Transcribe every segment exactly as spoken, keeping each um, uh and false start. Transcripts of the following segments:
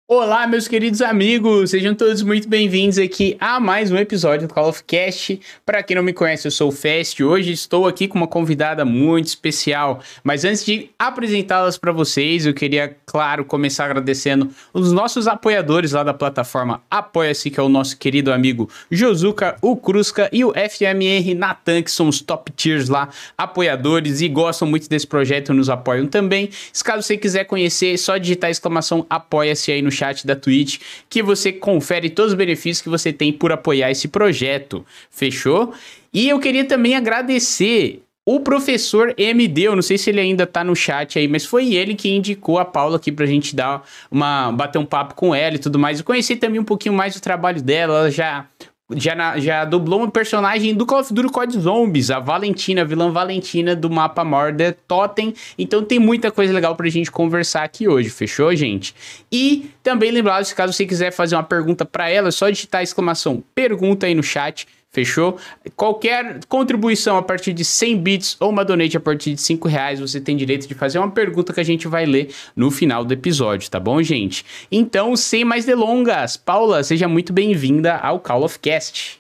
Olá, meus queridos amigos, sejam todos muito bem-vindos aqui a mais um episódio do Call of Cast. Para quem não me conhece, eu sou o Fest. Hoje estou aqui com uma convidada muito especial, mas antes de apresentá-las para vocês, eu queria, claro, começar agradecendo os nossos apoiadores lá da plataforma Apoia-se, que é o nosso querido amigo Josuka, o Krusca e o F M R Natan, que são os top tiers lá, apoiadores e gostam muito desse projeto e nos apoiam também. Se caso você quiser conhecer, é só digitar a exclamação Apoia-se aí no chat da Twitch, que você confere todos os benefícios que você tem por apoiar esse projeto, fechou? E eu queria também agradecer o professor M D, eu não sei se ele ainda tá no chat aí, mas foi ele que indicou a Paula aqui pra gente dar uma, bater um papo com ela e tudo mais. Eu conheci também um pouquinho mais do trabalho dela, ela já... Já, na, já dublou uma personagem do Call of Duty Code Zombies, a Valentina, a vilã Valentina do mapa Murder Totem. Então tem muita coisa legal pra gente conversar aqui hoje, fechou, gente? E também lembrado, se caso você quiser fazer uma pergunta pra ela, é só digitar a exclamação pergunta aí no chat, fechou? Qualquer contribuição a partir de cem bits ou uma donate a partir de cinco reais, você tem direito de fazer uma pergunta que a gente vai ler no final do episódio, tá bom, gente? Então, sem mais delongas, Paula, seja muito bem-vinda ao Call of Cast.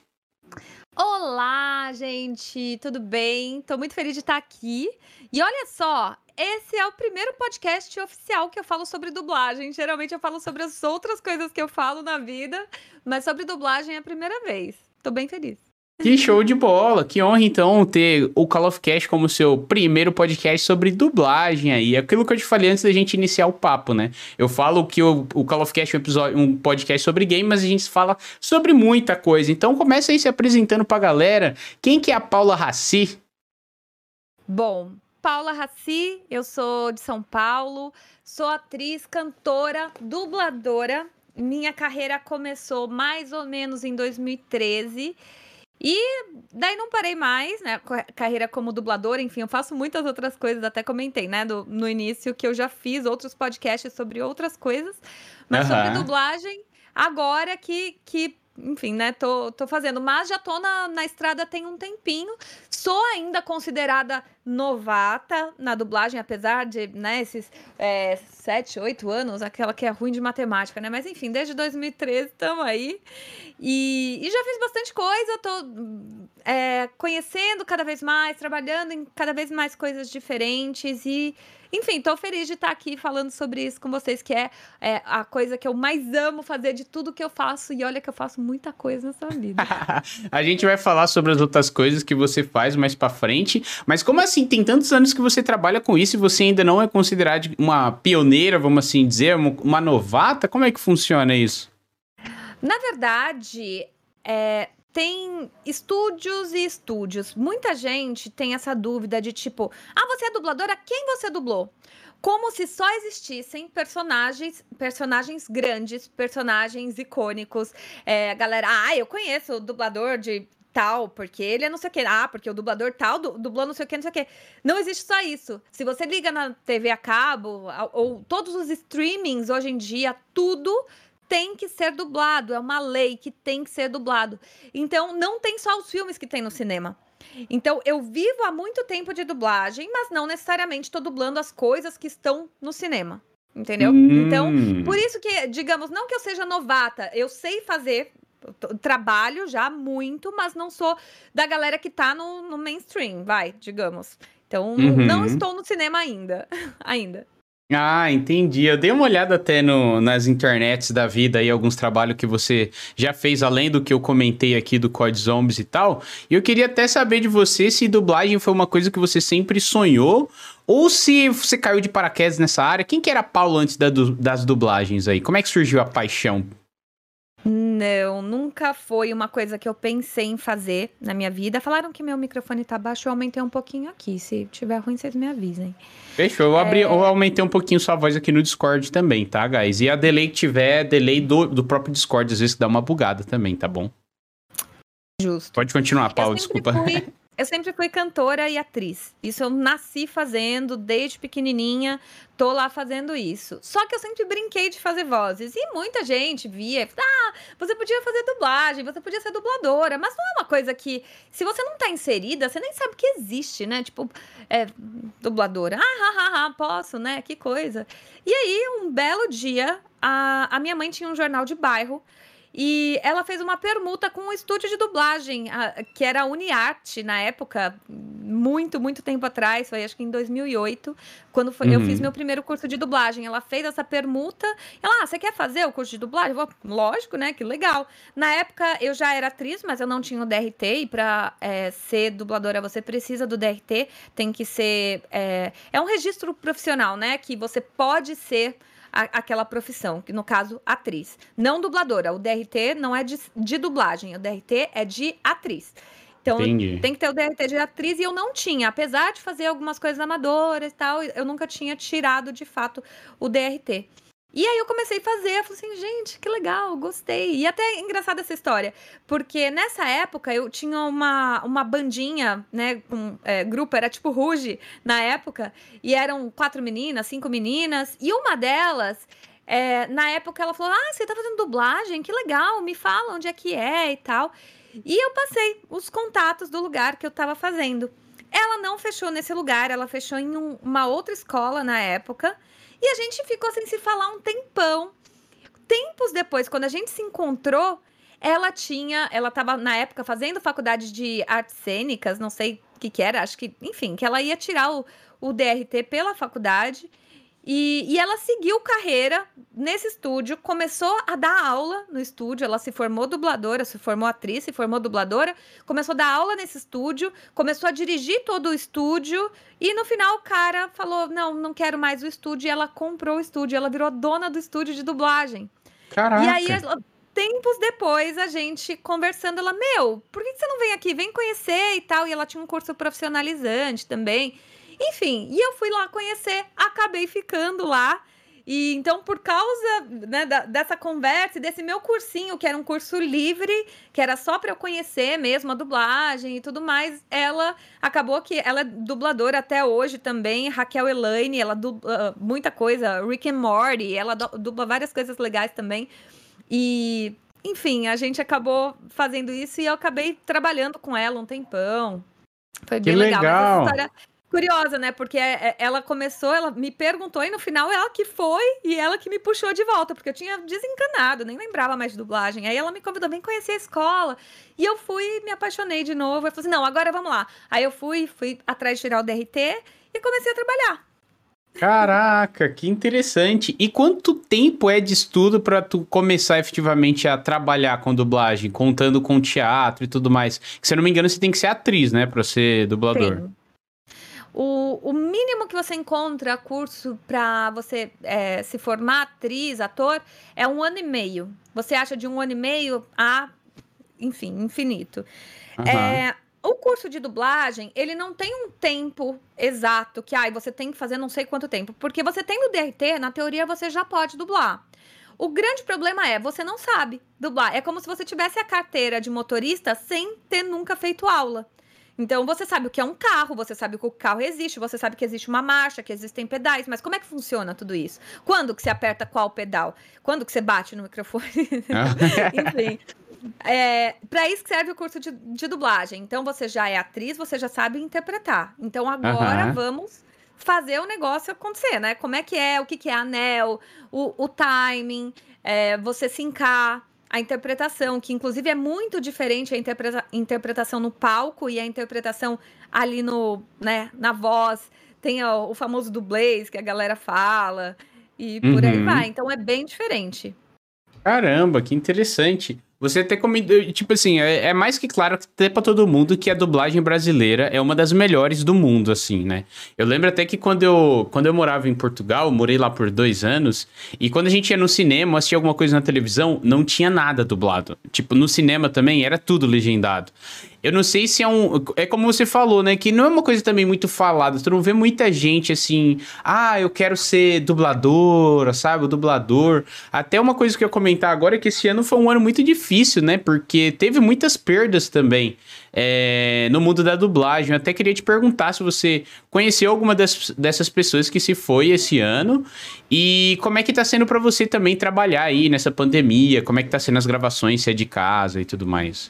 Olá, gente, tudo bem? Tô muito feliz de estar aqui. E olha só, esse é o primeiro podcast oficial que eu falo sobre dublagem. Geralmente eu falo sobre as outras coisas que eu falo na vida, mas sobre dublagem é a primeira vez. Tô bem feliz. Que show de bola, que honra então ter o Call of Cast como seu primeiro podcast sobre dublagem aí, aquilo que eu te falei antes da gente iniciar o papo, né? Eu falo que o, o Call of Cast é um, episódio, um podcast sobre game, mas a gente fala sobre muita coisa, então começa aí se apresentando pra galera. Quem que é a Paula Raci? Bom, Paula Raci, eu sou de São Paulo, sou atriz, cantora, dubladora. Minha carreira começou mais ou menos em dois mil e treze e daí não parei mais, né? Carreira como dubladora, enfim, eu faço muitas outras coisas, até comentei, né? Do, no início que eu já fiz outros podcasts sobre outras coisas, mas uhum. sobre dublagem, agora que, que enfim, né? Tô, tô fazendo, mas já tô na, na estrada tem um tempinho, sou ainda considerada novata na dublagem, apesar de, né, esses é, sete, oito anos, aquela que é ruim de matemática, né? Mas enfim, desde dois mil e treze estamos aí. E, e já fiz bastante coisa, tô é, conhecendo cada vez mais, trabalhando em cada vez mais coisas diferentes e, enfim, tô feliz de estar aqui falando sobre isso com vocês, que é, é a coisa que eu mais amo fazer de tudo que eu faço, e olha que eu faço muita coisa nessa vida. A gente vai falar sobre as outras coisas que você faz mais pra frente, mas como assim, tem tantos anos que você trabalha com isso e você ainda não é considerada uma pioneira, vamos assim dizer, uma novata? Como é que funciona isso? Na verdade, é, tem estúdios e estúdios. Muita gente tem essa dúvida de tipo, ah, você é dubladora? Quem você dublou? Como se só existissem personagens, personagens grandes, personagens icônicos. É, a galera, ah, eu conheço o dublador de tal, porque ele é não sei o que. Ah, porque o dublador tal dublou não sei o que, não sei o que. Não existe só isso. Se você liga na T V a cabo, ou todos os streamings hoje em dia, tudo tem que ser dublado, é uma lei que tem que ser dublado. Então, não tem só os filmes que tem no cinema. Então, eu vivo há muito tempo de dublagem, mas não necessariamente estou dublando as coisas que estão no cinema, entendeu? Hum. Então, por isso que, digamos, não que eu seja novata, eu sei fazer, trabalho já muito, mas não sou da galera que tá no, no mainstream, vai, digamos. Então, uhum. não estou no cinema ainda, ainda. Ah, entendi. Eu dei uma olhada até no, nas internets da vida aí, alguns trabalhos que você já fez, além do que eu comentei aqui do Code Zombies e tal. E eu queria até saber de você se dublagem foi uma coisa que você sempre sonhou ou se você caiu de paraquedas nessa área. Quem que era a Paula antes da, das dublagens aí? Como é que surgiu a paixão? Não, nunca foi uma coisa que eu pensei em fazer na minha vida. Falaram que meu microfone tá baixo, eu aumentei um pouquinho aqui. Se tiver ruim, vocês me avisem. Fechou, eu, abri, é... eu aumentei um pouquinho sua voz aqui no Discord também, tá, guys? E a delay que tiver, delay do, do próprio Discord, às vezes que dá uma bugada também, tá bom? Justo. Pode continuar, Paulo, desculpa. Fui, Eu sempre fui cantora e atriz. Isso eu nasci fazendo desde pequenininha, tô lá fazendo isso. Só que eu sempre brinquei de fazer vozes. E muita gente via, ah, você podia fazer dublagem, você podia ser dubladora. Mas não é uma coisa que, se você não tá inserida, você nem sabe que existe, né? Tipo, é, dubladora. Ah, ah, ah, ah, posso, né? Que coisa. E aí, um belo dia, a, a minha mãe tinha um jornal de bairro. E ela fez uma permuta com um estúdio de dublagem, a, que era a UniArte, na época, muito, muito tempo atrás, foi acho que em dois mil e oito, quando foi, uhum. eu fiz meu primeiro curso de dublagem. Ela fez essa permuta, ela, ah, você quer fazer o curso de dublagem? Eu vou, lógico, né, que legal. Na época, eu já era atriz, mas eu não tinha o D R T, e para é, ser dubladora, você precisa do D R T, tem que ser... É, é um registro profissional, né, que você pode ser... aquela profissão, que no caso, atriz. Não dubladora. O D R T não é de, de dublagem, o D R T é de atriz. Então, Entendi. Tem que ter o D R T de atriz e eu não tinha. Apesar de fazer algumas coisas amadoras e tal, eu nunca tinha tirado, de fato, o D R T. E aí eu comecei a fazer, eu falei assim, gente, que legal, gostei. E até é engraçada essa história, porque nessa época eu tinha uma, uma bandinha, né, um é, grupo, era tipo Ruge na época, e eram quatro meninas, cinco meninas, e uma delas, é, na época ela falou, ah, você tá fazendo dublagem? Que legal, me fala onde é que é e tal. E eu passei os contatos do lugar que eu tava fazendo. Ela não fechou nesse lugar, ela fechou em um, uma outra escola na época, e a gente ficou sem se falar um tempão. Tempos depois, quando a gente se encontrou, ela tinha... Ela estava, na época, fazendo faculdade de artes cênicas, não sei o que que era, acho que... Enfim, que ela ia tirar o, o D R T pela faculdade. E, e ela seguiu carreira nesse estúdio, começou a dar aula no estúdio, ela se formou dubladora, se formou atriz, se formou dubladora, começou a dar aula nesse estúdio, começou a dirigir todo o estúdio, e no final o cara falou, não, não quero mais o estúdio, e ela comprou o estúdio, ela virou dona do estúdio de dublagem. Caraca! E aí, tempos depois, a gente conversando, ela, meu, por que você não vem aqui? Vem conhecer e tal, e ela tinha um curso profissionalizante também. Enfim, e eu fui lá conhecer, acabei ficando lá. E então, por causa, né, da, dessa conversa e desse meu cursinho, que era um curso livre, que era só para eu conhecer mesmo a dublagem e tudo mais, ela acabou que ela é dubladora até hoje também, Raquel Elaine, ela dubla uh, muita coisa, Rick and Morty, ela dubla várias coisas legais também. E, enfim, a gente acabou fazendo isso e eu acabei trabalhando com ela um tempão. Foi bem que legal. legal. Mas essa história... curiosa, né? Porque ela começou, ela me perguntou e no final ela que foi e ela que me puxou de volta, porque eu tinha desencanado, nem lembrava mais de dublagem. Aí ela me convidou, vem conhecer a escola. E eu fui e me apaixonei de novo. Eu falei assim, não, agora vamos lá. Aí eu fui, fui atrás de tirar o D R T e comecei a trabalhar. Caraca, que interessante. E quanto tempo é de estudo para tu começar efetivamente a trabalhar com dublagem, contando com teatro e tudo mais? Que, se eu não me engano, você tem que ser atriz, né, para ser dublador. Sim. O, o mínimo que você encontra curso para você é, se formar atriz, ator, é um ano e meio. Você acha de um ano e meio a, enfim, infinito. Uhum. É, o curso de dublagem, ele não tem um tempo exato, que ah, você tem que fazer não sei quanto tempo. Porque você tem o D R T, na teoria você já pode dublar. O grande problema é, você não sabe dublar. É como se você tivesse a carteira de motorista sem ter nunca feito aula. Então, você sabe o que é um carro, você sabe que o carro existe, você sabe que existe uma marcha, que existem pedais, mas como é que funciona tudo isso? Quando que você aperta qual pedal? Quando que você bate no microfone? Enfim, é, para isso que serve o curso de, de dublagem. Então, você já é atriz, você já sabe interpretar. Então, agora uhum. vamos fazer o negócio acontecer, né? Como é que é, o que, que é anel, o, o timing, é, você sincar... A interpretação, que inclusive é muito diferente a interpreta- interpretação no palco e a interpretação ali no, né, na voz. Tem o, o famoso dublês que a galera fala e por uhum. aí vai. Então é bem diferente. Caramba, que interessante. Você até comentou, tipo assim, é, é mais que claro até pra todo mundo que a dublagem brasileira é uma das melhores do mundo, assim, né? Eu lembro até que quando eu, quando eu morava em Portugal, eu morei lá por dois anos, e quando a gente ia no cinema, assistia alguma coisa na televisão, não tinha nada dublado. Tipo, no cinema também era tudo legendado. Eu não sei se é um... É como você falou, né? Que não é uma coisa também muito falada. Tu não vê muita gente assim... Ah, eu quero ser dubladora, sabe? O dublador. Até uma coisa que eu ia comentar agora é que esse ano foi um ano muito difícil, né? Porque teve muitas perdas também é, no mundo da dublagem. Eu até queria te perguntar se você conheceu alguma das, dessas pessoas que se foi esse ano. E como é que tá sendo pra você também trabalhar aí nessa pandemia? Como é que tá sendo as gravações, se é de casa e tudo mais?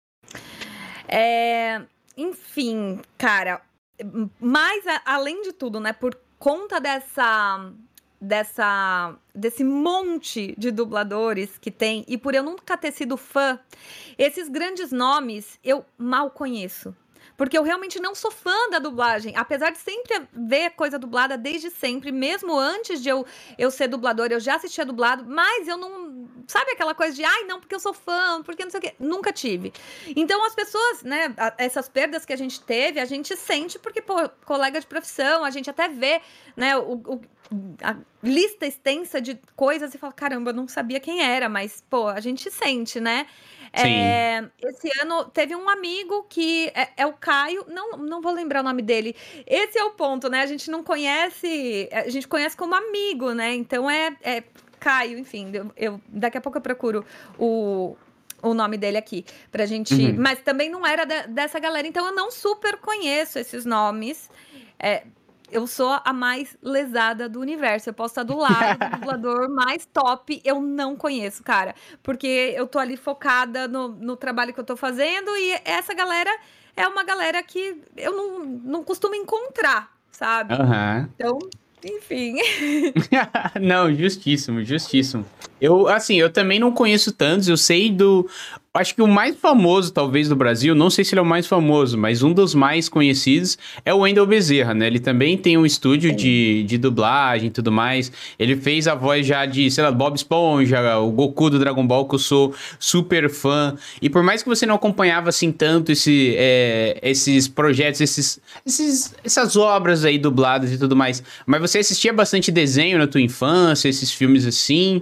É, enfim, cara, mas a- além de tudo, né, por conta dessa, dessa, desse monte de dubladores que tem, e por eu nunca ter sido fã, esses grandes nomes eu mal conheço. Porque eu realmente não sou fã da dublagem. Apesar de sempre ver coisa dublada desde sempre, mesmo antes de eu, eu ser dubladora, eu já assistia dublado, mas eu não. Sabe aquela coisa de, ai, não, porque eu sou fã, porque não sei o quê. Nunca tive. Então, as pessoas, né, a- essas perdas que a gente teve, a gente sente porque, pô, colega de profissão, a gente até vê, né, o, o- a lista extensa de coisas e fala, caramba, eu não sabia quem era, mas, pô, a gente sente, né? Sim. É, esse ano teve um amigo que é, é o Caio, não, não vou lembrar o nome dele. Esse é o ponto, né? A gente não conhece, a gente conhece como amigo, né? Então é, é Caio, enfim, eu, eu- daqui a pouco eu procuro o, o nome dele aqui pra gente. Uhum. Mas também não era de- dessa galera, então eu não super conheço esses nomes. É, eu sou a mais lesada do universo. Eu posso estar do lado do dublador mais top. Eu não conheço, cara. Porque eu tô ali focada no, no trabalho que eu tô fazendo. E essa galera é uma galera que eu não, não costumo encontrar, sabe? Aham. Então, enfim. Não, justíssimo, justíssimo. Eu, assim, eu também não conheço tantos, eu sei do... Acho que o mais famoso, talvez, do Brasil, não sei se ele é o mais famoso, mas um dos mais conhecidos é o Wendel Bezerra, né? Ele também tem um estúdio Sim. de, de dublagem e tudo mais. Ele fez a voz já de, sei lá, Bob Esponja, o Goku do Dragon Ball, que eu sou super fã. E por mais que você não acompanhava, assim, tanto esse, é, esses projetos, esses, esses, essas obras aí dubladas e tudo mais, mas você assistia bastante desenho na tua infância, esses filmes assim?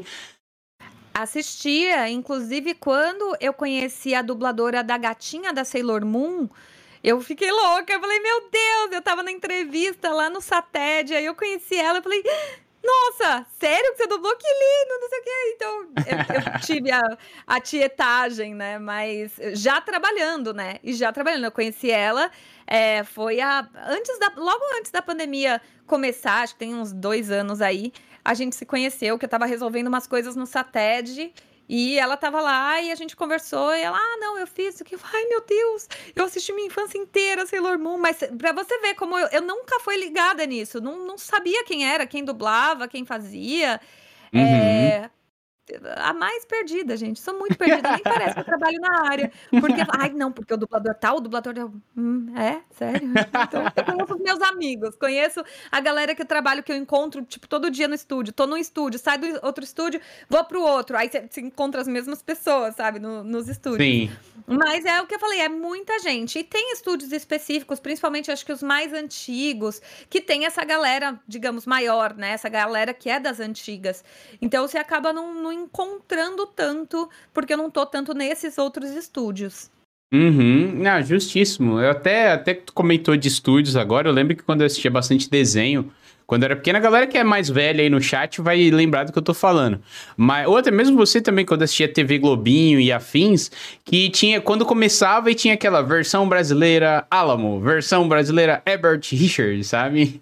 Assistia, inclusive quando eu conheci a dubladora da gatinha da Sailor Moon, eu fiquei louca. Eu falei, meu Deus, eu tava na entrevista lá no Sated, aí eu conheci ela, eu falei, nossa, sério que você dublou? Que lindo, não sei o quê. Então, eu, eu tive a, a tietagem, né? Mas já trabalhando, né? E já trabalhando, eu conheci ela, é, foi a, antes da, logo antes da pandemia começar, acho que tem uns dois anos aí, a gente se conheceu, que eu tava resolvendo umas coisas no Sated, e ela tava lá e a gente conversou, e ela, ah, não, eu fiz isso aqui. Ai, meu Deus, eu assisti minha infância inteira Sailor Moon, mas pra você ver como eu, eu nunca fui ligada nisso, não, não sabia quem era, quem dublava, quem fazia. Uhum. É, a mais perdida, gente. Sou muito perdida, nem parece que eu trabalho na área. Porque, ai, não, porque o dublador tal, o dublador. é- Hum, é? Sério? Então, eu conheço os meus amigos, conheço a galera que eu trabalho, que eu encontro, tipo, todo dia no estúdio. Tô num estúdio, saio do outro estúdio, vou pro outro. Aí você encontra as mesmas pessoas, sabe, no- nos estúdios. Sim. Mas é o que eu falei, é muita gente. E tem estúdios específicos, principalmente acho que os mais antigos, que tem essa galera, digamos, maior, né? Essa galera que é das antigas. Então você acaba não, não encontrando tanto, porque eu não tô tanto nesses outros estúdios. Uhum. Não, justíssimo. Eu até, até que tu comentou de estúdios agora, eu lembro que quando eu assistia bastante desenho, quando eu era pequena, a galera que é mais velha aí no chat vai lembrar do que eu tô falando. Mas, ou até mesmo você também, quando assistia T V Globinho e afins, que tinha, quando começava e tinha aquela versão brasileira Alamo, versão brasileira Herbert Richards, sabe?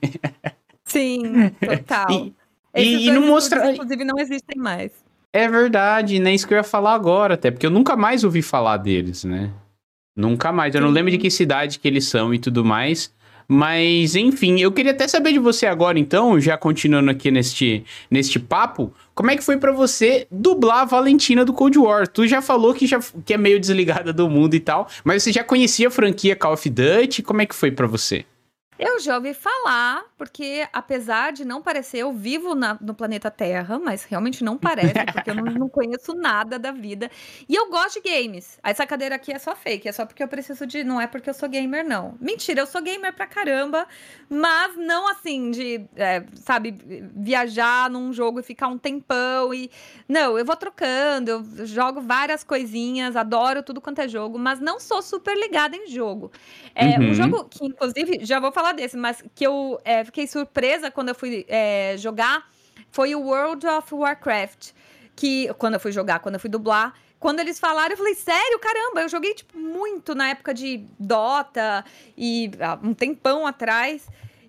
Sim, total. E, Esses e, e dois não estúdios, mostra. inclusive, não existem mais. É verdade, né? Isso que eu ia falar agora, até, porque eu nunca mais ouvi falar deles, né? Nunca mais. Eu não lembro de Sim. que cidade que eles são e tudo mais. Mas, enfim, eu queria até saber de você agora, então, já continuando aqui neste, neste papo, como é que foi pra você dublar a Valentina do Cold War? Tu já falou que, já, que é meio desligada do mundo e tal, mas você já conhecia a franquia Call of Duty? Como é que foi pra você? Eu já ouvi falar, porque apesar de não parecer, eu vivo na, no planeta Terra, mas realmente não parece, porque eu não, não conheço nada da vida. E eu gosto de games. Essa cadeira aqui é só fake, é só porque eu preciso de... Não é porque eu sou gamer, não. Mentira, eu sou gamer pra caramba, mas não assim de, é, sabe, viajar num jogo e ficar um tempão e... Não, eu vou trocando, eu jogo várias coisinhas, adoro tudo quanto é jogo, mas não sou super ligada em jogo. É, Uhum. Um jogo que, inclusive, já vou falar desse, mas que eu é, fiquei surpresa quando eu fui é, jogar, foi o World of Warcraft. Que, quando eu fui jogar, quando eu fui dublar, quando eles falaram, eu falei, sério, caramba, eu joguei, tipo, muito na época de Dota e há um tempão atrás.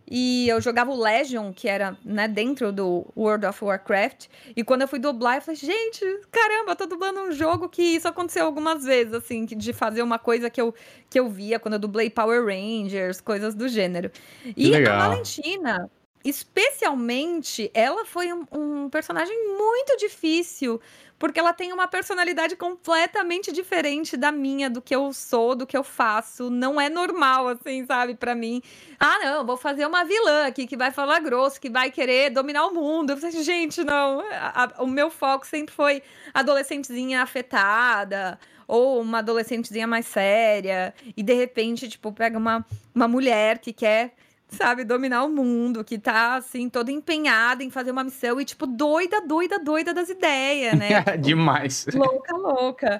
E eu jogava o Legion, que era, né, dentro do World of Warcraft. E quando eu fui dublar, eu falei, gente, caramba, eu tô dublando um jogo que isso aconteceu algumas vezes, assim, de fazer uma coisa que eu, que eu via quando eu dublei Power Rangers, coisas do gênero. Que E legal. a Valentina, especialmente, ela foi um, um personagem muito difícil, porque ela tem uma personalidade completamente diferente da minha, do que eu sou, do que eu faço. Não é normal, assim, sabe, pra mim. Ah, não, vou fazer uma vilã aqui que vai falar grosso, que vai querer dominar o mundo. Eu falei, gente, não. A, a, o meu foco sempre foi adolescentezinha afetada, ou uma adolescentezinha mais séria. E, de repente, tipo, pega uma, uma mulher que quer... sabe, dominar o mundo, que tá, assim, toda empenhada em fazer uma missão e, tipo, doida, doida, doida das ideias, né? Tipo, Demais. louca, louca.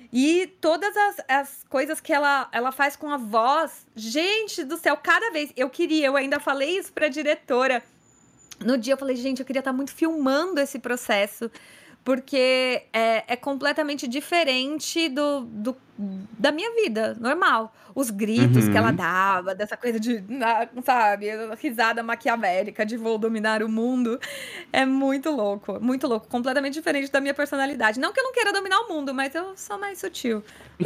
E todas as, as coisas que ela, ela faz com a voz, gente do céu, cada vez, eu queria, eu ainda falei isso pra diretora, no dia eu falei, gente, eu queria estar muito filmando esse processo, porque é, é completamente diferente do, do, da minha vida, normal. Os gritos Uhum. que ela dava, dessa coisa de, sabe, risada maquiavélica de vou dominar o mundo, é muito louco, muito louco, completamente diferente da minha personalidade. Não que eu não queira dominar o mundo, mas eu sou mais sutil.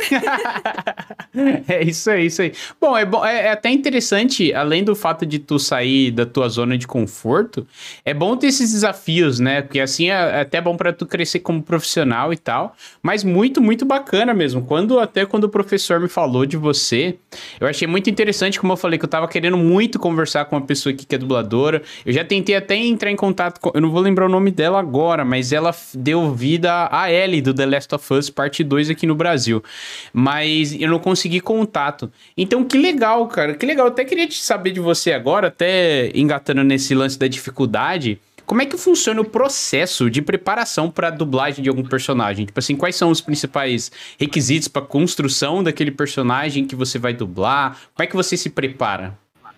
É isso aí, isso aí. Bom, é, bom, é, é até interessante, além do fato de tu sair da tua zona de conforto, é bom ter esses desafios, né? Porque assim é, é até bom pra tu crescer como profissional e tal, mas muito, muito bacana mesmo. Quando, até quando o professor me falou de você, eu achei muito interessante, como eu falei, que eu tava querendo muito conversar com uma pessoa aqui que é dubladora. Eu já tentei até entrar em contato com, eu não vou lembrar o nome dela agora, mas ela deu vida a Ellie do The Last of Us parte dois aqui no Brasil. Mas eu não consegui contato. Então, que legal, cara. Que legal. Eu até queria te saber de você agora, até engatando nesse lance da dificuldade. Como é que funciona o processo de preparação para dublagem de algum personagem? Tipo assim, quais são os principais requisitos para construção daquele personagem que você vai dublar? Como é que você se prepara?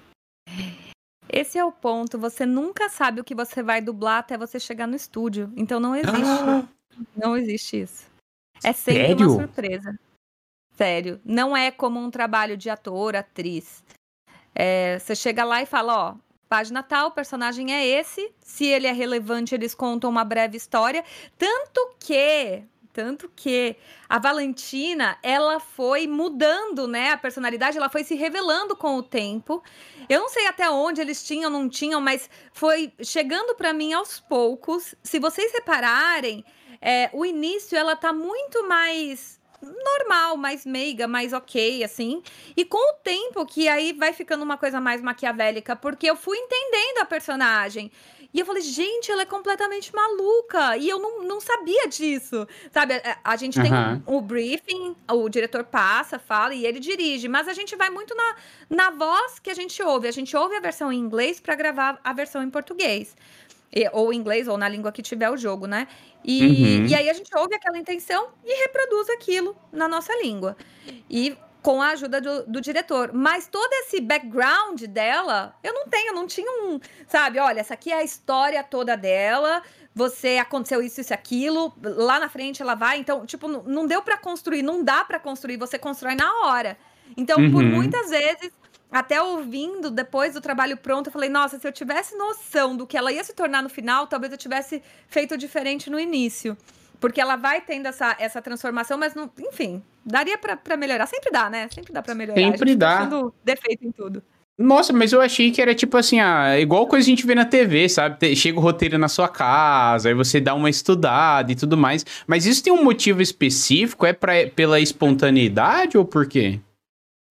Esse é o ponto. Você nunca sabe o que você vai dublar até você chegar no estúdio. Então não existe. Ah, Não existe isso. É sempre sério? uma surpresa. Sério. Não é como um trabalho de ator, atriz. É, você chega lá e fala, ó, página tal, o personagem é esse. Se ele é relevante, eles contam uma breve história. Tanto que... Tanto que a Valentina, ela foi mudando, né? A personalidade, ela foi se revelando com o tempo. Eu não sei até onde eles tinham, não tinham, mas foi chegando para mim aos poucos. Se vocês repararem, é, o início, ela tá muito mais normal, mais meiga, mais ok, assim. E com o tempo, que aí vai ficando uma coisa mais maquiavélica, porque eu fui entendendo a personagem. E eu falei, gente, ela é completamente maluca. E eu não, não sabia disso. Sabe, a, a gente Uhum. tem o, o briefing, o diretor passa, fala e ele dirige. Mas a gente vai muito na, na voz que a gente ouve. A gente ouve a versão em inglês para gravar a versão em português. E, ou em inglês, ou na língua que tiver o jogo, né? E, Uhum. e aí a gente ouve aquela intenção e reproduz aquilo na nossa língua. E... com a ajuda do, do diretor. Mas todo esse background dela, eu não tenho, não tinha um... Sabe, olha, essa aqui é a história toda dela, você aconteceu isso, isso, aquilo, lá na frente ela vai... Então, tipo, não, não deu pra construir, não dá pra construir, você constrói na hora. Então, Uhum. por muitas vezes, até ouvindo, depois do trabalho pronto, eu falei, nossa, se eu tivesse noção do que ela ia se tornar no final, talvez eu tivesse feito diferente no início. Porque ela vai tendo essa, essa transformação, mas, não, enfim, daria pra, pra melhorar. Sempre dá, né? Sempre dá pra melhorar. Sempre a gente dá. tá achando defeito em tudo. Nossa, mas eu achei que era tipo assim, ah, igual coisa que a gente vê na T V, sabe? Chega o roteiro na sua casa, aí você dá uma estudada e tudo mais. Mas isso tem um motivo específico? É pra, pela espontaneidade ou por quê?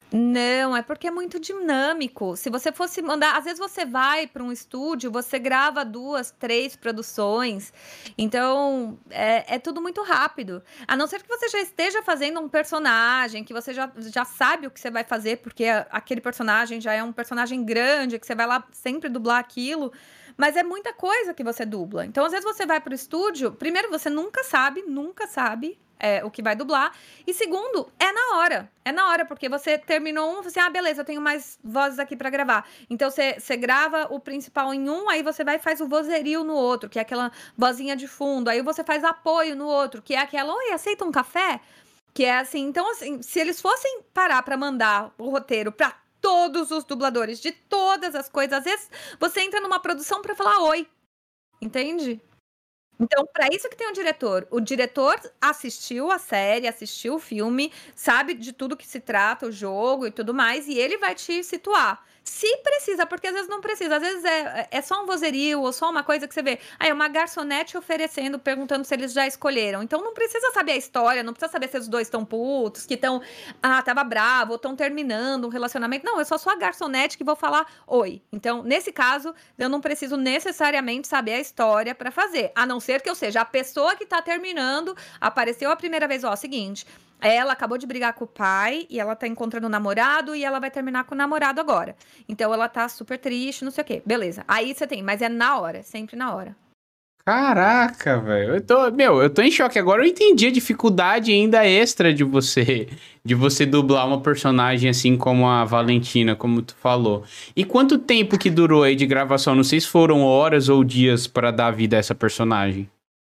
Não, é porque é muito dinâmico. Se você fosse mandar, às vezes você vai para um estúdio, você grava duas, três produções, então é, é tudo muito rápido. A não ser que você já esteja fazendo um personagem, que você já, já sabe o que você vai fazer, porque a- aquele personagem já é um personagem grande, que você vai lá sempre dublar aquilo. Mas é muita coisa que você dubla. Então, às vezes você vai para o estúdio, primeiro, você nunca sabe, nunca sabe. É, o que vai dublar. E segundo, é na hora. É na hora, porque você terminou um, você, ah, beleza, eu tenho mais vozes aqui pra gravar. Então você, você grava o principal em um, aí você vai e faz o vozerio no outro, que é aquela vozinha de fundo. Aí você faz apoio no outro, que é aquela, oi, aceita um café? Que é assim, então assim, se eles fossem parar pra mandar o roteiro pra todos os dubladores de todas as coisas, às vezes você entra numa produção pra falar oi, entende? Então, para isso que tem um diretor. O diretor assistiu a série, assistiu o filme, sabe de tudo que se trata, o jogo e tudo mais, e ele vai te situar. Se precisa, porque às vezes não precisa, às vezes é, é só um vozerio ou só uma coisa que você vê. Aí, é uma garçonete oferecendo, perguntando se eles já escolheram. Então, não precisa saber a história, não precisa saber se os dois estão putos, que estão, ah, tava bravo, ou estão terminando um relacionamento. Não, eu só sou a garçonete que vou falar oi. Então, nesse caso, eu não preciso necessariamente saber a história para fazer, a não ser que eu seja a pessoa que tá terminando, apareceu a primeira vez, ó, seguinte, ela acabou de brigar com o pai e ela tá encontrando o namorado e ela vai terminar com o namorado agora. Então ela tá super triste, não sei o quê. Beleza. Aí você tem, mas é na hora, sempre na hora. Caraca, velho. Eu tô, meu, eu tô em choque. Agora eu entendi a dificuldade ainda extra de você de você dublar uma personagem assim como a Valentina, como tu falou. E quanto tempo que durou aí de gravação? Não sei se foram horas ou dias pra dar vida a essa personagem.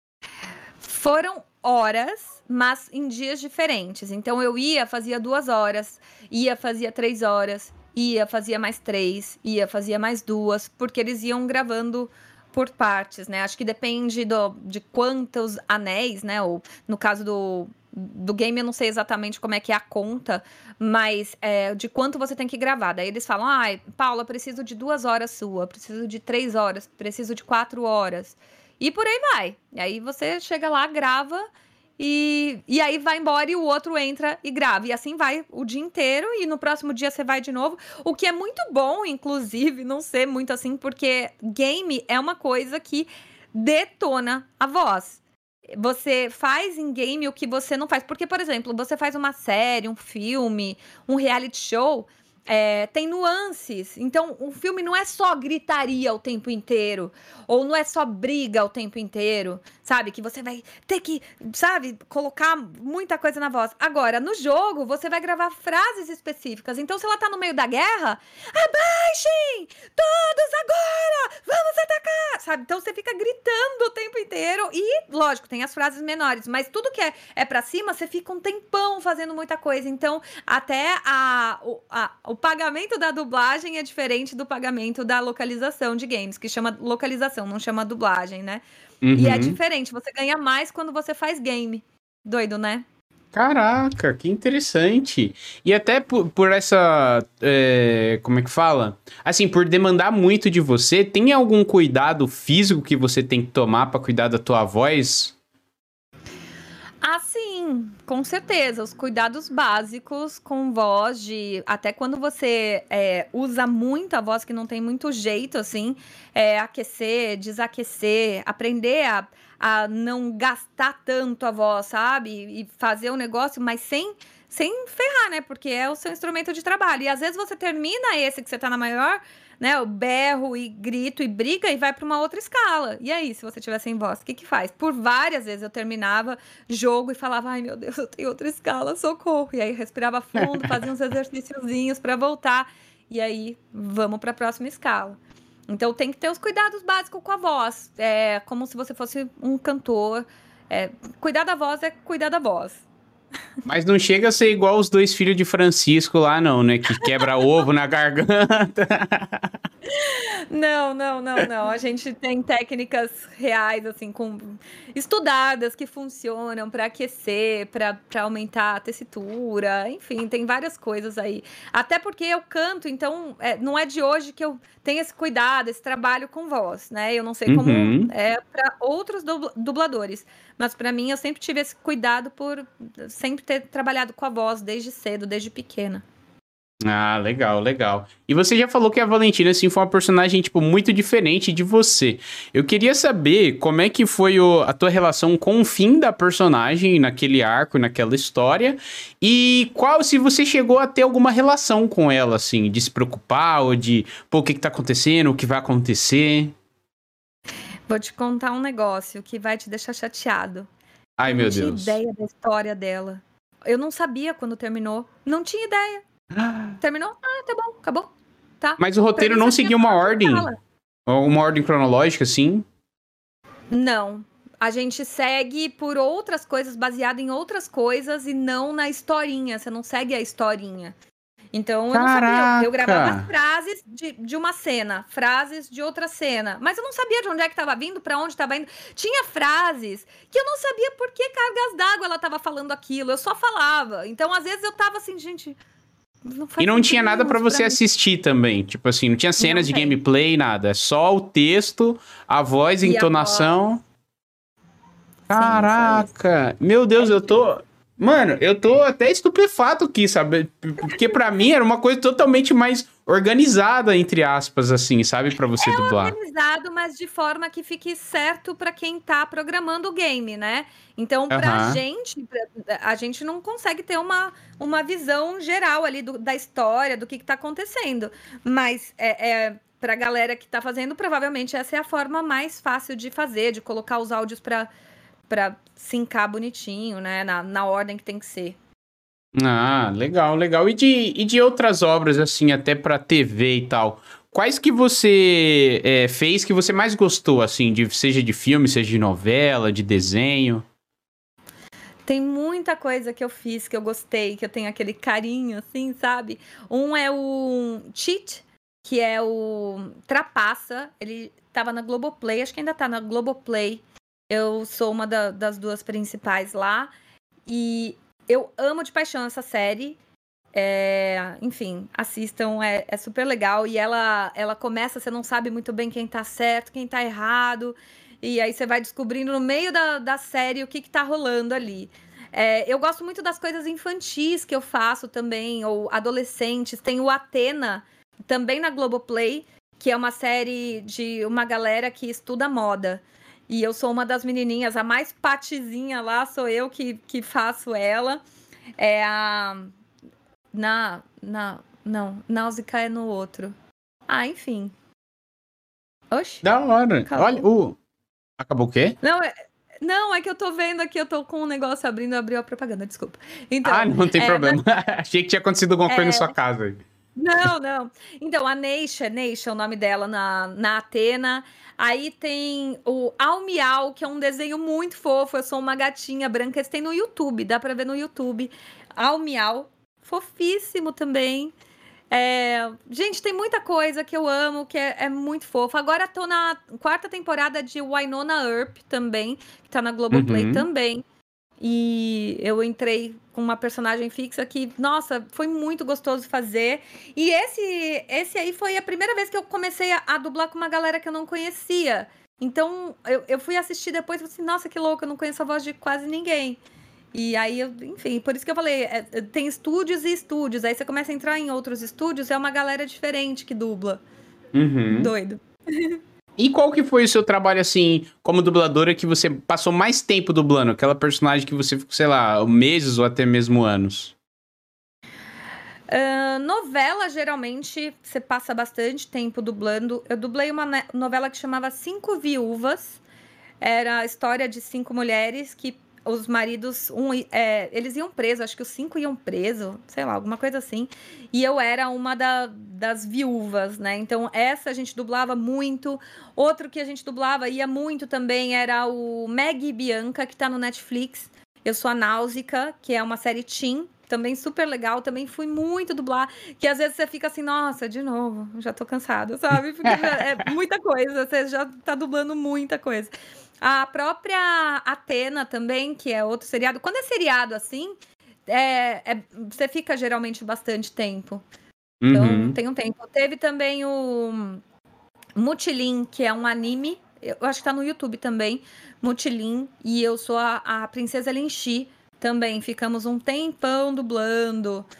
Foram horas, mas em dias diferentes. Então eu ia, fazia duas horas, ia, fazia três horas, ia, fazia mais três, ia, fazia mais duas, porque eles iam gravando por partes, né? Acho que depende do, de quantos anéis, né? Ou no caso do, do game, eu não sei exatamente como é que é a conta, mas é, de quanto você tem que gravar. Daí eles falam, ai, Paula, preciso de duas horas sua, preciso de três horas, preciso de quatro horas. E por aí vai. E aí você chega lá, grava e, e aí vai embora e o outro entra e grava. E assim vai o dia inteiro e no próximo dia você vai de novo. O que é muito bom, inclusive, não ser muito assim, porque game é uma coisa que detona a voz. Você faz em game o que você não faz. Porque, por exemplo, você faz uma série, um filme, um reality show. É, tem nuances. Então, um filme não é só gritaria o tempo inteiro, ou não é só briga o tempo inteiro, sabe? Que você vai ter que, sabe, colocar muita coisa na voz. Agora, no jogo, você vai gravar frases específicas. Então, se ela tá no meio da guerra, abaixem! Todos agora! Vamos atacar! Sabe? Então, você fica gritando o tempo inteiro. E, lógico, tem as frases menores, mas tudo que é, é pra cima, você fica um tempão fazendo muita coisa. Então, até a, o, a, o pagamento da dublagem é diferente do pagamento da localização de games, que chama localização, não chama dublagem, né? E é Uhum. diferente, você ganha mais quando você faz game. Doido, né? Caraca, que interessante. E até por, por essa. É, como é que fala? Assim, por demandar muito de você, tem algum cuidado físico que você tem que tomar pra cuidar da tua voz? Ah, sim, com certeza. Os cuidados básicos com voz, de até quando você é, usa muito a voz, que não tem muito jeito, assim, é, aquecer, desaquecer, aprender a, a não gastar tanto a voz, sabe? E fazer o negócio, mas sem, sem ferrar, né? Porque é o seu instrumento de trabalho. E às vezes você termina esse que você tá na maior, né? O berro e grito e briga e vai para uma outra escala. E aí, se você tiver sem voz, o que que faz? Por várias vezes eu terminava jogo e falava, ai meu Deus, eu tenho outra escala, socorro. E aí respirava fundo, fazia uns exercíciozinhos para voltar. E aí, vamos para a próxima escala. Então tem que ter os cuidados básicos com a voz. É como se você fosse um cantor. É, cuidar da voz é cuidar da voz. Mas não chega a ser igual os dois filhos de Francisco lá, não, né? Que quebra ovo na garganta. Não, não, não, não. A gente tem técnicas reais, assim, com estudadas que funcionam para aquecer, para aumentar a tessitura, enfim, tem várias coisas aí. Até porque eu canto, então é, não é de hoje que eu tenho esse cuidado, esse trabalho com voz, né? Eu não sei como Uhum. é para outros dubla- dubladores, mas para mim eu sempre tive esse cuidado por sempre ter trabalhado com a voz desde cedo, desde pequena. Ah, legal, legal. E você já falou que a Valentina, assim, foi uma personagem, tipo, muito diferente de você. Eu queria saber como é que foi o- a tua relação com o fim da personagem naquele arco, naquela história, e qual, se você chegou a ter alguma relação com ela, assim, de se preocupar ou de, pô, o que que tá acontecendo, o que vai acontecer? Vou te contar um negócio que vai te deixar chateado. Ai, Eu não meu tinha Deus. ideia da história dela. Eu não sabia quando terminou. Não tinha ideia. Terminou? Ah, tá bom, acabou. Tá. Mas o Pra roteiro mim não só tinha seguiu uma uma ordem, fala. uma ordem cronológica, assim? Não. A gente segue por outras coisas, baseado em outras coisas e não na historinha. Você não segue a historinha. Então eu não sabia. Eu, eu gravava as Caraca! frases de, de uma cena, frases de outra cena. Mas eu não sabia de onde é que estava vindo, para onde estava indo. Tinha frases que eu não sabia por que cargas d'água ela estava falando aquilo. Eu só falava. Então, às vezes, eu tava assim, gente. Não E faz não tinha sentido nada nenhum pra isso pra você mim. assistir também. Tipo assim, não tinha Não cenas de tem. gameplay, nada. É só o texto, a voz, a E a voz, entonação. sim, só isso. Caraca! Meu Deus, É eu difícil. tô. Mano, eu tô até estupefato aqui, sabe? Porque pra mim era uma coisa totalmente mais organizada, entre aspas, assim, sabe? Pra você dublar. Organizado, mas de forma que fique certo para quem tá programando o game, né? Então, pra Aham. gente, pra- a gente não consegue ter uma, uma visão geral ali do- da história, do que, que tá acontecendo. Mas é, é, pra galera que tá fazendo, provavelmente essa é a forma mais fácil de fazer, de colocar os áudios pra, pra sincar bonitinho, né? Na, na ordem que tem que ser. Ah, legal, legal. E de, e de outras obras, assim, até pra T V e tal. Quais que você é, fez que você mais gostou, assim, de, seja de filme, seja de novela, de desenho? Tem muita coisa que eu fiz que eu gostei, que eu tenho aquele carinho, assim, sabe? Um é o Cheat, que é o Trapaça. Ele tava na Globoplay, acho que ainda tá na Globoplay. Eu sou uma da- das duas principais lá. E eu amo de paixão essa série. É, enfim, assistam, é, é super legal. E ela, ela começa, você não sabe muito bem quem tá certo, quem tá errado. E aí você vai descobrindo no meio da, da série o que, que tá rolando ali. É, eu gosto muito das coisas infantis que eu faço também, ou adolescentes. Tem o Atena, também na Globoplay, que é uma série de uma galera que estuda moda. E eu sou uma das menininhas, a mais patizinha lá, sou eu que, que faço ela. É a na, na, não, Náusica é no outro. Ah, enfim. Oxi, Da hora. Olha, acabou. o. Acabou o quê? Não, é, não, é que eu tô vendo aqui, eu tô com um negócio abrindo, abriu a propaganda, desculpa. Ah, Então, não tem é, mas, problema. Achei que tinha acontecido alguma coisa na sua é, casa. não, não. Então, a Neisha, Neisha é o nome dela na, na Atena. Aí tem o Au Miau, que é um desenho muito fofo. Eu sou uma gatinha branca. Esse tem no YouTube, dá pra ver no YouTube. Au Miau, fofíssimo também. É, gente, tem muita coisa que eu amo, que é, é muito fofo. Agora tô na quarta temporada de Wynonna Earp também, que tá na Globoplay Uhum. também. E eu entrei com uma personagem fixa que, nossa, foi muito gostoso fazer. E esse, esse aí foi a primeira vez que eu comecei a, a dublar com uma galera que eu não conhecia. Então, eu, eu fui assistir depois e falei assim, nossa, que louco, eu não conheço a voz de quase ninguém. E aí, eu- enfim, por isso que eu falei, é, é, tem estúdios e estúdios. Aí você começa a entrar em outros estúdios, é uma galera diferente que dubla. Uhum. Doido. E qual que foi o seu trabalho, assim, como dubladora, que você passou mais tempo dublando? Aquela personagem que você ficou, sei lá, meses ou até mesmo anos? Ah, novela, geralmente, você passa bastante tempo dublando. Eu dublei uma ne- novela que chamava Cinco Viúvas. Era a história de cinco mulheres que os maridos, um, i- é, eles iam presos, acho que os cinco iam presos, sei lá, alguma coisa assim. E eu era uma da- das viúvas, né? Então, essa a gente dublava muito. Outro que a gente dublava, ia muito também, era o Meg e Bianca, que tá no Netflix. Eu sou a Náusica, que é uma série teen, também super legal. Também fui muito dublar, que às vezes você fica assim, nossa, de novo, já tô cansada, sabe? Porque já é muita coisa, você já tá dublando muita coisa. A própria Atena também, que é outro seriado. Quando é seriado assim, é, é- você fica geralmente bastante tempo. Então, Uhum. tem um tempo. Teve também o Mutilin, que é um anime. Eu acho que tá no YouTube também. Mutilin. E eu sou a, a Princesa Linchi também. Ficamos um tempão dublando.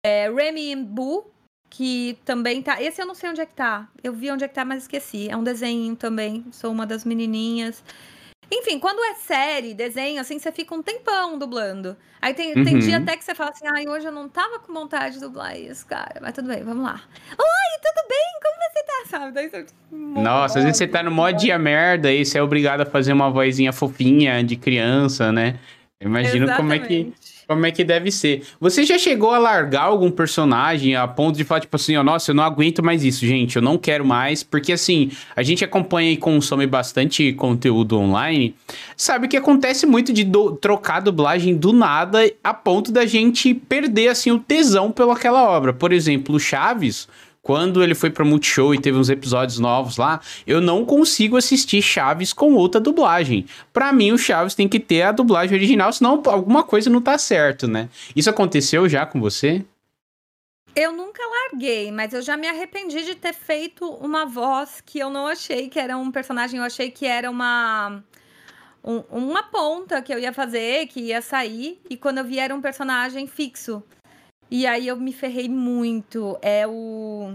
É, Remy and Boo, que também tá... Esse eu não sei onde é que tá. Eu vi onde é que tá, mas esqueci. É um desenho também. Sou uma das menininhas. Enfim, quando é série, desenho, assim, você fica um tempão dublando. Aí tem, uhum. tem dia até que você fala assim, ai, hoje eu não tava com vontade de dublar isso, cara. Mas tudo bem, vamos lá. Oi, tudo bem? Como você tá? Sabe? Daí você... Nossa, às vezes você tá no mó dia merda e você é obrigado a fazer uma vozinha fofinha de criança, né? Eu imagino como é que... Como é que deve ser. Você já chegou a largar algum personagem a ponto de falar, tipo assim, ó, nossa, eu não aguento mais isso, gente, eu não quero mais, porque assim, a gente acompanha e consome bastante conteúdo online, sabe que acontece muito de do, trocar a dublagem do nada a ponto da gente perder, assim, o tesão pelaquela obra. Por exemplo, o Chaves... Quando ele foi pra Multishow e teve uns episódios novos lá, eu não consigo assistir Chaves com outra dublagem. Pra mim, o Chaves tem que ter a dublagem original, senão alguma coisa não tá certo, né? Isso aconteceu já com você? Eu nunca larguei, mas eu já me arrependi de ter feito uma voz que eu não achei que era um personagem, eu achei que era uma... Um, uma ponta que eu ia fazer, que ia sair, e quando eu vi era um personagem fixo. E aí eu me ferrei muito. É o...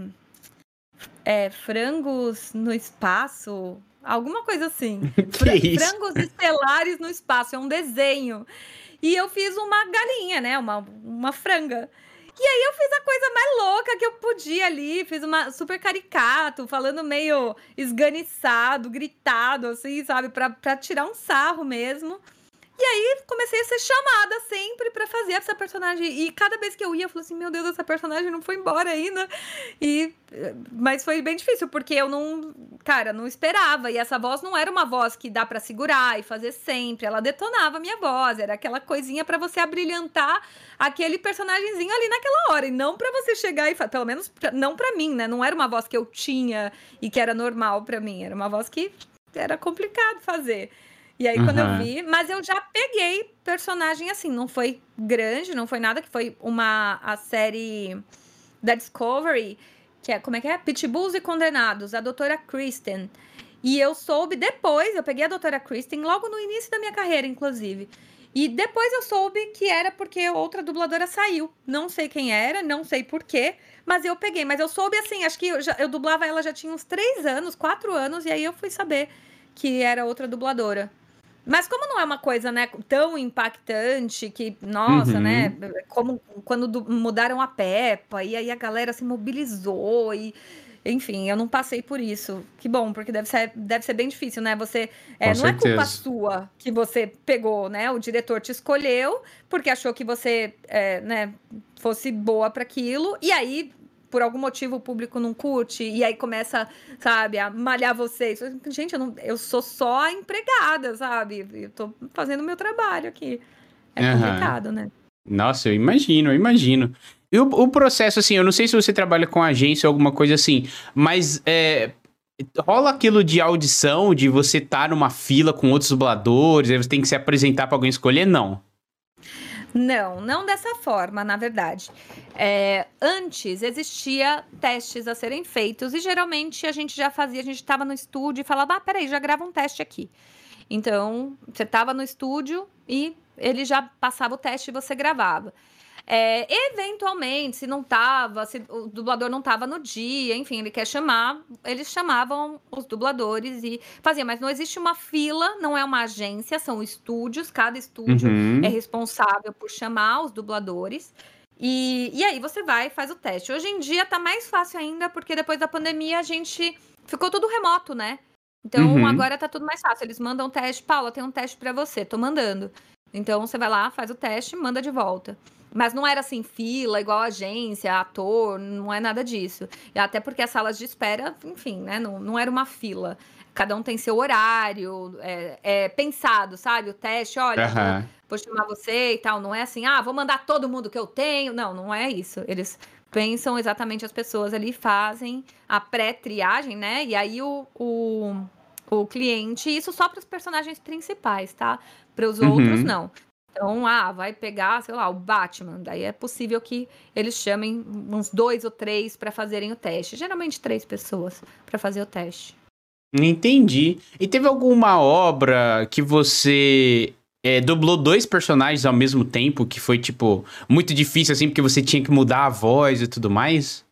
É, frangos no espaço? Alguma coisa assim. Fra isso? Frangos estelares no espaço. É um desenho. E eu fiz uma galinha, né? Uma, uma franga. E aí eu fiz a coisa mais louca que eu podia ali. Fiz uma super caricato, falando meio esganiçado, gritado, assim, sabe? Pra, pra tirar um sarro mesmo. E aí, comecei a ser chamada sempre pra fazer essa personagem. E cada vez que eu ia, eu falei assim, meu Deus, essa personagem não foi embora ainda. E, mas foi bem difícil, porque eu não... Cara, não esperava. E essa voz não era uma voz que dá pra segurar e fazer sempre. Ela detonava a minha voz. Era aquela coisinha pra você abrilhantar aquele personagemzinho ali naquela hora. E não pra você chegar e... Pelo menos pra, não pra mim, né? Não era uma voz que eu tinha e que era normal pra mim. Era uma voz que era complicado fazer. E aí, uhum. quando eu vi... Mas eu já peguei personagem assim. Não foi grande, não foi nada. Que foi uma... A série da Discovery, que é... Como é que é? Pitbulls e Condenados. A doutora Kristen. E eu soube depois... Eu peguei a doutora Kristen logo no início da minha carreira, inclusive. E depois eu soube que era porque outra dubladora saiu. Não sei quem era, não sei porquê. Mas eu peguei. Mas eu soube assim... Acho que eu, já, eu dublava ela já tinha uns três anos, quatro anos. E aí eu fui saber que era outra dubladora. Mas como não é uma coisa, né, tão impactante que, nossa, uhum. né, como quando do, mudaram a Peppa, e aí a galera se mobilizou, e enfim, eu não passei por isso. Que bom, porque deve ser, deve ser bem difícil, né, você, é, não é culpa sua que você pegou, né, o diretor te escolheu porque achou que você, é, né, fosse boa para aquilo, e aí... por algum motivo o público não curte, e aí começa, sabe, a malhar vocês. Gente, eu, não, eu sou só a empregada, sabe? Eu tô fazendo o meu trabalho aqui. É uhum. complicado, né? Nossa, eu imagino, eu imagino. E o, o processo, assim, eu não sei se você trabalha com agência ou alguma coisa assim, mas é, rola aquilo de audição, de você estar tá numa fila com outros dubladores, aí você tem que se apresentar para alguém escolher? Não. Não, não dessa forma, na verdade. É, antes existia testes a serem feitos e geralmente a gente já fazia, a gente estava no estúdio e falava, ah, peraí, já grava um teste aqui. Então, você estava no estúdio e ele já passava o teste e você gravava. É, eventualmente, se não tava, se o dublador não tava no dia, enfim, ele quer chamar, eles chamavam os dubladores e faziam, mas não existe uma fila, não é uma agência, são estúdios, cada estúdio uhum. é responsável por chamar os dubladores. E, e aí você vai e faz o teste. Hoje em dia tá mais fácil ainda, porque depois da pandemia a gente ficou tudo remoto, né? Então uhum. agora tá tudo mais fácil. Eles mandam teste, Paula, tem um teste pra você, tô mandando. Então você vai lá, faz o teste, manda de volta. Mas não era assim, fila, igual agência, ator, não é nada disso. Até porque as salas de espera, enfim, né? Não, não era uma fila. Cada um tem seu horário, é, é pensado, sabe? O teste, olha, uhum. vou, vou chamar você e tal. Não é assim, ah, vou mandar todo mundo que eu tenho. Não, não é isso. Eles pensam exatamente as pessoas ali, fazem a pré-triagem, né? E aí o, o, o cliente, isso só para os personagens principais, tá? Para os uhum. outros, não. Então, ah, vai pegar, sei lá, o Batman. Daí é possível que eles chamem uns dois ou três para fazerem o teste. Geralmente três pessoas para fazer o teste. Entendi. E teve alguma obra que você é, dublou dois personagens ao mesmo tempo, que foi, tipo, muito difícil, assim, porque você tinha que mudar a voz e tudo mais?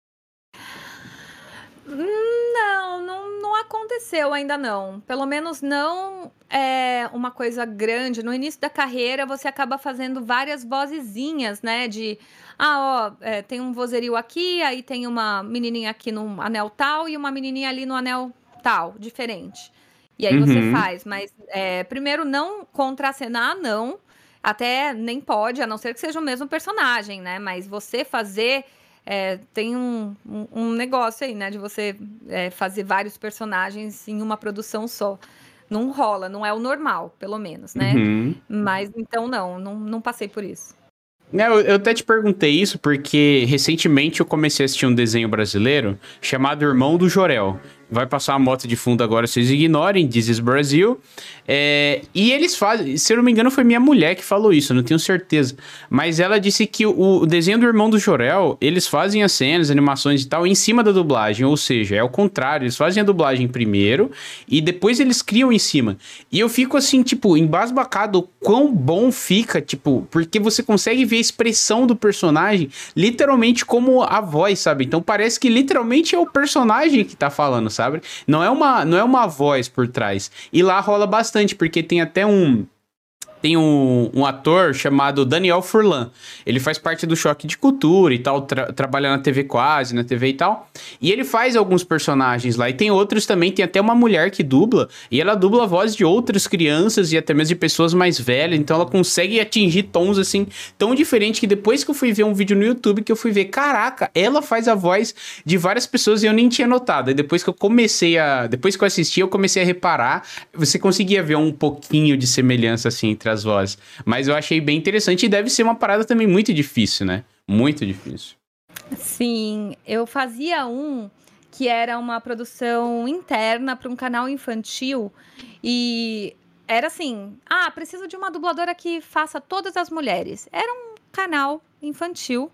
Não, não, não aconteceu ainda não. Pelo menos não é uma coisa grande. No início da carreira, você acaba fazendo várias vozezinhas, né? De, ah, ó, é, tem um vozerio aqui, aí tem uma menininha aqui no anel tal e uma menininha ali no anel tal, diferente. E aí você Uhum. faz, mas é, primeiro não contracenar, não. Até nem pode, a não ser que seja o mesmo personagem, né? Mas você fazer é, tem um, um, um negócio aí, né? De você é, fazer vários personagens em uma produção só. Não rola, não é o normal, pelo menos, né? Uhum. Mas então não, não, não passei por isso. É, Eu, eu até te perguntei isso porque recentemente eu comecei a assistir um desenho brasileiro chamado Irmão do Jorel. Vai passar uma moto de fundo agora, vocês ignorem, This is Brasil. É, e eles fazem, se eu não me engano, foi minha mulher que falou isso, eu não tenho certeza. Mas ela disse que o, o desenho do Irmão do Jorel, eles fazem as cenas, animações e tal, em cima da dublagem. Ou seja, é o contrário, eles fazem a dublagem primeiro e depois eles criam em cima. E eu fico assim, tipo, embasbacado o quão bom fica, tipo, porque você consegue ver a expressão do personagem literalmente como a voz, sabe? Então parece que literalmente é o personagem que tá falando, sabe? Não é uma, não é uma voz por trás. E lá rola bastante, porque tem até um... Tem um, um ator chamado Daniel Furlan. Ele faz parte do Choque de Cultura e tal, tra trabalha na T V Quase, na T V e tal. E ele faz alguns personagens lá. E tem outros também, tem até uma mulher que dubla. E ela dubla a voz de outras crianças e até mesmo de pessoas mais velhas. Então ela consegue atingir tons assim, tão diferentes que depois que eu fui ver um vídeo no YouTube, que eu fui ver, caraca, ela faz a voz de várias pessoas e eu nem tinha notado. E depois que eu comecei a... Depois que eu assisti, eu comecei a reparar. Você conseguia ver um pouquinho de semelhança assim entre as vozes. Mas eu achei bem interessante e deve ser uma parada também muito difícil, né? Muito difícil. Sim, eu fazia um que era uma produção interna para um canal infantil e era assim, ah, preciso de uma dubladora que faça todas as mulheres. Era um canal infantil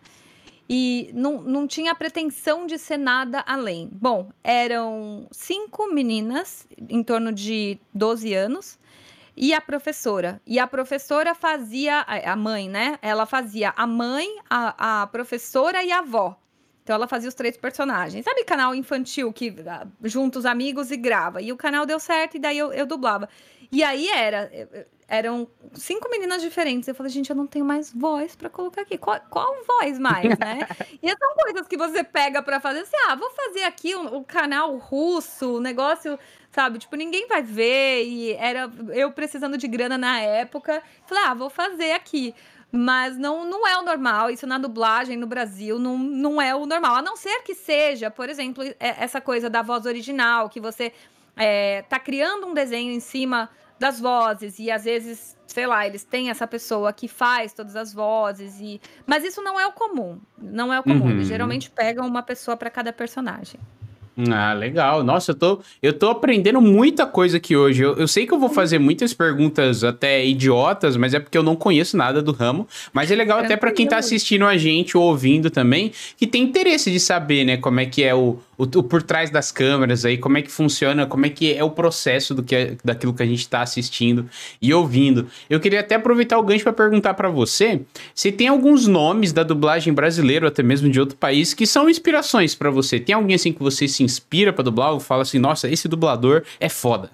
e não, não tinha pretensão de ser nada além. Bom, eram cinco meninas em torno de doze anos e a professora. E a professora fazia, a a mãe, né? Ela fazia a mãe, a, a professora e a avó. Então ela fazia os três personagens. Sabe canal infantil que ah, junta os amigos e grava? E o canal deu certo e daí eu, eu dublava. E aí era, eram cinco meninas diferentes. Eu falei, gente, eu não tenho mais voz pra colocar aqui. Qual, qual voz mais, né? E são coisas que você pega pra fazer assim, ah, vou fazer aqui o, o canal russo, o negócio, sabe? Tipo, ninguém vai ver. E era eu precisando de grana na época. Falei, ah, vou fazer aqui. Mas não, não é o normal, isso na dublagem no Brasil não, não é o normal. A não ser que seja, por exemplo, essa coisa da voz original, que você é, tá criando um desenho em cima das vozes, e às vezes, sei lá, eles têm essa pessoa que faz todas as vozes, e mas isso não é o comum, não é o comum. Eles Uhum. geralmente pegam uma pessoa para cada personagem. Ah, legal. Nossa, eu tô, eu tô aprendendo muita coisa aqui hoje. Eu, eu sei que eu vou fazer muitas perguntas até idiotas, mas é porque eu não conheço nada do ramo. Mas é legal até pra quem tá Tranquilo. assistindo a gente ou ouvindo também, que tem interesse de saber, né, como é que é o, o, o por trás das câmeras aí, como é que funciona, como é que é o processo do que é- daquilo que a gente tá assistindo e ouvindo. Eu queria até aproveitar o gancho pra perguntar pra você se tem alguns nomes da dublagem brasileira ou até mesmo de outro país que são inspirações pra você. Tem alguém assim que você se inspira pra dublar ou fala assim, nossa, esse dublador é foda?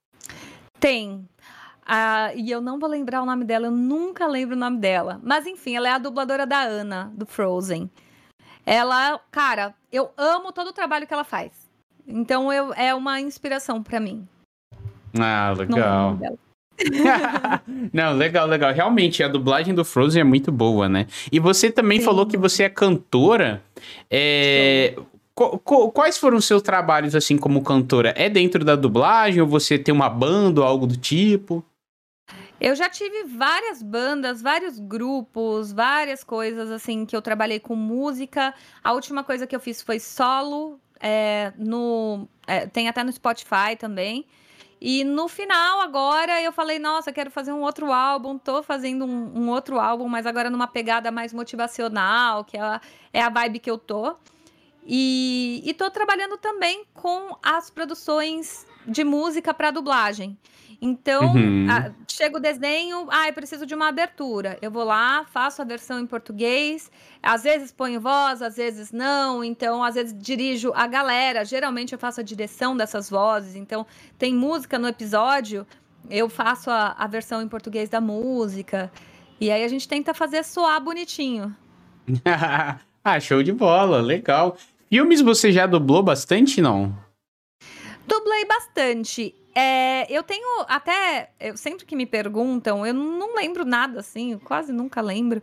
Tem. Ah, e eu não vou lembrar o nome dela, eu nunca lembro o nome dela. Mas enfim, ela é a dubladora da Anna, do Frozen. Ela, cara, eu amo todo o trabalho que ela faz. Então eu, é uma inspiração pra mim. Ah, Não lembro o nome legal. dela. Não, legal, legal. Realmente, a dublagem do Frozen é muito boa, né? E você também falou que Sim, você é cantora. É... sou. qu- qu- Quais foram os seus trabalhos, assim, como cantora? É dentro da dublagem ou você tem uma banda ou algo do tipo? Eu já tive várias bandas, vários grupos, várias coisas assim que eu trabalhei com música. A última coisa que eu fiz foi solo, é, no, é, tem até no Spotify também. E no final, agora, eu falei, nossa, quero fazer um outro álbum. Tô fazendo um, um outro álbum, mas agora numa pegada mais motivacional, que é a, é a vibe que eu tô. E, e tô trabalhando também com as produções de música para dublagem. Então, Uhum. a- chega o desenho, ah, eu preciso de uma abertura. Eu vou lá, faço a versão em português, às vezes ponho voz, às vezes não, então às vezes dirijo a galera. Geralmente eu faço a direção dessas vozes, então tem música no episódio, eu faço a, a versão em português da música. E aí a gente tenta fazer soar bonitinho. Ah, show de bola, legal. Filmes você já dublou bastante, não? Dublei bastante. É, eu tenho até. Eu, sempre que me perguntam, eu não lembro nada assim, eu quase nunca lembro.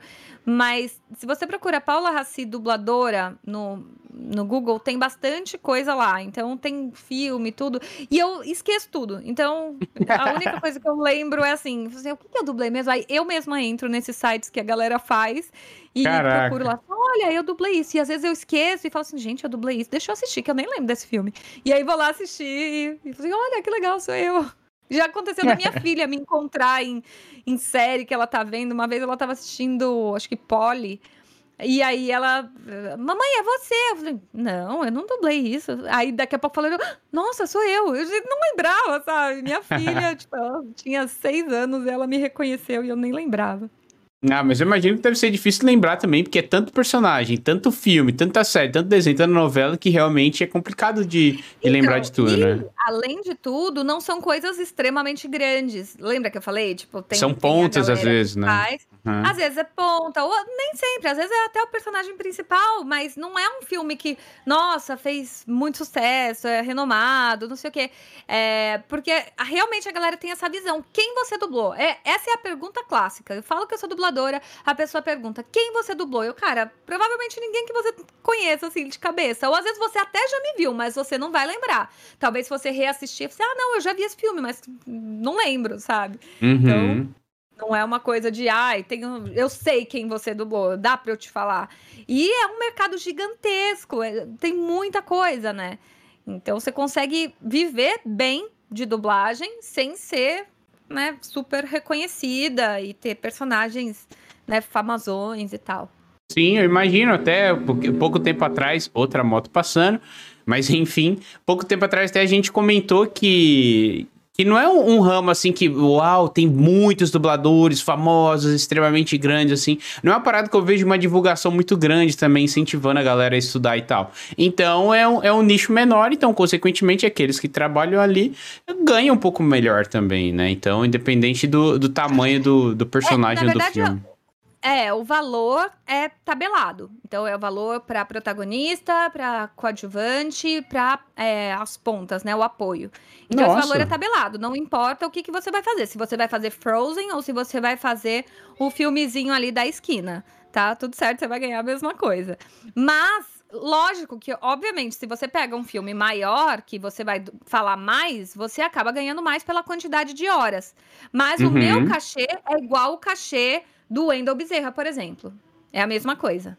Mas se você procura Paula Rassi dubladora no, no Google, tem bastante coisa lá. Então tem filme, tudo. E eu esqueço tudo. Então a única coisa que eu lembro é assim: assim, o que que eu dublei mesmo? Aí eu mesma entro nesses sites que a galera faz e procuro Caraca. lá. Olha, eu dublei isso. E às vezes eu esqueço e falo assim: gente, eu dublei isso. Deixa eu assistir, que eu nem lembro desse filme. E aí vou lá assistir e, e falo assim: olha, que legal, sou eu. Já aconteceu da minha filha me encontrar em, em série que ela tá vendo. Uma vez ela tava assistindo, acho que Polly. E aí ela, mamãe, é você. Eu falei, não, eu não dublei isso. Aí daqui a pouco falando, nossa, sou eu. Eu não lembrava, sabe? Minha filha, tipo, ela tinha seis anos e ela me reconheceu e eu nem lembrava. Ah, mas eu imagino que deve ser difícil lembrar também, porque é tanto personagem, tanto filme, tanta série, tanto desenho, tanta novela, que realmente é complicado de, de Então, lembrar de tudo, e, né? além de tudo, não são coisas extremamente grandes. Lembra que eu falei? Tipo, tem, São tem a pontas às galera vezes, que né? faz. Uhum. Às vezes é ponta, ou nem sempre. Às vezes é até o personagem principal, mas não é um filme que, nossa, fez muito sucesso, é renomado, não sei o quê. É, porque a- realmente a galera tem essa visão. Quem você dublou? É, essa é a pergunta clássica. Eu falo que eu sou dubladora, a pessoa pergunta, quem você dublou? Eu, cara, provavelmente ninguém que você conheça, assim, de cabeça. Ou às vezes você até já me viu, mas você não vai lembrar. Talvez se você reassistir, você, ah, não, eu já vi esse filme, mas não lembro, sabe? Então, Uhum. não é uma coisa de, ai, tenho, eu sei quem você dublou, dá pra eu te falar. E é um mercado gigantesco, é- tem muita coisa, né? Então você consegue viver bem de dublagem sem ser, né, super reconhecida e ter personagens, né, famosões e tal. Sim, eu imagino até pouco pouco tempo atrás, outra moto passando, mas enfim, pouco tempo atrás até a gente comentou que, que não é um, um ramo assim que, uau, tem muitos dubladores famosos, extremamente grandes, assim. Não é uma parada que eu vejo uma divulgação muito grande também, incentivando a galera a estudar e tal. Então é um, é um nicho menor, então, consequentemente, aqueles que trabalham ali ganham um pouco melhor também, né? Então, independente do, do tamanho do, do personagem ou do verdade, filme. É, o valor é tabelado. Então, é o valor para protagonista, para coadjuvante, para as pontas, né? O apoio. Então, esse valor é Nossa. tabelado. Não importa o que, que você vai fazer. Se você vai fazer Frozen ou se você vai fazer o filmezinho ali da esquina. Tá? Tudo certo, você vai ganhar a mesma coisa. Mas, lógico que, obviamente, se você pega um filme maior, que você vai d- falar mais, você acaba ganhando mais pela quantidade de horas. Mas o meu Uhum. cachê é igual o cachê do Wendel Bezerra, por exemplo. É a mesma coisa.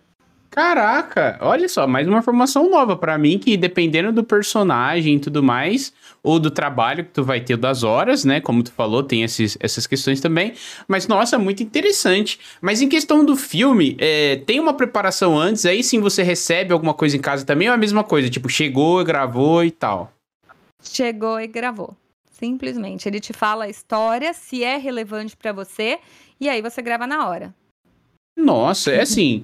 Caraca, olha só, mais uma informação nova pra mim, que dependendo do personagem e tudo mais, ou do trabalho que tu vai ter, das horas, né, como tu falou, tem esses, essas questões também, mas nossa, muito interessante. Mas em questão do filme, é, tem uma preparação antes, aí sim você recebe alguma coisa em casa também, ou é a mesma coisa, tipo, chegou, gravou e tal? Chegou e gravou. Simplesmente. Ele te fala a história, se é relevante pra você, e aí você grava na hora. Nossa, é assim...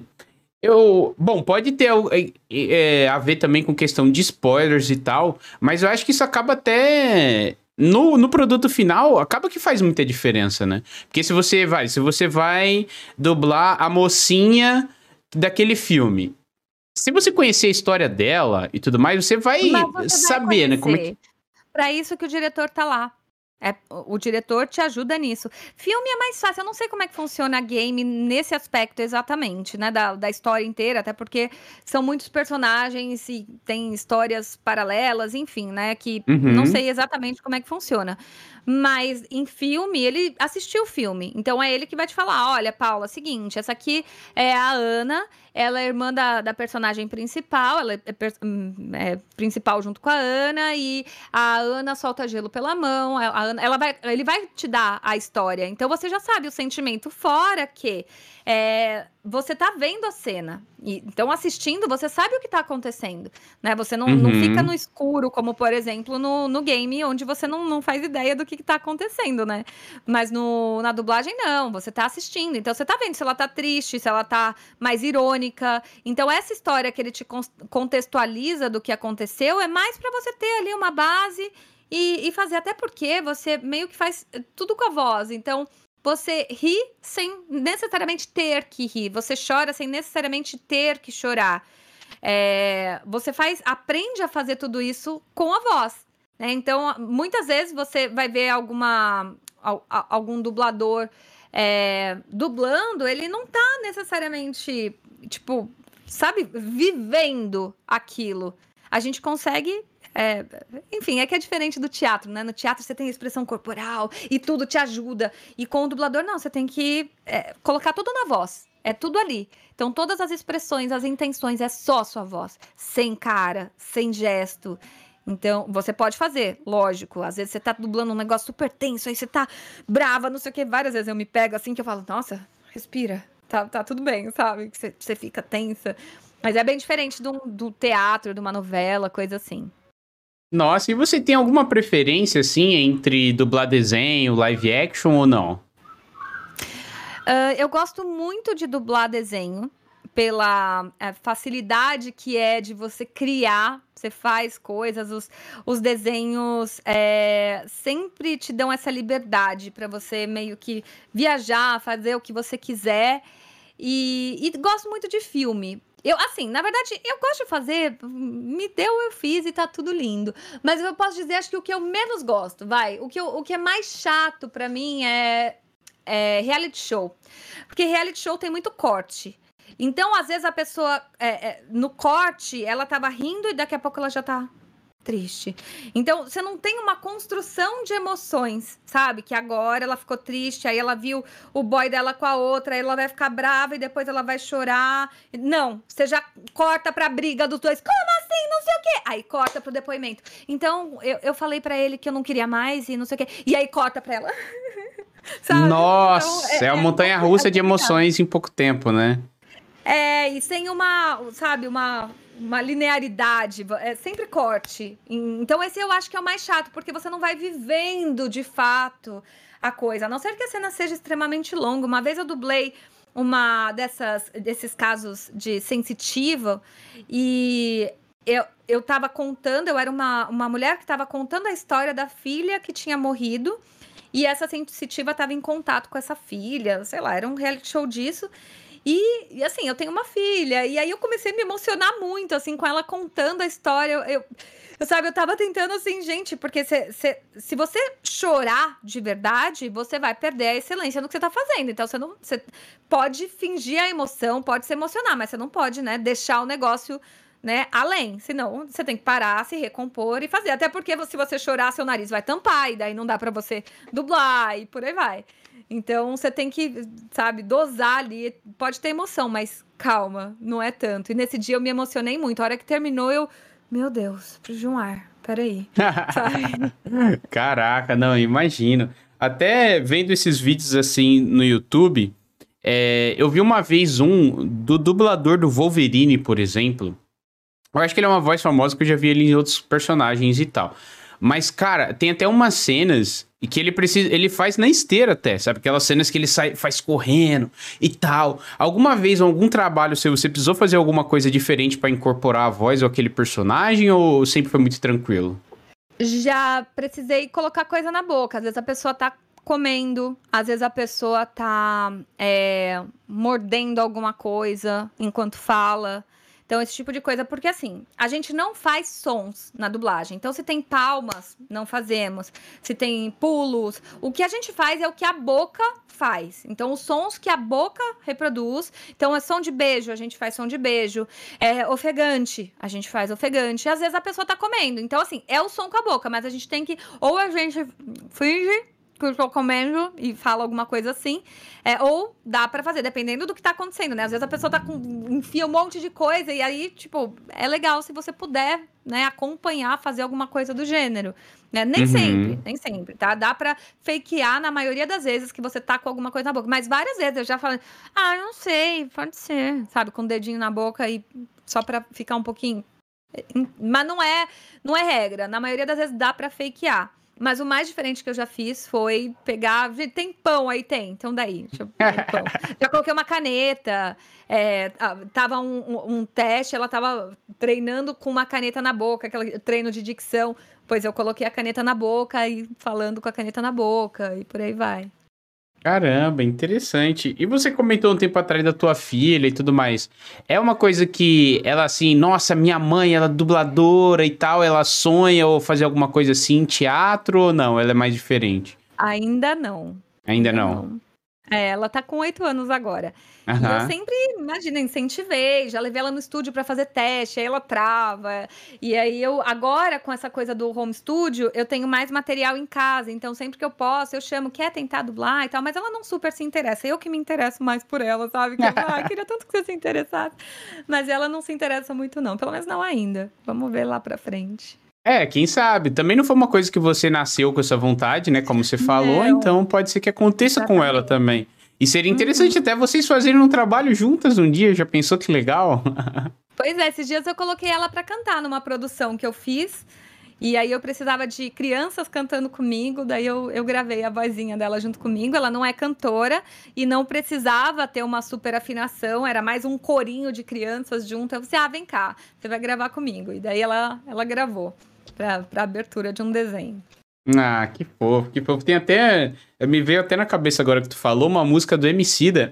Eu, bom, pode ter é, é, a ver também com questão de spoilers e tal, mas eu acho que isso acaba até no, no produto final, acaba que faz muita diferença, né? Porque se você vai, se você vai dublar a mocinha daquele filme, se você conhecer a história dela e tudo mais, você vai Mas você vai saber, né, como é que... conhecer. Para isso que o diretor tá lá. É, o o diretor te ajuda nisso. Filme é mais fácil, eu não sei como é que funciona game nesse aspecto exatamente, né? Da, da história inteira, até porque são muitos personagens e tem histórias paralelas, enfim, né? Que não Uhum, sei exatamente como é que funciona. Mas em filme, ele assistiu o filme. Então é ele que vai te falar: olha, Paula, seguinte, essa aqui é a Ana, ela é irmã da, da personagem principal, ela é, per- hum, é principal junto com a Ana, e a Ana solta gelo pela mão, a a Ana, ela vai, ele vai te dar a história. Então você já sabe o sentimento, fora que é, você tá vendo a cena. E, então, assistindo, você sabe o que tá acontecendo, né? Você não, não fica no uhum. escuro, como, por exemplo, no, no game, onde você não, não faz ideia do que, que tá acontecendo, né? Mas no, na dublagem, não. Você tá assistindo. Então, você tá vendo se ela tá triste, se ela tá mais irônica. Então, essa história que ele te contextualiza do que aconteceu é mais pra você ter ali uma base e, e fazer. Até porque você meio que faz tudo com a voz. Então, você ri sem necessariamente ter que rir. Você chora sem necessariamente ter que chorar. É, você faz, aprende a fazer tudo isso com a voz, né? Então, muitas vezes você vai ver alguma, algum dublador é, dublando, ele não tá necessariamente, tipo, sabe, vivendo aquilo. A gente consegue... É, enfim, é que é diferente do teatro, né? No teatro você tem expressão corporal e tudo te ajuda. E com o dublador, não, você tem que é, colocar tudo na voz. É tudo ali. Então, todas as expressões, as intenções, é só sua voz. Sem cara, sem gesto. Então, você pode fazer, lógico. Às vezes você tá dublando um negócio super tenso, aí você tá brava, não sei o que. Várias vezes eu me pego assim que eu falo, nossa, respira. Tá, tá tudo bem, sabe? Que você, você fica tensa. Mas é bem diferente do, do teatro, de uma novela, coisa assim. Nossa, e você tem alguma preferência, assim, entre dublar desenho, live action ou não? Uh, eu gosto muito de dublar desenho, pela uh, facilidade que é de você criar, você faz coisas, os, os desenhos é, sempre te dão essa liberdade para você meio que viajar, fazer o que você quiser. E, e gosto muito de filme. Eu, assim, na verdade, eu gosto de fazer, me deu, eu fiz e tá tudo lindo. Mas eu posso dizer, acho que o que eu menos gosto, vai, o que, eu, o que é mais chato pra mim é, é reality show. Porque reality show tem muito corte. Então, às vezes, a pessoa, é, é, no corte, ela tava rindo e daqui a pouco ela já tá triste. Então, você não tem uma construção de emoções, sabe? Que agora ela ficou triste, aí ela viu o boy dela com a outra, aí ela vai ficar brava e depois ela vai chorar. Não, você já corta pra briga dos dois. Como assim? Não sei o quê. Aí corta pro depoimento. Então, eu, eu falei pra ele que eu não queria mais e não sei o quê. E aí corta pra ela. Sabe? Nossa, então, é, é uma montanha-russa é de emoções em pouco tempo, né? É, e sem uma, sabe, uma... uma linearidade, é sempre corte. Então esse eu acho que é o mais chato, porque você não vai vivendo de fato a coisa, a não ser que a cena seja extremamente longa. Uma vez eu dublei uma dessas, desses casos de sensitiva e eu, eu tava contando, eu era uma, uma mulher que tava contando a história da filha que tinha morrido e essa sensitiva tava em contato com essa filha, sei lá, era um reality show disso. E, e, assim, eu tenho uma filha, e aí eu comecei a me emocionar muito, assim, com ela contando a história. Eu, eu, eu sabe, eu tava tentando, assim, gente, porque se, se, se você chorar de verdade, você vai perder a excelência no que você tá fazendo. Então, você não você pode fingir a emoção, pode se emocionar, mas você não pode, né, deixar o negócio, né, além. Senão, você tem que parar, se recompor e fazer. Até porque se você chorar, seu nariz vai tampar, e daí não dá pra você dublar, e por aí vai. Então, você tem que, sabe, dosar ali. Pode ter emoção, mas calma, não é tanto. E nesse dia eu me emocionei muito. A hora que terminou, eu... Meu Deus, preciso de um ar. Peraí. Sabe? Caraca, não, imagino. Até vendo esses vídeos assim no YouTube, é, eu vi uma vez um do dublador do Wolverine, por exemplo. Eu acho que ele é uma voz famosa que eu já vi ele em outros personagens e tal. Mas, cara, tem até umas cenas e que ele precisa, ele faz na esteira até, sabe? Aquelas cenas que ele sai, faz correndo e tal. Alguma vez, algum trabalho seu, você precisou fazer alguma coisa diferente pra incorporar a voz ou aquele personagem ou sempre foi muito tranquilo? Já precisei colocar coisa na boca. Às vezes a pessoa tá comendo, às vezes a pessoa tá é, mordendo alguma coisa enquanto fala. Então, esse tipo de coisa, porque assim, a gente não faz sons na dublagem. Então, se tem palmas, não fazemos. Se tem pulos, o que a gente faz é o que a boca faz. Então, os sons que a boca reproduz. Então, é som de beijo, a gente faz som de beijo. É ofegante, a gente faz ofegante. E, às vezes, a pessoa tá comendo. Então, assim, é o som com a boca, mas a gente tem que... Ou a gente finge que eu tô comendo e fala alguma coisa assim, é, ou dá pra fazer, dependendo do que tá acontecendo, né? Às vezes a pessoa tá com, enfia um monte de coisa e aí, tipo, é legal se você puder, né, acompanhar, fazer alguma coisa do gênero, né? Nem Uhum. sempre, nem sempre, tá? Dá pra fakear na maioria das vezes que você tá com alguma coisa na boca, mas várias vezes eu já falei, ah, não sei, pode ser, sabe? Com o dedinho na boca e só pra ficar um pouquinho... Mas não é, não é regra, na maioria das vezes dá pra fakear. Mas o mais diferente que eu já fiz foi pegar... Tem pão aí? Tem. Então daí, deixa eu ver pão. Já coloquei uma caneta. É, tava um, um, um teste, ela tava treinando com uma caneta na boca, aquele treino de dicção. Pois eu coloquei a caneta na boca e falando com a caneta na boca e por aí vai. Caramba, interessante. E você comentou um tempo atrás da tua filha e tudo mais. É uma coisa que ela assim, nossa, minha mãe, ela é dubladora e tal, ela sonha ou fazer alguma coisa assim, teatro ou não? Ela é mais diferente? Ainda não. Ainda, Ainda não. não. É, ela tá com oito anos agora. Uhum. E eu sempre, imagina, incentivei, já levei ela no estúdio para fazer teste, aí ela trava. E aí eu, agora, com essa coisa do home studio, eu tenho mais material em casa. Então, sempre que eu posso, eu chamo, quer tentar dublar e tal. Mas ela não super se interessa. Eu que me interesso mais por ela, sabe? Que eu ah, queria tanto que você se interessasse. Mas ela não se interessa muito, não. Pelo menos não ainda. Vamos ver lá pra frente. É, quem sabe? Também não foi uma coisa que você nasceu com essa vontade, né? Como você falou, não. Então pode ser que aconteça Exatamente. Com ela também. E seria interessante uhum. até vocês fazerem um trabalho juntas um dia. Já pensou que legal? Pois é, esses dias eu coloquei ela pra cantar numa produção que eu fiz. E aí eu precisava de crianças cantando comigo, daí eu, eu gravei a vozinha dela junto comigo. Ela não é cantora e não precisava ter uma super afinação, era mais um corinho de crianças junto. Eu falei, ah, vem cá, você vai gravar comigo. E daí ela, ela gravou pra, pra abertura de um desenho. Ah, que fofo, que fofo. Tem até, me veio até na cabeça agora que tu falou, uma música do Emicida.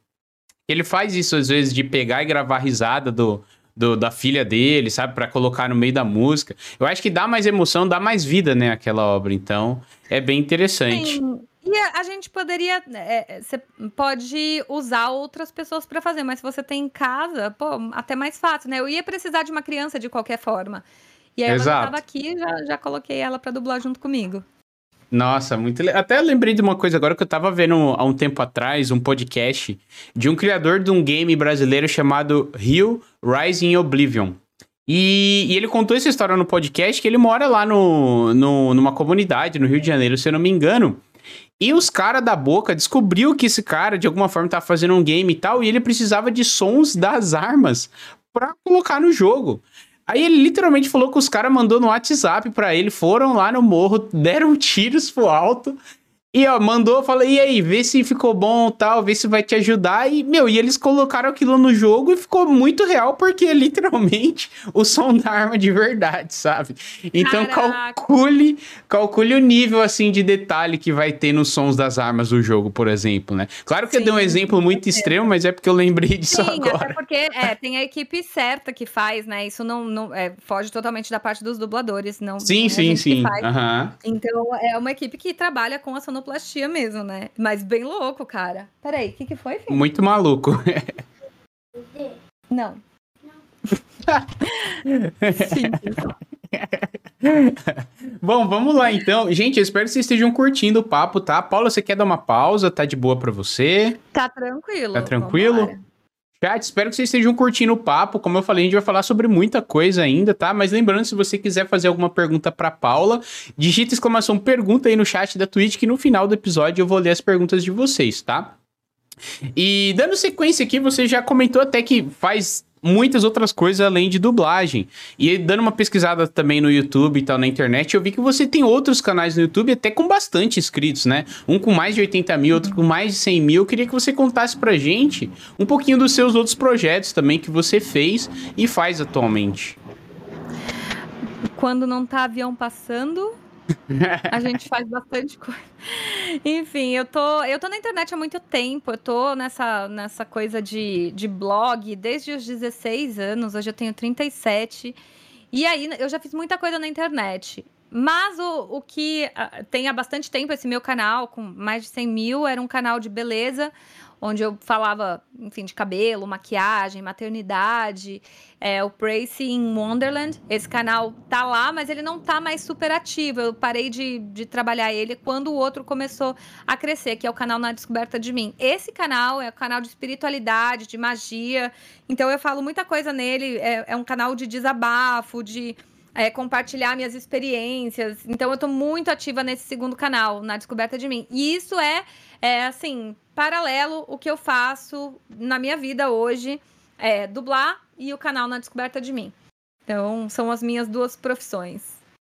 Ele faz isso às vezes, de pegar e gravar a risada do... Do, da filha dele, sabe? Pra colocar no meio da música. Eu acho que dá mais emoção, dá mais vida, né? Aquela obra. Então, é bem interessante. Sim. E a, a gente poderia... Você é, pode usar outras pessoas pra fazer, mas se você tem em casa, pô, até mais fácil, né? Eu ia precisar de uma criança de qualquer forma. E aí Exato. Ela já tava aqui, já, já coloquei ela pra dublar junto comigo. Nossa, muito legal. Até lembrei de uma coisa agora que eu tava vendo há um tempo atrás, um podcast de um criador de um game brasileiro chamado Rio Rising Oblivion. E, e ele contou essa história no podcast que ele mora lá no, no, numa comunidade no Rio de Janeiro, se eu não me engano. E os caras da Boca descobriu que esse cara, de alguma forma, tava fazendo um game e tal, e ele precisava de sons das armas pra colocar no jogo. Aí ele literalmente falou que os caras mandou no WhatsApp pra ele, foram lá no morro, deram tiros pro alto e, ó, mandou, falou, e aí, vê se ficou bom, tal, vê se vai te ajudar. E, meu, e eles colocaram aquilo no jogo e ficou muito real, porque é literalmente o som da arma de verdade, sabe? Então, Caraca. calcule calcule o nível, assim, de detalhe que vai ter nos sons das armas do jogo, por exemplo, né? Claro que Sim, eu dei um exemplo muito extremo, mas é porque eu lembrei disso Sim, agora. Até porque é, tem a equipe certa que faz, né? Isso não, não é, foge totalmente da parte dos dubladores, não, sim, não é sim, sim. Uhum. Então, é uma equipe que trabalha com a sonoplastia mesmo, né? Mas bem louco, cara. Peraí, o que que foi, filho? Muito maluco. Não. Bom, vamos lá então. Gente, eu espero que vocês estejam curtindo o papo, tá? Paula, você quer dar uma pausa? Tá de boa pra você? Tá tranquilo. Tá tranquilo? Chat, espero que vocês estejam curtindo o papo. Como eu falei, a gente vai falar sobre muita coisa ainda, tá? Mas lembrando, se você quiser fazer alguma pergunta pra Paula, digita exclamação pergunta aí no chat da Twitch, que no final do episódio eu vou ler as perguntas de vocês, tá? E dando sequência aqui, você já comentou até que faz muitas outras coisas além de dublagem. E dando uma pesquisada também no YouTube e tal, na internet, eu vi que você tem outros canais no YouTube até com bastante inscritos, né? Um com mais de oitenta mil, outro com mais de cem mil. Eu queria que você contasse pra gente um pouquinho dos seus outros projetos também que você fez e faz atualmente. Quando não tá avião passando... A gente faz bastante coisa. Enfim, eu tô, eu tô na internet há muito tempo. Eu tô nessa, nessa coisa de, de blog desde os dezesseis anos. Hoje eu tenho trinta e sete. E aí, eu já fiz muita coisa na internet. Mas o, o que uh, tem há bastante tempo, esse meu canal, com mais de cem mil, era um canal de beleza, onde eu falava, enfim, de cabelo, maquiagem, maternidade, é, o Pracy in Wonderland. Esse canal tá lá, mas ele não tá mais super ativo. Eu parei de, de trabalhar ele quando o outro começou a crescer, que é o canal Na Descoberta de Mim. Esse canal é um canal de espiritualidade, de magia. Então, eu falo muita coisa nele. É, é um canal de desabafo, de... É, compartilhar minhas experiências. Então, eu tô muito ativa nesse segundo canal, Na Descoberta de Mim. E isso é, é assim, paralelo o que eu faço na minha vida hoje, é dublar e o canal Na Descoberta de Mim. Então, são as minhas duas profissões.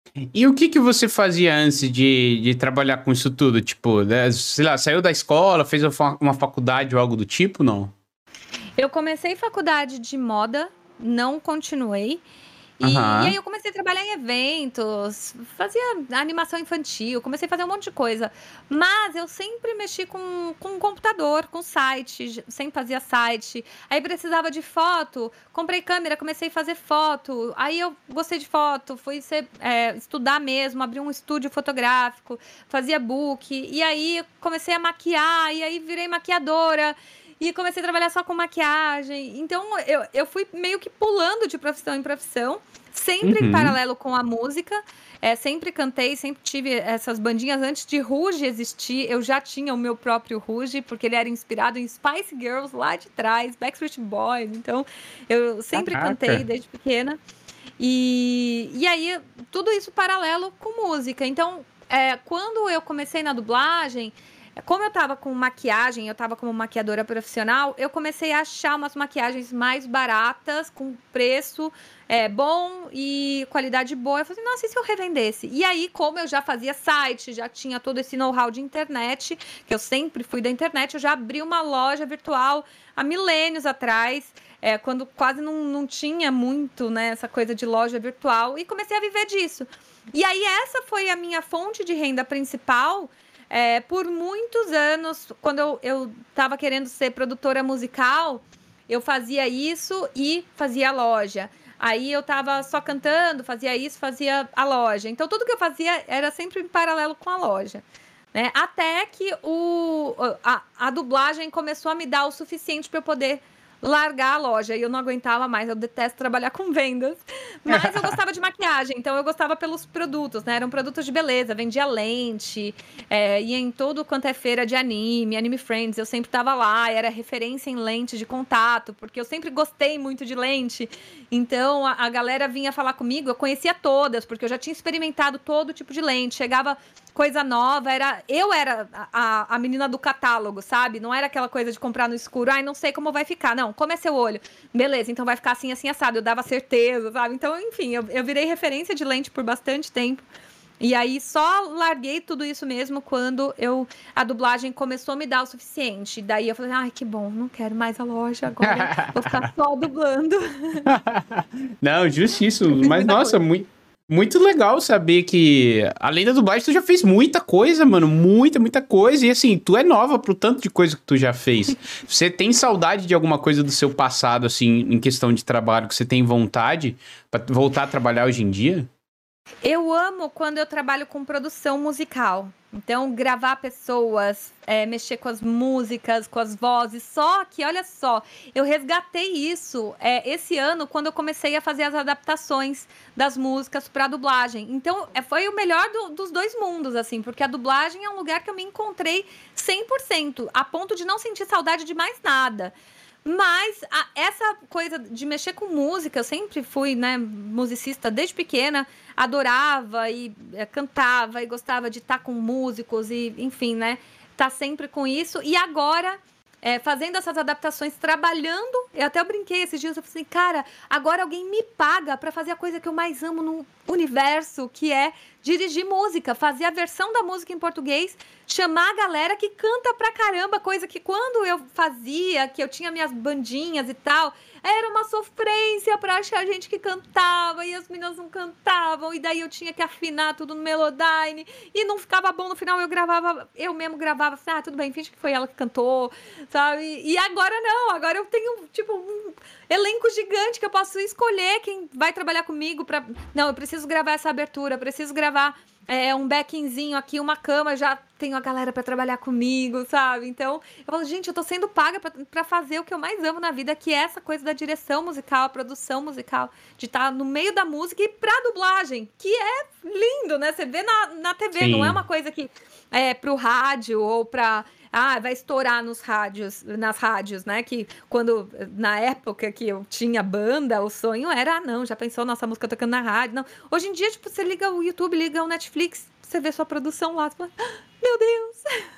E o que que você fazia antes de, de trabalhar com isso tudo? Tipo, né, sei lá, saiu da escola, fez uma fa- uma faculdade ou algo do tipo, não? Eu comecei faculdade de moda, não continuei. E, e aí Aham. eu comecei a trabalhar em eventos, fazia animação infantil, comecei a fazer um monte de coisa. Mas eu sempre mexi com, com computador, com site, j- sempre fazia site. Aí precisava de foto, comprei câmera, comecei a fazer foto. Aí eu gostei de foto, fui ser, é, estudar mesmo, abri um estúdio fotográfico, fazia book. E aí comecei a maquiar, e aí virei maquiadora. E comecei a trabalhar só com maquiagem. Então, eu, eu fui meio que pulando de profissão em profissão, sempre em Uhum. paralelo com a música. É, sempre cantei, sempre tive essas bandinhas. Antes de Ruge existir, eu já tinha o meu próprio Ruge, porque ele era inspirado em Spice Girls lá de trás, Backstreet Boys. Então, eu sempre cantei Caraca. desde pequena. E, e aí, tudo isso paralelo com música. Então, é, quando eu comecei na dublagem, como eu tava com maquiagem, eu tava como maquiadora profissional, eu comecei a achar umas maquiagens mais baratas, com preço é, bom e qualidade boa. Eu falei, nossa, e se eu revendesse? E aí, como eu já fazia site, já tinha todo esse know-how de internet, que eu sempre fui da internet, eu já abri uma loja virtual há milênios atrás, é, quando quase não, não tinha muito, né, essa coisa de loja virtual, e comecei a viver disso. E aí, essa foi a minha fonte de renda principal. É, por muitos anos, quando eu, eu tava querendo ser produtora musical, eu fazia isso e fazia a loja. Aí eu tava só cantando, fazia isso, fazia a loja. Então tudo que eu fazia era sempre em paralelo com a loja. Né? Até que o, a, a dublagem começou a me dar o suficiente para eu poder largar a loja. E eu não aguentava mais, eu detesto trabalhar com vendas. Mas eu gostava de maquiagem, então eu gostava pelos produtos, né? Eram produtos de beleza, vendia lente, é, ia em todo quanto é feira de anime, Anime Friends, eu sempre tava lá, era referência em lente de contato, porque eu sempre gostei muito de lente. Então a, a galera vinha falar comigo, eu conhecia todas, porque eu já tinha experimentado todo tipo de lente. Chegava coisa nova, era eu era a, a menina do catálogo, sabe? Não era aquela coisa de comprar no escuro, ai, não sei como vai ficar. Não, como é seu olho? Beleza, então vai ficar assim, assim, assado. Eu dava certeza, sabe? Então, enfim, eu, eu virei referência de lente por bastante tempo. E aí só larguei tudo isso mesmo quando eu a dublagem começou a me dar o suficiente. Daí eu falei, ai, que bom, não quero mais a loja agora, vou ficar só dublando. Não, Eu justíssimo. fiz Mas, muita nossa, coisa. muito, muito legal saber que, além da dublagem, tu já fez muita coisa, mano. Muita, muita coisa. E assim, tu é nova pro tanto de coisa que tu já fez. Você tem saudade de alguma coisa do seu passado, assim, em questão de trabalho, que você tem vontade pra voltar a trabalhar hoje em dia? Eu amo quando eu trabalho com produção musical. Então, gravar pessoas, é, mexer com as músicas, com as vozes. Só que, olha só, eu resgatei isso é, esse ano quando eu comecei a fazer as adaptações das músicas para dublagem. Então, é, foi o melhor do- dos dois mundos, assim, porque a dublagem é um lugar que eu me encontrei cem por cento, a ponto de não sentir saudade de mais nada. Mas a- essa coisa de mexer com música, eu sempre fui, né, musicista desde pequena, adorava e eh, cantava e gostava de estar com músicos e, enfim, né, tá sempre com isso. E agora, eh, fazendo essas adaptações, trabalhando, eu até brinquei esses dias, eu falei assim, cara, agora alguém me paga para fazer a coisa que eu mais amo no universo, que é dirigir música, fazer a versão da música em português, chamar a galera que canta pra caramba, coisa que quando eu fazia, que eu tinha minhas bandinhas e tal, era uma sofrência pra achar gente que cantava e as meninas não cantavam, e daí eu tinha que afinar tudo no Melodyne e não ficava bom no final. Eu gravava, eu mesmo gravava assim, ah, tudo bem, finge que foi ela que cantou, sabe? E agora não, agora eu tenho tipo um elenco gigante que eu posso escolher quem vai trabalhar comigo pra. Não, eu preciso gravar essa abertura, eu preciso gravar é, um backingzinho aqui, uma cama, já tenho a galera pra trabalhar comigo, sabe? Então, eu falo, gente, eu tô sendo paga pra, pra fazer o que eu mais amo na vida, que é essa coisa da direção musical, a produção musical, de estar no meio da música e pra dublagem, que é lindo, né? Você vê na, na T V, não é uma Sim. coisa que é pro rádio ou pra. Ah, vai estourar nos rádios, nas rádios, né? Que quando, na época que eu tinha banda, o sonho era, ah, não, já pensou nossa música tocando na rádio? Não. Hoje em dia, tipo, você liga o YouTube, liga o Netflix, você vê sua produção lá, você fala, "Ah, meu Deus!"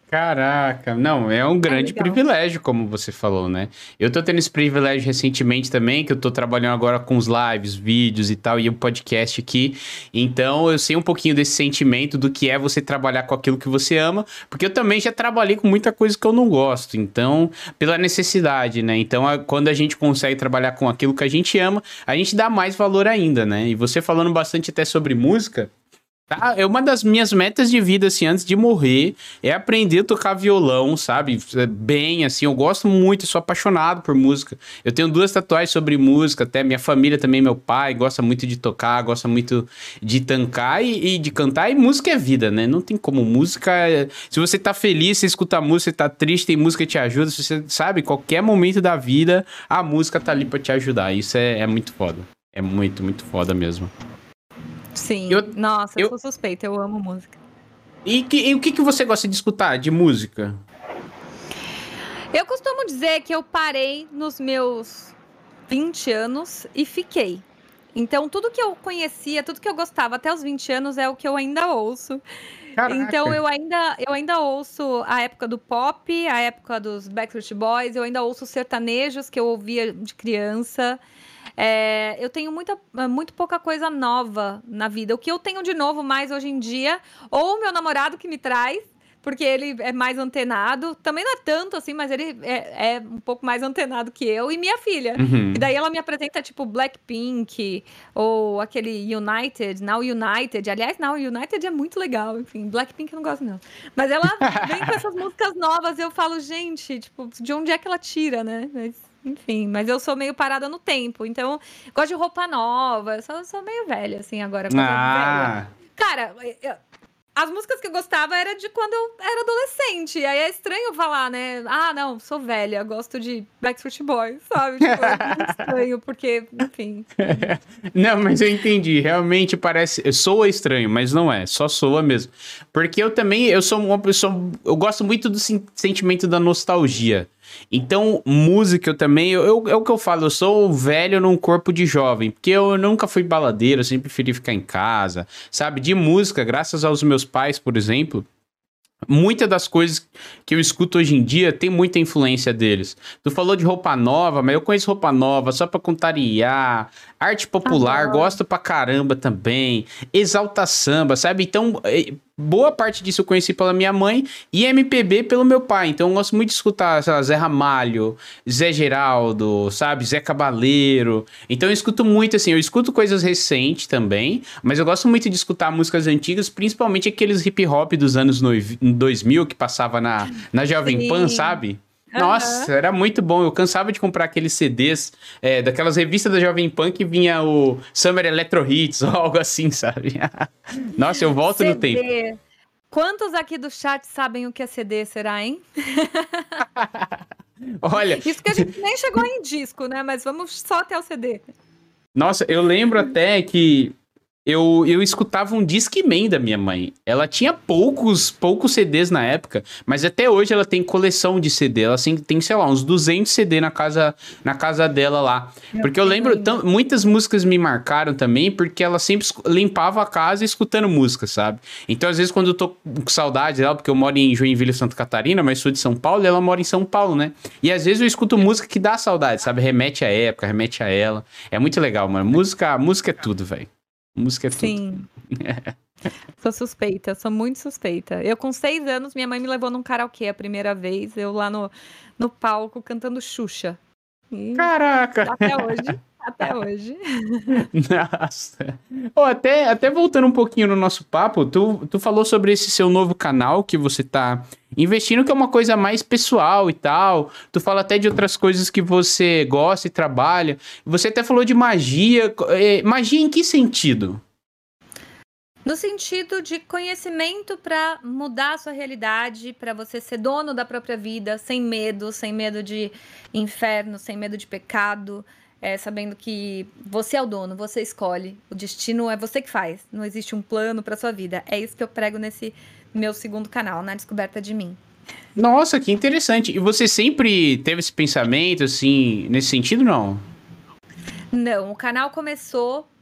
Caraca, não, é um É grande legal. privilégio, como você falou, né? Eu tô tendo esse privilégio recentemente também, que eu tô trabalhando agora com os lives, vídeos e tal, e o podcast aqui. Então, eu sei um pouquinho desse sentimento do que é você trabalhar com aquilo que você ama, porque eu também já trabalhei com muita coisa que eu não gosto, então, pela necessidade, né? Então, a- quando a gente consegue trabalhar com aquilo que a gente ama, a gente dá mais valor ainda, né? E você falando bastante até sobre música. Tá, é uma das minhas metas de vida, assim, antes de morrer, é aprender a tocar violão, sabe? É bem, assim, eu gosto muito, sou apaixonado por música. Eu tenho duas tatuagens sobre música, até minha família também, meu pai, gosta muito de tocar, gosta muito de tancar e, e de cantar, e música é vida, né? Não tem como, música é... Se você tá feliz, você escuta a música, você tá triste, tem música que te ajuda, se você sabe, qualquer momento da vida, a música tá ali pra te ajudar, isso é, é muito foda. É muito, muito foda mesmo. Sim. Eu, Nossa, eu eu, sou suspeita, eu amo música. E, que- e o que, que você gosta de escutar de música? Eu costumo dizer que eu parei nos meus vinte anos e fiquei. Então, tudo que eu conhecia, tudo que eu gostava até os vinte anos é o que eu ainda ouço. Então, Caraca. eu ainda, eu ainda ouço a época do pop, a época dos Backstreet Boys, eu ainda ouço sertanejos que eu ouvia de criança. É, eu tenho muita, muito pouca coisa nova na vida. O que eu tenho de novo mais hoje em dia, ou o meu namorado que me traz, porque ele é mais antenado. Também não é tanto assim, mas ele é, é um pouco mais antenado que eu. E minha filha. E Uhum. daí ela me apresenta, tipo, Blackpink, ou aquele United, Now United. Aliás, Now United é muito legal. Enfim, Blackpink eu não gosto, não. Mas ela vem com essas músicas novas e eu falo, gente, tipo, de onde é que ela tira, né? Mas, enfim, mas eu sou meio parada no tempo. Então, gosto de roupa nova. Eu sou, sou meio velha, assim, agora. Coisa de velha. Ah. Cara, eu- as músicas que eu gostava era de quando eu era adolescente. Aí é estranho falar, né? Ah, não, sou velha, gosto de Backstreet Boys, sabe? Tipo, é muito estranho, porque, enfim. Não, mas eu entendi. Realmente parece. Soa estranho, mas não é. Só soa mesmo. Porque eu também. Eu sou uma pessoa. Eu gosto muito do sen- sentimento da nostalgia. Então, música eu também. Eu, eu- é o que eu falo. Eu sou velho num corpo de jovem. Porque eu nunca fui baladeiro. Eu sempre preferi ficar em casa. Sabe? De música, graças aos meus pais, por exemplo. Muitas das coisas que eu escuto hoje em dia tem muita influência deles. Tu falou de roupa nova, mas eu conheço roupa nova só pra contrariar. Arte popular, Adoro. gosto pra caramba também. Exalta samba, sabe? Então, eh, boa parte disso eu conheci pela minha mãe e M P B pelo meu pai. Então, eu gosto muito de escutar, sei lá, Zé Ramalho, Zé Geraldo, sabe? Zé Cabaleiro. Então, eu escuto muito, assim, eu escuto coisas recentes também, mas eu gosto muito de escutar músicas antigas, principalmente aqueles hip hop dos anos noiv- dois mil que passava na, na Jovem Pan, Sim. sabe? Aham. Nossa, era muito bom. Eu cansava de comprar aqueles C Ds é, daquelas revistas da Jovem Pan que vinha o Summer Electro Hits ou algo assim, sabe? Nossa, eu volto no tempo. C D. Quantos aqui do chat sabem o que é C D, será, hein? Olha, Isso que a gente nem chegou em disco, né? Mas vamos só até o C D. nossa, eu lembro até que eu, eu escutava um Discman da minha mãe. Ela tinha poucos, poucos C Ds na época, mas até hoje ela tem coleção de C D. Ela assim, tem, sei lá, uns duzentos C D na casa, na casa dela lá. Eu Porque eu tenho lembro, ainda. tão- muitas músicas me marcaram também, porque ela sempre escu- limpava a casa escutando música, sabe? Então, às vezes, quando eu tô com saudade dela, porque eu moro em Joinville, Santa Catarina, mas sou de São Paulo, e ela mora em São Paulo, né? E às vezes eu escuto música que dá saudade, sabe? Remete à época, remete a ela. É muito legal, mano. Música, música é tudo, velho. Música é tudo. Sim. Sou suspeita, sou muito suspeita. Eu, com seis anos, minha mãe me levou num karaokê a primeira vez, eu lá no, no palco cantando Xuxa. E Caraca! até hoje, até hoje. Nossa. Ô, até, até voltando um pouquinho no nosso papo, tu, tu falou sobre esse seu novo canal que você tá investindo, que é uma coisa mais pessoal e tal. Tu fala até de outras coisas que você gosta e trabalha. Você até falou de magia. Eh, Magia em que sentido? No sentido de conhecimento para mudar a sua realidade, para você ser dono da própria vida, sem medo, sem medo de inferno, sem medo de pecado, é, sabendo que você é o dono, você escolhe, o destino é você que faz, não existe um plano para sua vida. É isso que eu prego nesse meu segundo canal, na Descoberta de Mim. Nossa, que interessante. E você sempre teve esse pensamento, assim, nesse sentido, não? Não, o canal começou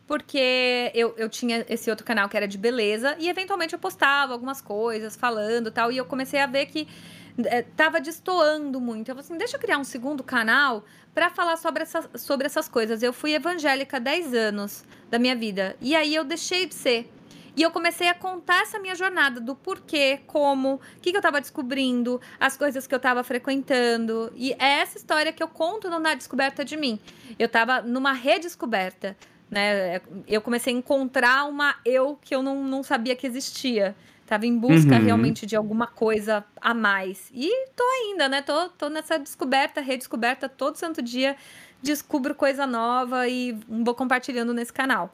porque eu, eu tinha esse outro canal que era de beleza, e eventualmente eu postava algumas coisas, falando e tal, e eu comecei a ver que é, tava destoando muito. Eu falei assim, deixa eu criar um segundo canal para falar sobre, essa, sobre essas coisas. Eu fui evangélica há dez anos da minha vida, e aí eu deixei de ser. E eu comecei a contar essa minha jornada do porquê, como, o que, que eu tava descobrindo, as coisas que eu tava frequentando. E é essa história que eu conto no Na Descoberta de Mim. Eu tava numa redescoberta, né? Eu comecei a encontrar uma eu que eu não, não sabia que existia. Tava em busca Uhum. realmente de alguma coisa a mais. E tô ainda, né? Tô, tô nessa descoberta, redescoberta, todo santo dia. Descubro coisa nova e vou compartilhando nesse canal.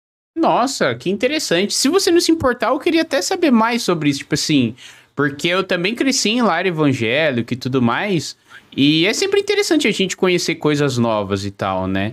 Nossa, que interessante. Se você não se importar, eu queria até saber mais sobre isso, tipo assim, porque eu também cresci em lar evangélico e tudo mais, e é sempre interessante a gente conhecer coisas novas e tal, né?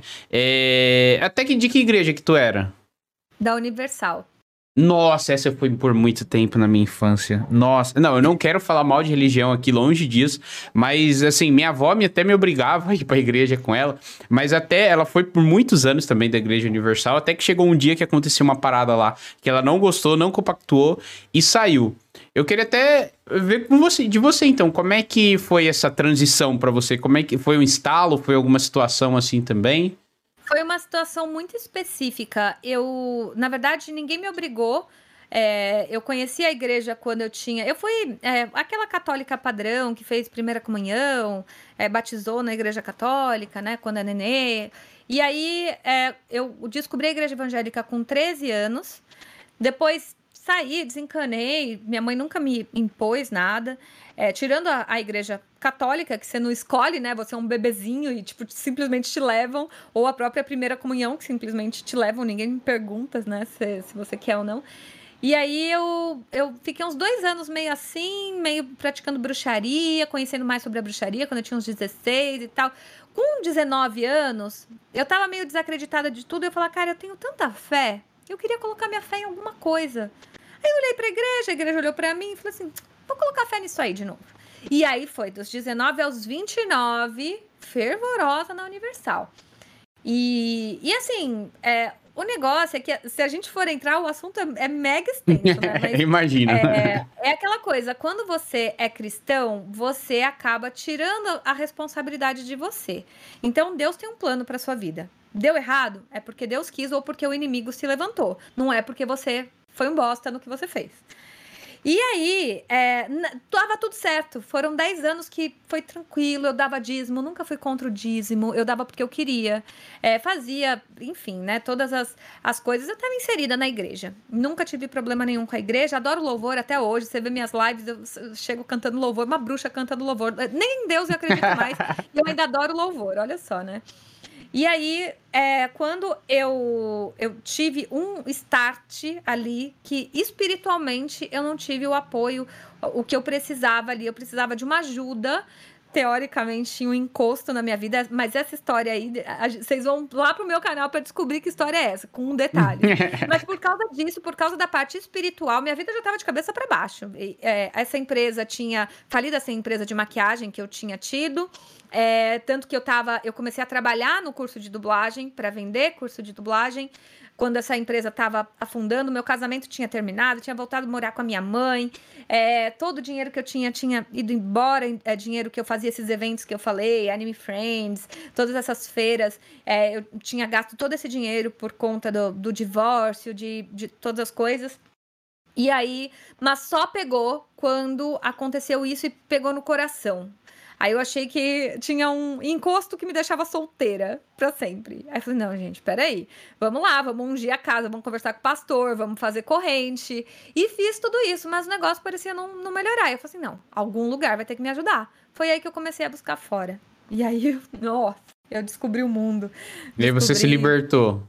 É... Até que de que igreja que tu era? Da Universal. Nossa, essa foi por muito tempo na minha infância. Nossa, não, eu não quero falar mal de religião aqui, longe disso, mas assim, minha avó me até me obrigava a ir pra igreja com ela, mas até ela foi por muitos anos também da Igreja Universal, até que chegou um dia que aconteceu uma parada lá, que ela não gostou, não compactuou e saiu. Eu queria até ver com você, de você então, como é que foi essa transição pra você? Como é que foi um estalo? Foi alguma situação assim também? Foi uma situação muito específica. Eu, na verdade, ninguém me obrigou. É, eu conheci a igreja quando eu tinha. Eu fui é, aquela católica padrão que fez primeira comunhão, é, batizou na igreja católica, né? Quando é nenê. E aí é, eu descobri a igreja evangélica com treze anos. Depois saí, desencanei. Minha mãe nunca me impôs nada. É, tirando a, a igreja católica, que você não escolhe, né? Você é um bebezinho e, tipo, simplesmente te levam. Ou a própria primeira comunhão, que simplesmente te levam. Ninguém me pergunta, né? Se, se você quer ou não. E aí eu, eu fiquei uns dois anos meio assim, meio praticando bruxaria, conhecendo mais sobre a bruxaria, quando eu tinha uns dezesseis e tal. Com dezenove anos, eu tava meio desacreditada de tudo. E eu falava, cara, eu tenho tanta fé. Eu queria colocar minha fé em alguma coisa. Aí eu olhei pra igreja, a igreja olhou pra mim e falou assim, vou colocar fé nisso aí de novo. E aí foi, dos dezenove aos vinte e nove, fervorosa na Universal. E, e assim, é, o negócio é que se a gente for entrar, o assunto é, é mega extenso, né? Mas, Imagino. É, é aquela coisa, quando você é cristão, você acaba tirando a responsabilidade de você. Então, Deus tem um plano pra sua vida. Deu errado? É porque Deus quis ou porque o inimigo se levantou. Não é porque você foi um bosta no que você fez. E aí, é, tava tudo certo. Foram dez anos que foi tranquilo, eu dava dízimo, nunca fui contra o dízimo, eu dava porque eu queria. É, fazia, enfim, né, todas as, as coisas. Eu estava inserida na igreja. Nunca tive problema nenhum com a igreja, adoro louvor até hoje. Você vê minhas lives, eu chego cantando louvor, uma bruxa cantando louvor. Nem em Deus eu acredito mais, e eu ainda adoro louvor, olha só, né? E aí, é, quando eu, eu tive um start ali, que espiritualmente eu não tive o apoio, o que eu precisava ali, eu precisava de uma ajuda, teoricamente tinha um encosto na minha vida, mas essa história aí, a, vocês vão lá pro meu canal para descobrir que história é essa, com um detalhe. Mas por causa disso, por causa da parte espiritual, minha vida já estava de cabeça para baixo. E, é, essa empresa tinha falido, essa empresa de maquiagem que eu tinha tido. É, tanto que eu tava, eu comecei a trabalhar no curso de dublagem para vender curso de dublagem. Quando essa empresa estava afundando, meu casamento tinha terminado, tinha voltado a morar com a minha mãe. É, todo o dinheiro que eu tinha tinha ido embora, é dinheiro que eu fazia esses eventos que eu falei, Anime Friends, todas essas feiras. É, eu tinha gasto todo esse dinheiro por conta do, do divórcio, de, de todas as coisas. E aí, mas só pegou quando aconteceu isso e pegou no coração. Aí eu achei que tinha um encosto que me deixava solteira pra sempre. Aí eu falei, não, gente, peraí. Vamos lá, vamos ungir a casa, vamos conversar com o pastor, vamos fazer corrente. E fiz tudo isso, mas o negócio parecia não, não melhorar. Eu falei assim, não, algum lugar vai ter que me ajudar. Foi aí que eu comecei a buscar fora. E aí, nossa, eu descobri o mundo. E aí você se libertou.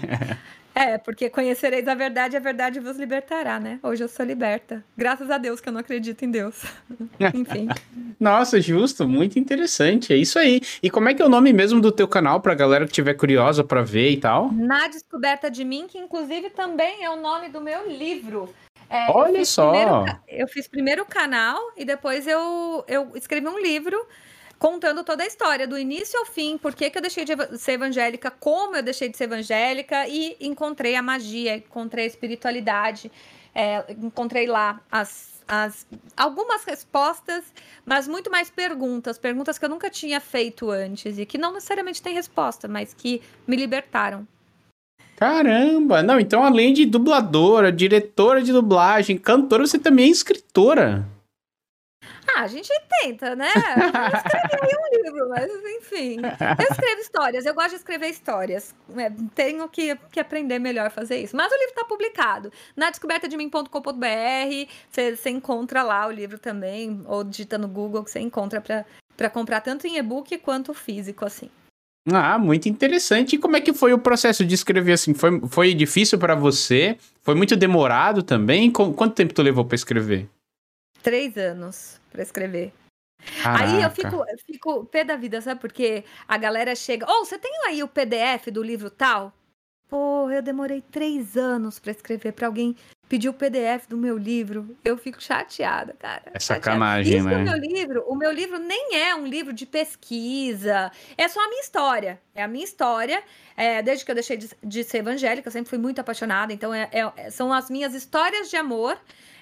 É, porque conhecereis a verdade, a verdade vos libertará, né? Hoje eu sou liberta. Graças a Deus que eu não acredito em Deus. Enfim. Nossa, justo, muito interessante, é isso aí. E como é que é o nome mesmo do teu canal, pra galera que estiver curiosa pra ver e tal? Na Descoberta de Mim, que inclusive também é o nome do meu livro. É, Olha eu só! Primeiro, eu fiz primeiro o canal e depois eu, eu escrevi um livro contando toda a história, do início ao fim, por que, que eu deixei de ser evangélica, como eu deixei de ser evangélica, e encontrei a magia, encontrei a espiritualidade, é, encontrei lá as, as, algumas respostas, mas muito mais perguntas, perguntas que eu nunca tinha feito antes, e que não necessariamente têm resposta, mas que me libertaram. Caramba! Não, então além de dubladora, diretora de dublagem, cantora, você também é escritora. Ah, a gente tenta, né? Eu escrevi um livro, mas enfim. Eu escrevo histórias, eu gosto de escrever histórias. É, tenho que, que aprender melhor a fazer isso. Mas o livro está publicado na descoberta de mim ponto com ponto b r. Você encontra lá o livro também, ou digita no Google que você encontra para comprar tanto em e-book quanto físico, assim. Ah, muito interessante. E como é que foi o processo de escrever assim? Foi, foi difícil para você? Foi muito demorado também? Qu- Quanto tempo tu levou para escrever? Três anos para escrever. Caraca. Aí eu fico, eu fico pé da vida, sabe? Porque a galera chega. Ô, oh, você tem aí o P D F do livro tal? Pô, eu demorei três anos para escrever para alguém pedir o P D F do meu livro. Eu fico chateada, cara. É sacanagem, Isso, né? o meu livro, o meu livro nem é um livro de pesquisa. É só a minha história. É a minha história. É, desde que eu deixei de, de ser evangélica, eu sempre fui muito apaixonada. Então, é, é, são as minhas histórias de amor.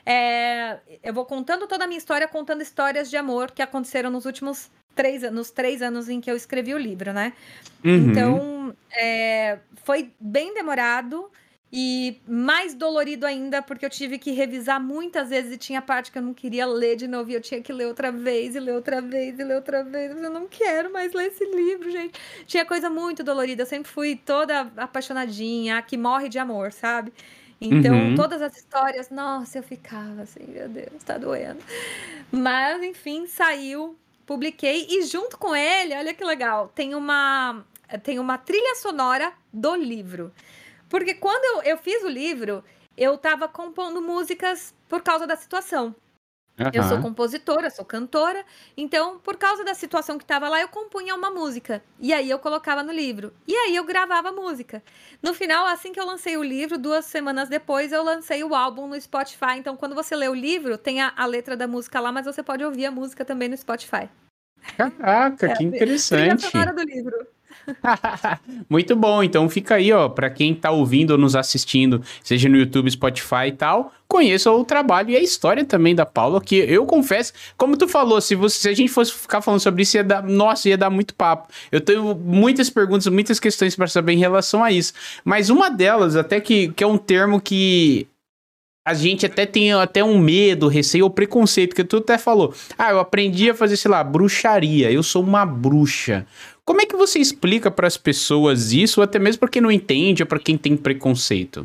É, eu vou contando toda a minha história, contando histórias de amor que aconteceram nos últimos três anos, nos três anos em que eu escrevi o livro, né? Uhum. Então, é, foi bem demorado e mais dolorido ainda, porque eu tive que revisar muitas vezes e tinha parte que eu não queria ler de novo e eu tinha que ler outra vez, e ler outra vez, e ler outra vez. Eu não quero mais ler esse livro, gente. Tinha coisa muito dolorida, eu sempre fui toda apaixonadinha, a que morre de amor, sabe? Então, uhum. todas as histórias, nossa, eu ficava assim, meu Deus, tá doendo. Mas, enfim, saiu, publiquei, e junto com ele, olha que legal, tem uma, tem uma trilha sonora do livro. Porque quando eu, eu fiz o livro, eu tava compondo músicas por causa da situação. Uhum. Eu sou compositora, sou cantora, então, por causa da situação que tava lá, eu compunha uma música. E aí eu colocava no livro. E aí eu gravava a música. No final, assim que eu lancei o livro, duas semanas depois, eu lancei o álbum no Spotify. Então, quando você lê o livro, tem a, a letra da música lá, mas você pode ouvir a música também no Spotify. Caraca, é, que interessante. Trilha sonora do livro. Muito bom, então fica aí, ó, para quem tá ouvindo ou nos assistindo, seja no YouTube, Spotify e tal, conheça o trabalho e a história também da Paula, que eu confesso, como tu falou, se, você, se a gente fosse ficar falando sobre isso, ia dar, nossa, ia dar muito papo. Eu tenho muitas perguntas, muitas questões para saber em relação a isso, mas uma delas, até que, que é um termo que a gente até tem até um medo, receio ou preconceito, que tu até falou, ah, eu aprendi a fazer, sei lá, bruxaria, eu sou uma bruxa. Como é que você explica para as pessoas isso, ou até mesmo para quem não entende, ou para quem tem preconceito?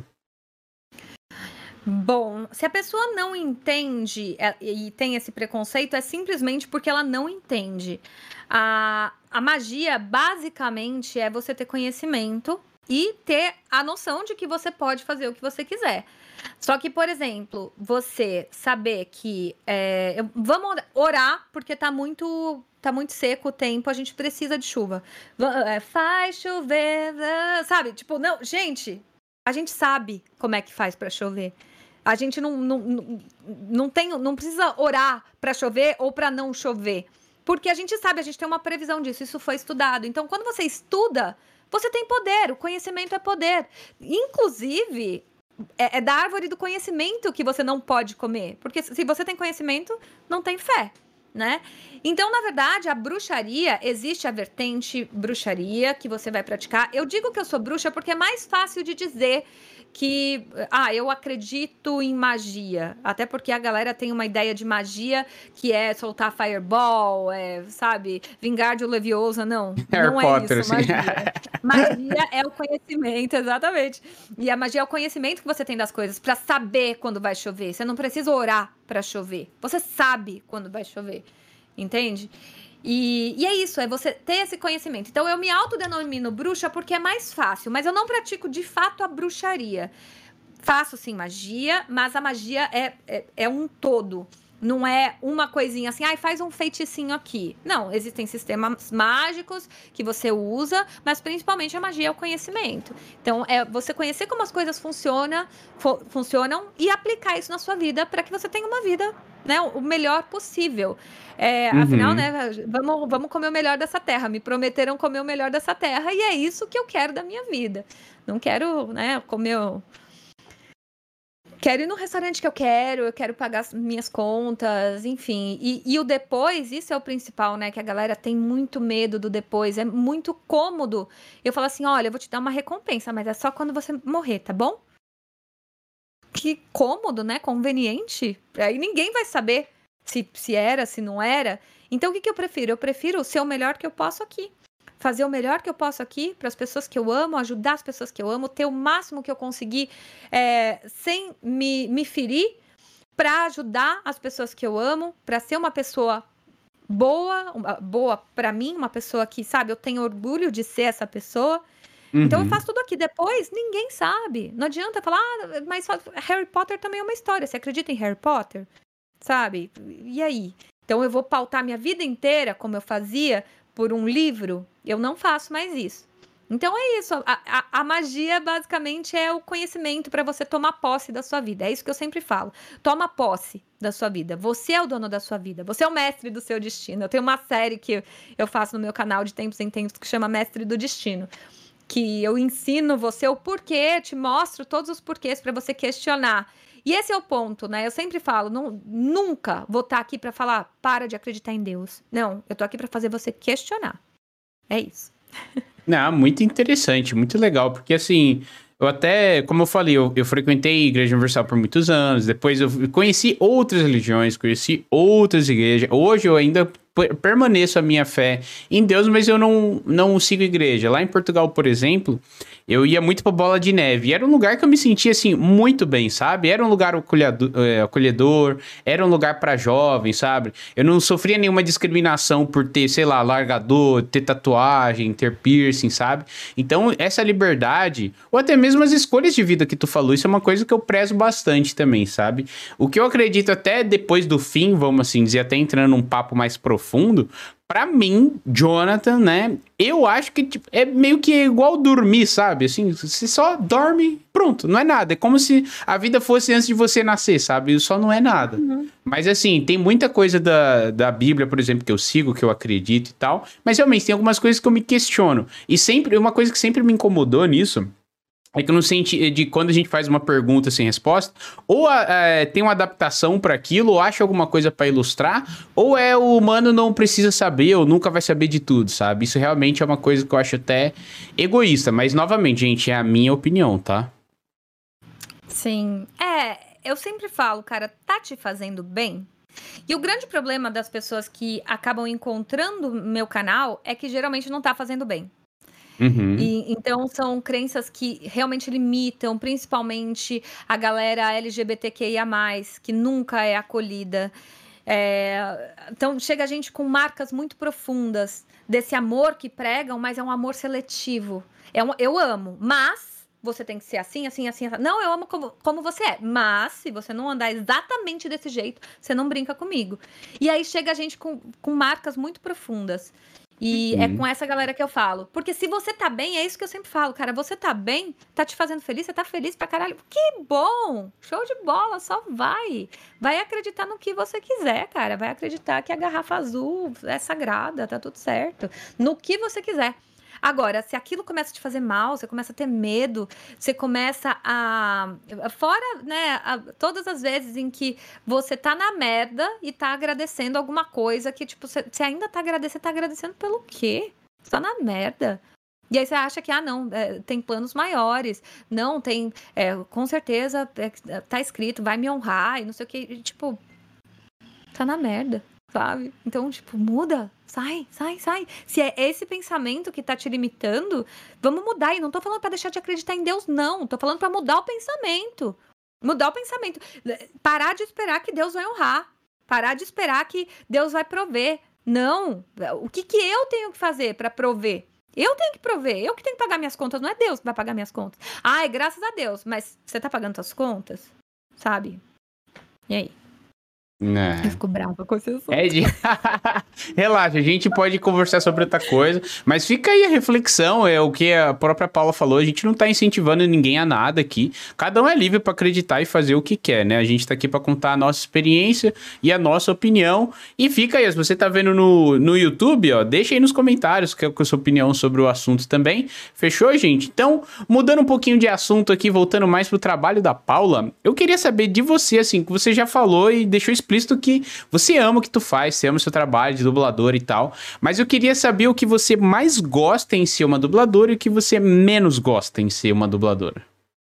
Bom, se a pessoa não entende e tem esse preconceito, é simplesmente porque ela não entende. A, a magia, basicamente, é você ter conhecimento e ter a noção de que você pode fazer o que você quiser. Só que, por exemplo, você saber que... É, eu, vamos orar, porque tá muito... Tá muito seco o tempo, a gente precisa de chuva. É, faz chover, sabe? Tipo, não, gente, a gente sabe como é que faz pra chover. A gente não, não, não, não, tem, não precisa orar pra chover ou pra não chover. Porque a gente sabe, a gente tem uma previsão disso, isso foi estudado. Então, quando você estuda, você tem poder, o conhecimento é poder. Inclusive... É, é da árvore do conhecimento que você não pode comer. Porque se você tem conhecimento, não tem fé, né? Então, na verdade, a bruxaria, existe a vertente bruxaria que você vai praticar. Eu digo que eu sou bruxa porque é mais fácil de dizer que, ah, eu acredito em magia. Até porque a galera tem uma ideia de magia que é soltar fireball, é, sabe? Vingardium Leviosa, não. Harry não Potter, é isso, assim. magia. Magia é o conhecimento, exatamente. E a magia é o conhecimento que você tem das coisas para saber quando vai chover. Você não precisa orar para chover. Você sabe quando vai chover. Entende? E, e é isso, é você ter esse conhecimento. Então, eu me autodenomino bruxa porque é mais fácil, mas eu não pratico de fato a bruxaria. Faço, sim, magia, mas a magia é, é, é um todo. Não é uma coisinha assim, ai, faz um feiticinho aqui. Não, existem sistemas mágicos que você usa, mas principalmente a magia é o conhecimento. Então, é você conhecer como as coisas funcionam, fu- funcionam e aplicar isso na sua vida para que você tenha uma vida, né, o melhor possível. É, afinal, Uhum. né, vamos, vamos comer o melhor dessa terra. Me prometeram comer o melhor dessa terra e é isso que eu quero da minha vida. Não quero, né, comer o quero ir no restaurante que eu quero, eu quero pagar as minhas contas, enfim. E, e o depois, isso é o principal, né? Que a galera tem muito medo do depois. É muito cômodo. Eu falo assim: olha, eu vou te dar uma recompensa, mas é só quando você morrer, tá bom? Que cômodo, né? Conveniente. Aí ninguém vai saber se, se era, se não era. Então o que, que eu prefiro? Eu prefiro ser o melhor que eu posso aqui. Fazer o melhor que eu posso aqui para as pessoas que eu amo, ajudar as pessoas que eu amo, ter o máximo que eu conseguir é, sem me, me ferir, para ajudar as pessoas que eu amo, para ser uma pessoa boa, uma- boa para mim, uma pessoa que, sabe, eu tenho orgulho de ser essa pessoa. Então eu Uhum. faço tudo aqui. Depois, ninguém sabe. Não adianta falar, ah, mas só- Harry Potter também é uma história. Você acredita em Harry Potter? Sabe? E aí? Então eu vou pautar minha vida inteira, como eu fazia, por um livro? Eu não faço mais isso. Então é isso. A, a, a magia, basicamente, é o conhecimento para você tomar posse da sua vida. É isso que eu sempre falo. Toma posse da sua vida. Você é o dono da sua vida. Você é o mestre do seu destino. Eu tenho uma série que eu faço no meu canal de tempos em tempos que chama Mestre do Destino, que eu ensino você o porquê, te mostro todos os porquês para você questionar. E esse é o ponto, né? Eu sempre falo, não, nunca vou estar aqui para falar, para de acreditar em Deus. Não, eu tô aqui para fazer você questionar. É isso. Não, muito interessante, muito legal, porque assim, eu até, como eu falei, eu, eu frequentei a Igreja Universal por muitos anos, depois eu conheci outras religiões, conheci outras igrejas. Hoje eu ainda pe- permaneço a minha fé em Deus, mas eu não, não sigo igreja. Lá em Portugal, por exemplo, eu ia muito pra Bola de Neve, e era um lugar que eu me sentia assim muito bem, sabe? Era um lugar acolhado- é, acolhedor, era um lugar pra jovens, sabe? Eu não sofria nenhuma discriminação por ter, sei lá, largador, ter tatuagem, ter piercing, sabe? Então, essa liberdade, ou até mesmo as escolhas de vida que tu falou, isso é uma coisa que eu prezo bastante também, sabe? O que eu acredito até depois do fim, vamos assim dizer, até entrando num papo mais profundo, pra mim, Jonathan, né? Eu acho que tipo, é meio que igual dormir, sabe? Assim, você só dorme, pronto, não é nada. É como se a vida fosse antes de você nascer, sabe? Só não é nada. Uhum. Mas assim, tem muita coisa da, da Bíblia, por exemplo, que eu sigo, que eu acredito e tal. Mas realmente tem algumas coisas que eu me questiono. E sempre, uma coisa que sempre me incomodou nisso é que eu não senti de quando a gente faz uma pergunta sem resposta, ou a- é, tem uma adaptação para aquilo, ou acha alguma coisa para ilustrar, ou é o humano não precisa saber, ou nunca vai saber de tudo, sabe? Isso realmente é uma coisa que eu acho até egoísta. Mas novamente, gente, é a minha opinião, tá? Sim. É, eu sempre falo, cara, tá te fazendo bem? E o grande problema das pessoas que acabam encontrando meu canal é que geralmente não tá fazendo bem. Uhum. E, então são crenças que realmente limitam, principalmente a galera L G B T Q I A mais, que nunca é acolhida. É, então chega a gente com marcas muito profundas desse amor que pregam, mas é um amor seletivo. É um, eu amo, mas você tem que ser assim, assim, assim. assim. Não, eu amo como, como você é, mas se você não andar exatamente desse jeito, você não brinca comigo. E aí chega a gente com, com marcas muito profundas. E é com Uhum. essa galera que eu falo. Porque se você tá bem, é isso que eu sempre falo, cara. Você tá bem, tá te fazendo feliz, você tá feliz pra caralho. Que bom! Show de bola, só vai. Vai acreditar no que você quiser, cara. Vai acreditar que a garrafa azul é sagrada, tá tudo certo. No que você quiser. Agora, se aquilo começa a te fazer mal, você começa a ter medo, você começa a. Fora, né, a- todas as vezes em que você tá na merda e tá agradecendo alguma coisa que, tipo, você, você ainda tá agradecendo, tá agradecendo pelo quê? Você tá na merda. E aí você acha que, ah, não, é, tem planos maiores. Não, tem, é, com certeza, é, tá escrito, vai me honrar e não sei o quê. E, tipo, tá na merda, sabe? Então, tipo, muda. Sai, sai, sai. Se é esse pensamento que tá te limitando, vamos mudar. E não tô falando pra deixar de acreditar em Deus, não. Tô falando pra mudar o pensamento. Mudar o pensamento. Parar de esperar que Deus vai honrar. Parar de esperar que Deus vai prover. Não. O que, que eu tenho que fazer pra prover? Eu tenho que prover. Eu que tenho que pagar minhas contas. Não é Deus que vai pagar minhas contas. Ai, graças a Deus. Mas você tá pagando suas contas? Sabe? E aí? Né. Eu fico brava com esse assunto. É de... Relaxa, a gente pode conversar sobre outra coisa, mas fica aí a reflexão, é o que a própria Paula falou, a gente não tá incentivando ninguém a nada aqui, cada um é livre pra acreditar e fazer o que quer, né? A gente tá aqui pra contar a nossa experiência e a nossa opinião, e fica aí, se você tá vendo no, no YouTube, ó, deixa aí nos comentários qual é a sua opinião sobre o assunto também, fechou, gente? Então, mudando um pouquinho de assunto aqui, voltando mais pro trabalho da Paula, eu queria saber de você, assim, que você já falou e deixou explícito que você ama o que tu faz, você ama o seu trabalho de dublador e tal, mas eu queria saber o que você mais gosta em ser uma dubladora e o que você menos gosta em ser uma dubladora.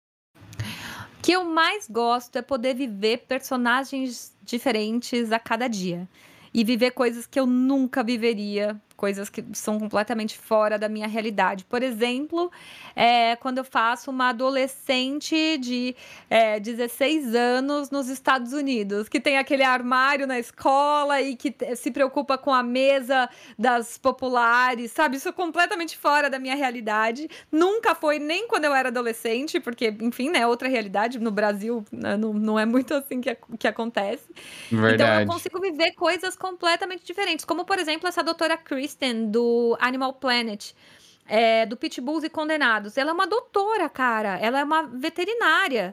O que eu mais gosto é poder viver personagens diferentes a cada dia. E viver coisas que eu nunca viveria, coisas que são completamente fora da minha realidade. Por exemplo, é, quando eu faço uma adolescente de é, dezesseis anos nos Estados Unidos, que tem aquele armário na escola e que se preocupa com a mesa das populares, sabe? Isso é completamente fora da minha realidade. Nunca foi nem quando eu era adolescente, porque, enfim, né, outra realidade. No Brasil, né, não, não é muito assim que, que acontece. Verdade. Então eu consigo viver coisas completamente diferentes, como, por exemplo, essa doutora Kristen, do Animal Planet, é, do Pitbulls e Condenados. Ela é uma doutora, cara. Ela é uma veterinária.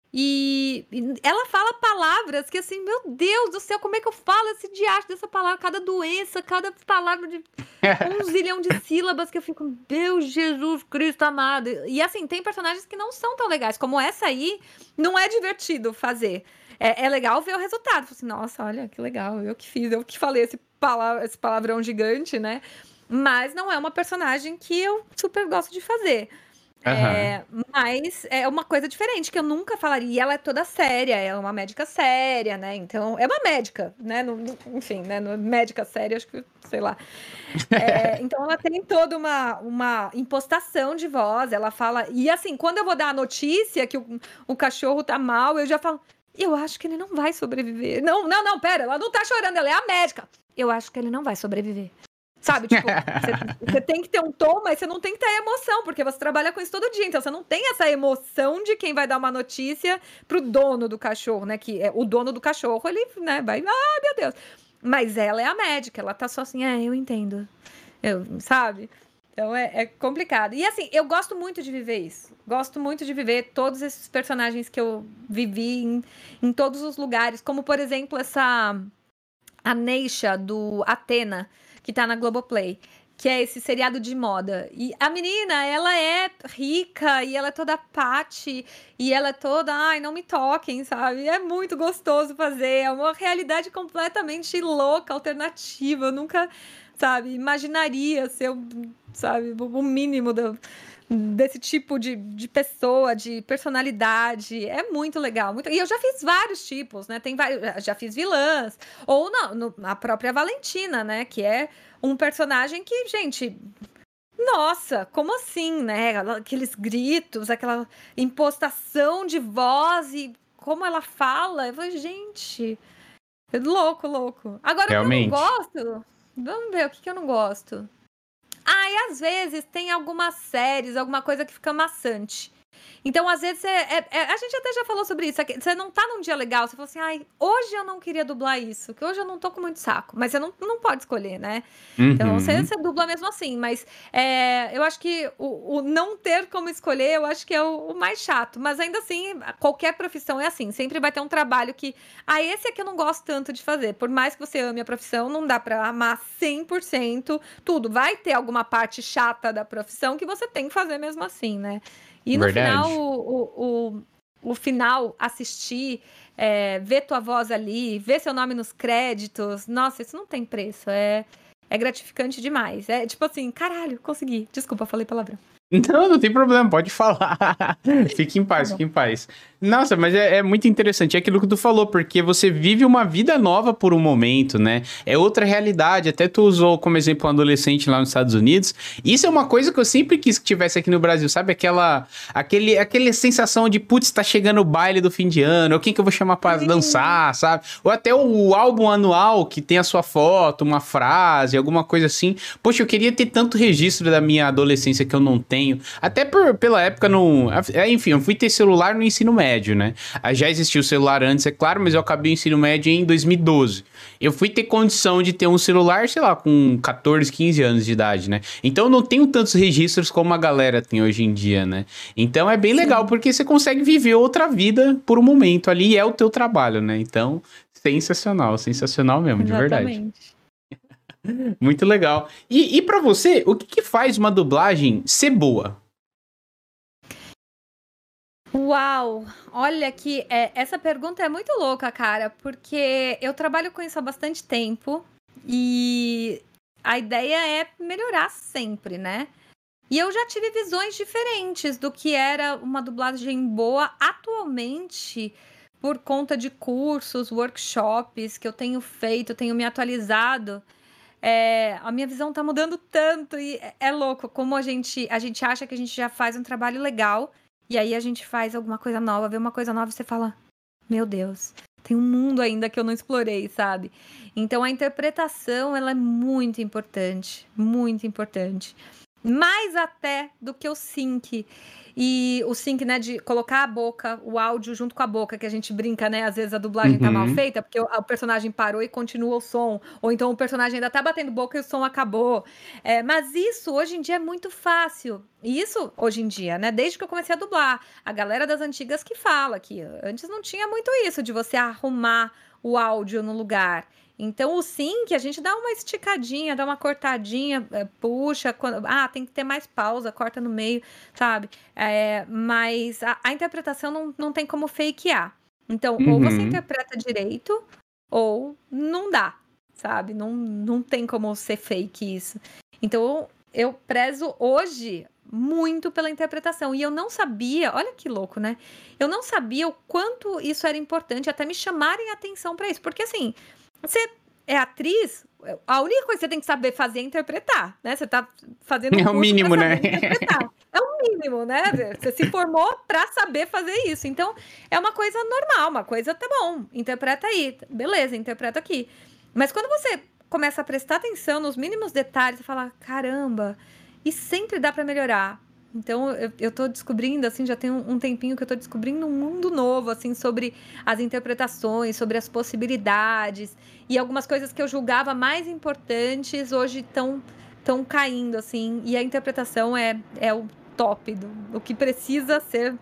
E, e ela fala palavras que, assim, meu Deus do céu, como é que eu falo esse diacho dessa palavra? Cada doença, cada palavra de um zilhão de sílabas que eu fico, Deus, Jesus Cristo amado. E, assim, tem personagens que não são tão legais, como essa aí, não é divertido fazer. É, é legal ver o resultado. Assim, nossa, olha, que legal, eu que fiz, eu que falei esse, palavra, esse palavrão gigante, né? Mas não é uma personagem que eu super gosto de fazer. Uhum. É, mas é uma coisa diferente que eu nunca falaria. E ela é toda séria, ela é uma médica séria, né? Então, é uma médica, né? No, no, enfim, né? No, médica séria, acho que, sei lá. É, então, ela tem toda uma, uma impostação de voz, ela fala. E assim, quando eu vou dar a notícia que o, o cachorro tá mal, eu já falo. Eu acho que ele não vai sobreviver. Não, não, não, pera, ela não tá chorando, ela é a médica. Eu acho que ele não vai sobreviver. Sabe, tipo, você tem que ter um tom, mas você não tem que ter emoção, porque você trabalha com isso todo dia, então você não tem essa emoção de quem vai dar uma notícia pro dono do cachorro, né, que é o dono do cachorro, ele, né, vai, ah, meu Deus. Mas ela é a médica, ela tá só assim, é, eu entendo, eu, sabe? Então é, é complicado. E assim, eu gosto muito de viver isso. Gosto muito de viver todos esses personagens que eu vivi em, em todos os lugares. Como, por exemplo, essa... A Neisha, do Athena, que tá na Globoplay. Que é esse seriado de moda. E a menina, ela é rica e ela é toda pate. E ela é toda, ai, não me toquem, sabe? É muito gostoso fazer. É uma realidade completamente louca, alternativa. Eu nunca... sabe, imaginaria ser, sabe, o mínimo do, desse tipo de, de pessoa, de personalidade. É muito legal. Muito... E eu já fiz vários tipos, né? Tem vários, já fiz vilãs. Ou não, no, a própria Valentina, né? Que é um personagem que, gente... Nossa, como assim, né? Aqueles gritos, aquela impostação de voz e como ela fala. Eu falei, gente... Louco, louco. Agora, Realmente. eu não gosto... Vamos ver, o que, que eu não gosto? Ah, e às vezes tem algumas séries, alguma coisa que fica maçante. Então, às vezes, é, é, é, a gente até já falou sobre isso. Você não tá num dia legal, você fala assim, ai, hoje eu não queria dublar isso, que hoje eu não tô com muito saco. Mas você não, não pode escolher, né? Uhum. Então, você, você dubla mesmo assim. Mas é, eu acho que o, o não ter como escolher, eu acho que é o, o mais chato. Mas ainda assim, qualquer profissão é assim. Sempre vai ter um trabalho que, ah, esse aqui eu não gosto tanto de fazer. Por mais que você ame a profissão, não dá pra amar cem por cento tudo. Vai ter alguma parte chata da profissão que você tem que fazer mesmo assim, né? E no Verdade. final, o, o, o, o final, assistir, é, ver tua voz ali, ver seu nome nos créditos, nossa, isso não tem preço, é, é gratificante demais. É tipo assim, caralho, consegui. Desculpa, falei palavrão. Não, não tem problema, pode falar. Fique em paz, fique em paz. Nossa, mas é, é muito interessante, é aquilo que tu falou, porque você vive uma vida nova por um momento, né? É outra realidade, até tu usou como exemplo um adolescente lá nos Estados Unidos. Isso é uma coisa que eu sempre quis que tivesse aqui no Brasil, sabe? Aquela, aquele, aquele sensação de, putz, tá chegando o baile do fim de ano, ou quem que eu vou chamar pra Sim. dançar, sabe? Ou até o álbum anual que tem a sua foto, uma frase, alguma coisa assim. Poxa, eu queria ter tanto registro da minha adolescência que eu não tenho. Até por, pela época, não... Enfim, eu fui ter celular no ensino médio. médio, né? Aí já existia o celular antes, é claro, mas eu acabei o ensino médio em dois mil e doze. Eu fui ter condição de ter um celular, sei lá, com catorze, quinze anos de idade, né? Então eu não tenho tantos registros como a galera tem hoje em dia, né? Então é bem Sim. legal, porque você consegue viver outra vida por um momento ali, e é o teu trabalho, né? Então, sensacional, sensacional mesmo, de verdade. Exatamente. Muito legal. E, e para você, o que, que faz uma dublagem ser boa? Uau! Olha que é, essa pergunta é muito louca, cara, porque eu trabalho com isso há bastante tempo e a ideia é melhorar sempre, né? E eu já tive visões diferentes do que era uma dublagem boa atualmente, por conta de cursos, workshops que eu tenho feito, tenho me atualizado. É, a minha visão tá mudando tanto e é, é louco como a gente, a gente acha que a gente já faz um trabalho legal e aí a gente faz alguma coisa nova, vê uma coisa nova e você fala, meu Deus, tem um mundo ainda que eu não explorei, sabe? Então a interpretação, ela é muito importante, muito importante. Mais até do que o sync. E o sync, né, de colocar a boca, o áudio junto com a boca, que a gente brinca, né? Às vezes a dublagem tá mal Uhum. feita, porque o, o personagem parou e continua o som. Ou então o personagem ainda tá batendo boca e o som acabou. É, mas isso, hoje em dia, é muito fácil. E isso, hoje em dia, né? Desde que eu comecei a dublar. A galera das antigas que fala que antes não tinha muito isso, de você arrumar o áudio no lugar. Então, o sync, a gente dá uma esticadinha, dá uma cortadinha, é, puxa, quando, ah, tem que ter mais pausa, corta no meio, sabe? É, mas a, a interpretação não, não tem como fakear. Então, ou você Uhum. interpreta direito, ou não dá, sabe? Não, não tem como ser fake isso. Então, eu prezo hoje muito pela interpretação. E eu não sabia, olha que louco, né? Eu não sabia o quanto isso era importante, até me chamarem a atenção para isso. Porque, assim, você é atriz, a única coisa que você tem que saber fazer é interpretar, né? Você tá fazendo um É o curso mínimo, pra né? saber interpretar. É o mínimo, né? Você se formou pra saber fazer isso. Então, é uma coisa normal, uma coisa, tá bom, interpreta aí. Beleza, interpreta aqui. Mas quando você começa a prestar atenção nos mínimos detalhes, você fala, caramba, e sempre dá pra melhorar. Então, eu, eu tô descobrindo, assim, já tem um, um tempinho que eu tô descobrindo um mundo novo, assim, sobre as interpretações, sobre as possibilidades. E algumas coisas que eu julgava mais importantes, hoje estão tão caindo, assim. E a interpretação é, é o top do, do que precisa ser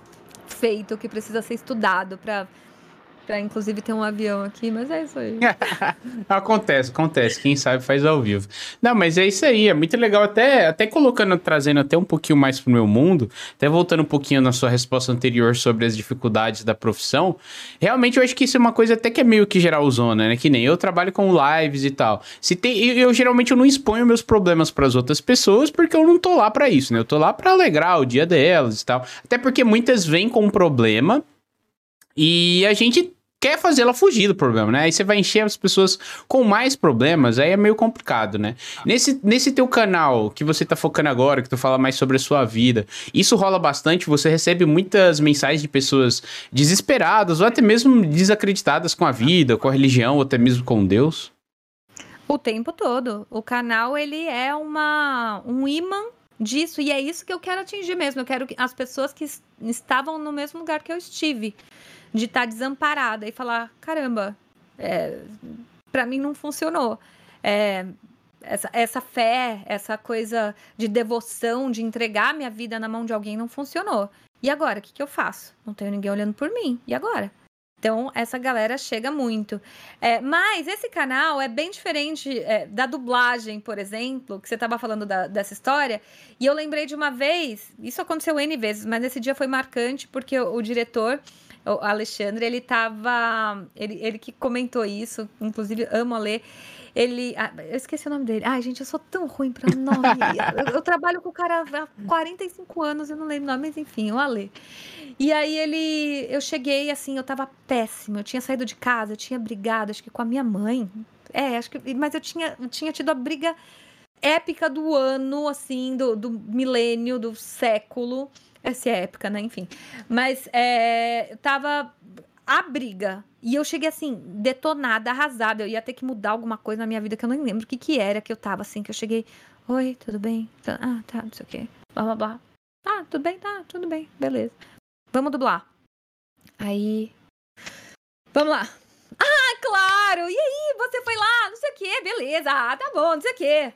feito, o que precisa ser estudado para... Pra, inclusive, ter um avião aqui, mas é isso aí. Acontece, acontece. Quem sabe faz ao vivo. Não, mas é isso aí. É muito legal. Até, até colocando, trazendo até um pouquinho mais pro meu mundo, até voltando um pouquinho na sua resposta anterior sobre as dificuldades da profissão. Realmente, eu acho que isso é uma coisa até que é meio que geralzona, né? Que nem eu trabalho com lives e tal. Se tem, eu, eu geralmente eu não exponho meus problemas pras outras pessoas porque eu não tô lá pra isso, né? Eu tô lá pra alegrar o dia delas e tal. Até porque muitas vêm com um problema e a gente quer fazer ela fugir do problema, né? Aí você vai encher as pessoas com mais problemas, aí é meio complicado, né? Nesse, nesse teu canal que você tá focando agora, que tu fala mais sobre a sua vida, isso rola bastante? Você recebe muitas mensagens de pessoas desesperadas ou até mesmo desacreditadas com a vida, com a religião, ou até mesmo com Deus? O tempo todo. O canal, ele é uma, um imã disso, e é isso que eu quero atingir mesmo. Eu quero que as pessoas que es- estavam no mesmo lugar que eu estive, de estar desamparada e falar, caramba, é, para mim não funcionou. É, essa, essa fé, essa coisa de devoção, de entregar minha vida na mão de alguém não funcionou. E agora, o que, que eu faço? Não tenho ninguém olhando por mim. E agora? Então, essa galera chega muito. É, mas esse canal é bem diferente é, da dublagem, por exemplo, que você estava falando da- dessa história. E eu lembrei de uma vez, isso aconteceu N vezes, mas nesse dia foi marcante porque o, o diretor, o Alexandre, ele tava. Ele, ele que comentou isso, inclusive amo a ler. Ele. Ah, eu esqueci o nome dele. Ai, gente, eu sou tão ruim para nome. Eu, eu trabalho com o cara há quarenta e cinco anos, eu não lembro o nome, mas enfim, o Ale. E aí ele, eu cheguei assim, eu tava péssima, eu tinha saído de casa, eu tinha brigado, acho que com a minha mãe. É, acho que, mas eu tinha, eu tinha tido a briga épica do ano, assim, do, do milênio, do século. Essa é épica, né? Enfim. Mas é, tava a briga. E eu cheguei assim, detonada, arrasada. Eu ia ter que mudar alguma coisa na minha vida que eu nem lembro o que que era que eu tava assim, que eu cheguei. Oi, tudo bem? Tá- Ah, tá, não sei o quê. Blá, blá, blá. Ah, tudo bem? Tá, tudo bem, beleza. Vamos dublar. Aí, vamos lá. Ah, claro! E aí, você foi lá, não sei o quê, beleza. Ah, tá bom, não sei o quê.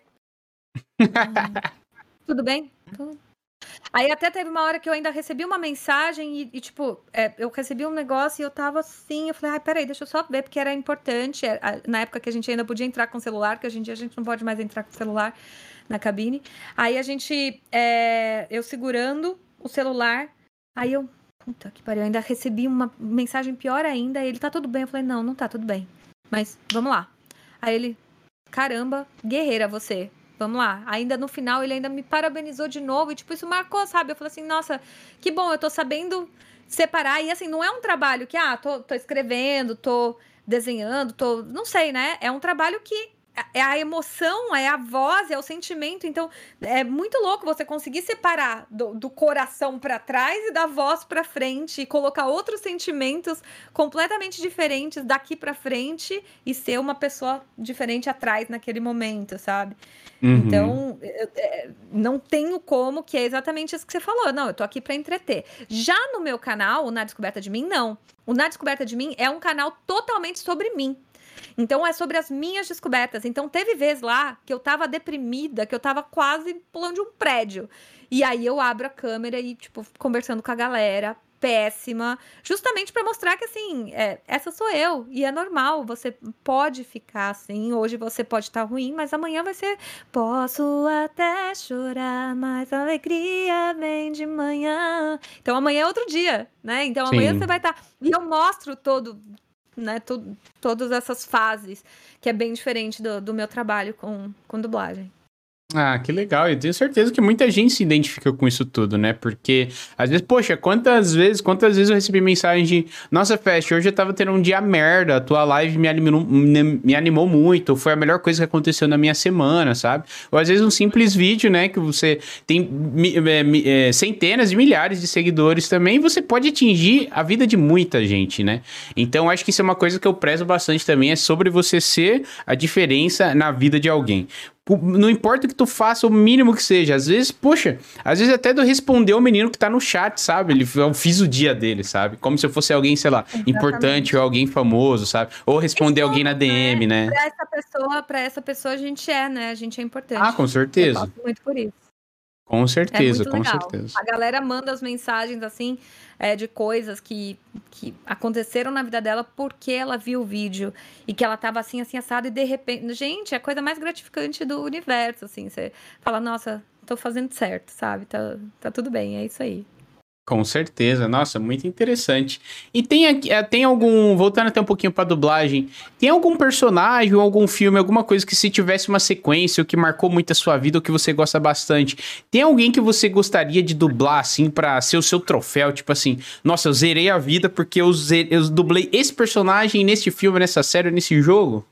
Hum, tudo bem? Tudo. Aí até teve uma hora que eu ainda recebi uma mensagem e, e, tipo, é, eu recebi um negócio e eu tava assim, eu falei, ai, peraí, deixa eu só ver, porque era importante, era- na época que a gente ainda podia entrar com celular, que hoje em dia a gente não pode mais entrar com celular na cabine. Aí a gente, é, eu segurando o celular, aí eu, puta que pariu, eu ainda recebi uma mensagem pior ainda, e ele, tá tudo bem? Eu falei, não, não tá tudo bem, mas vamos lá. Aí ele, caramba, guerreira você. Vamos lá. Ainda no final, ele ainda me parabenizou de novo. E, tipo, isso marcou, sabe? Eu falei assim, nossa, que bom, eu tô sabendo separar. E, assim, não é um trabalho que, ah, tô, tô escrevendo, tô desenhando, tô... Não sei, né? É um trabalho que é a emoção, é a voz, é o sentimento. Então, é muito louco você conseguir separar do, do coração pra trás e da voz pra frente e colocar outros sentimentos completamente diferentes daqui pra frente e ser uma pessoa diferente atrás naquele momento, sabe? Uhum. Então, eu, é, não tenho como, que é exatamente isso que você falou. Não, eu tô aqui pra entreter. Já no meu canal, o Na Descoberta de Mim, não. O Na Descoberta de Mim é um canal totalmente sobre mim. Então, é sobre as minhas descobertas. Então, teve vezes lá que eu tava deprimida, que eu tava quase pulando de um prédio. E aí, eu abro a câmera e, tipo, conversando com a galera, péssima, justamente pra mostrar que, assim, é, essa sou eu. E é normal, você pode ficar assim. Hoje você pode estar ruim, mas amanhã vai ser... Posso até chorar, mas a alegria vem de manhã. Então, amanhã é outro dia, né? Então, amanhã Sim. você vai estar... E eu mostro todo... Né, tu, todas essas fases, que é bem diferente do, do meu trabalho com, com dublagem. Ah, que legal. Eu tenho certeza que muita gente se identifica com isso tudo, né? Porque, às vezes, poxa, quantas vezes, quantas vezes eu recebi mensagem de Nossa, Fest, hoje eu tava tendo um dia merda, a tua live me animou, me animou muito, foi a melhor coisa que aconteceu na minha semana, sabe? Ou às vezes um simples vídeo, né, que você tem mi- é, mi- é, centenas de milhares de seguidores também, e você pode atingir a vida de muita gente, né? Então, acho que isso é uma coisa que eu prezo bastante também, é sobre você ser a diferença na vida de alguém. Não importa o que tu faça, o mínimo que seja. Às vezes, poxa, às vezes até tu responder o menino que tá no chat, sabe? Ele, eu fiz o dia dele, sabe? Como se eu fosse alguém, sei lá, Exatamente. importante ou alguém famoso, sabe? Ou responder alguém na D M, né? Pra essa pessoa, pra essa pessoa a gente é, né? A gente é importante. Ah, com certeza. Eu passo muito por isso. Com É certeza, muito com legal. certeza. A galera manda as mensagens, assim, é, de coisas que, que aconteceram na vida dela porque ela viu o vídeo e que ela tava assim, assim, assada e de repente... Gente, é a coisa mais gratificante do universo, assim. Você fala, nossa, tô fazendo certo, sabe? Tá, tá tudo bem, é isso aí. Com certeza, nossa, muito interessante. E tem, aqui- eh, tem algum, voltando até um pouquinho pra dublagem, tem algum personagem ou algum filme, alguma coisa que se tivesse uma sequência ou que marcou muito a sua vida ou que você gosta bastante, tem alguém que você gostaria de dublar, assim, pra ser o seu troféu? Tipo assim, nossa, eu zerei a vida porque eu, ze- eu dublei esse personagem nesse filme, nessa série, nesse jogo?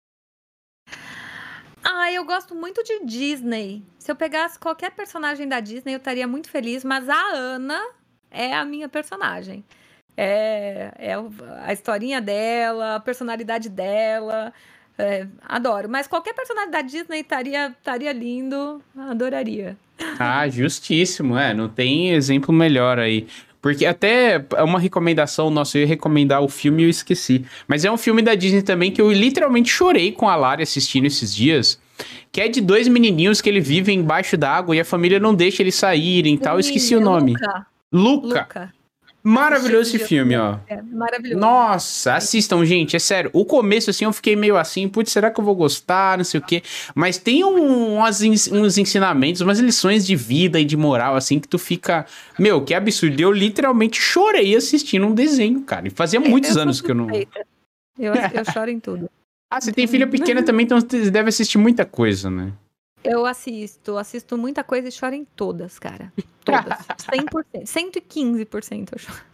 Ah, eu gosto muito de Disney. Se eu pegasse qualquer personagem da Disney, eu estaria muito feliz, mas a Ana é a minha personagem. É, é o- a historinha dela, a personalidade dela. É, adoro. Mas qualquer personagem da Disney estaria, estaria lindo. Adoraria. Ah, justíssimo, é, não tem exemplo melhor aí. Porque até é uma recomendação nossa, eu ia recomendar o filme e eu esqueci. Mas é um filme da Disney também que eu literalmente chorei com a Lari assistindo esses dias. Que é de dois menininhos que ele vive embaixo d'água e a família não deixa eles saírem e tal. Eu esqueci o É nome. Luca. Luca. Luca. Maravilhoso Assisti esse esse filme, dia. ó. É maravilhoso. Nossa, assistam, gente, é sério. O começo, assim, eu fiquei meio assim, putz, será que eu vou gostar, não sei o quê. Mas tem um, umas ens- uns ensinamentos, umas lições de vida e de moral, assim, que tu fica... Meu, que absurdo. Eu literalmente chorei assistindo um desenho, cara. E fazia muitos Eu sou anos que eu não... suspeita. Eu, eu choro em tudo. Ah, você tem filha pequena também, então você deve assistir muita coisa, né? Eu assisto, assisto muita coisa e choro em todas, cara. Todas. cem por cento. cento e quinze por cento eu choro.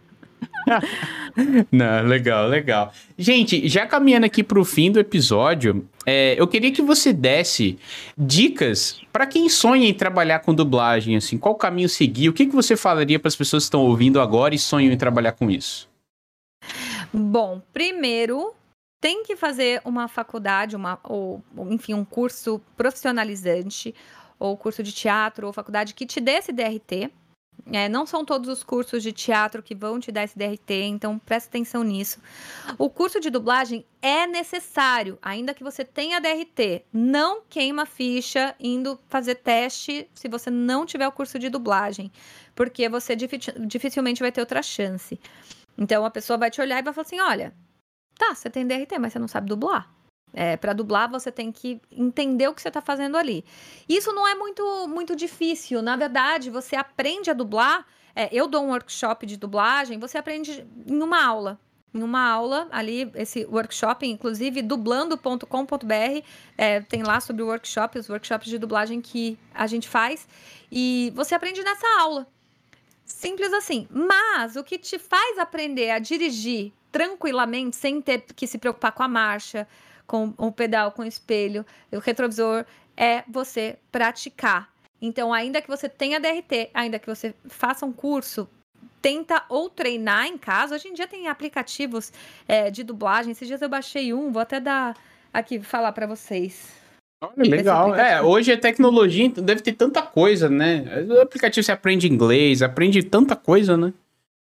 Não, legal, legal. Gente, já caminhando aqui pro fim do episódio, é, eu queria que você desse dicas pra quem sonha em trabalhar com dublagem, assim, qual caminho seguir, o que, que você falaria para as pessoas que estão ouvindo agora e sonham em trabalhar com isso? Bom, primeiro tem que fazer uma faculdade, uma, ou, ou, enfim, um curso profissionalizante, ou curso de teatro, ou faculdade que te dê esse D R T. É, não são todos os cursos de teatro que vão te dar esse D R T, então presta atenção nisso. O curso de dublagem é necessário, ainda que você tenha D R T. Não queima ficha indo fazer teste se você não tiver o curso de dublagem, porque você dificilmente vai ter outra chance. Então, a pessoa vai te olhar e vai falar assim, olha, tá, você tem D R T, mas você não sabe dublar. É, para dublar, você tem que entender o que você está fazendo ali. Isso não é muito, muito difícil. Na verdade, você aprende a dublar. É, eu dou um workshop de dublagem, você aprende em uma aula. Em uma aula, ali, esse workshop, inclusive, dublando ponto com ponto b r, é, tem lá sobre o workshop, os workshops de dublagem que a gente faz. E você aprende nessa aula. Simples assim. Mas o que te faz aprender a dirigir tranquilamente, sem ter que se preocupar com a marcha, com o pedal, com o espelho, o retrovisor, é você praticar. Então, ainda que você tenha D R T, ainda que você faça um curso, tenta ou treinar em casa. Hoje em dia tem aplicativos é, de dublagem. Esses dias eu baixei um, vou até dar aqui, falar para vocês. Olha, legal. É, hoje a tecnologia deve ter tanta coisa, né? O aplicativo você aprende inglês, aprende tanta coisa, né?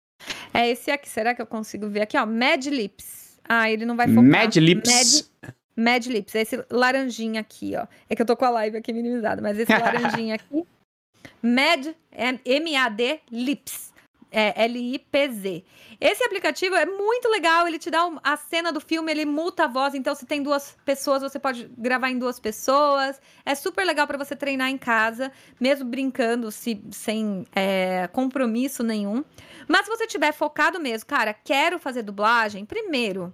É esse aqui, será que eu consigo ver aqui, ó? Mad Lips. Ah, ele não vai focar. Mad Lips. Mad... Mad Lips, é esse laranjinha aqui, ó. É que eu tô com a live aqui minimizada, mas esse laranjinha aqui. Mad, M A D Lips. É L I P Z. Esse aplicativo é muito legal, ele te dá a cena do filme, ele muta a voz, então se tem duas pessoas, você pode gravar em duas pessoas. É super legal para você treinar em casa, mesmo brincando, se, sem é, compromisso nenhum. Mas se você tiver focado mesmo, cara, quero fazer dublagem, primeiro...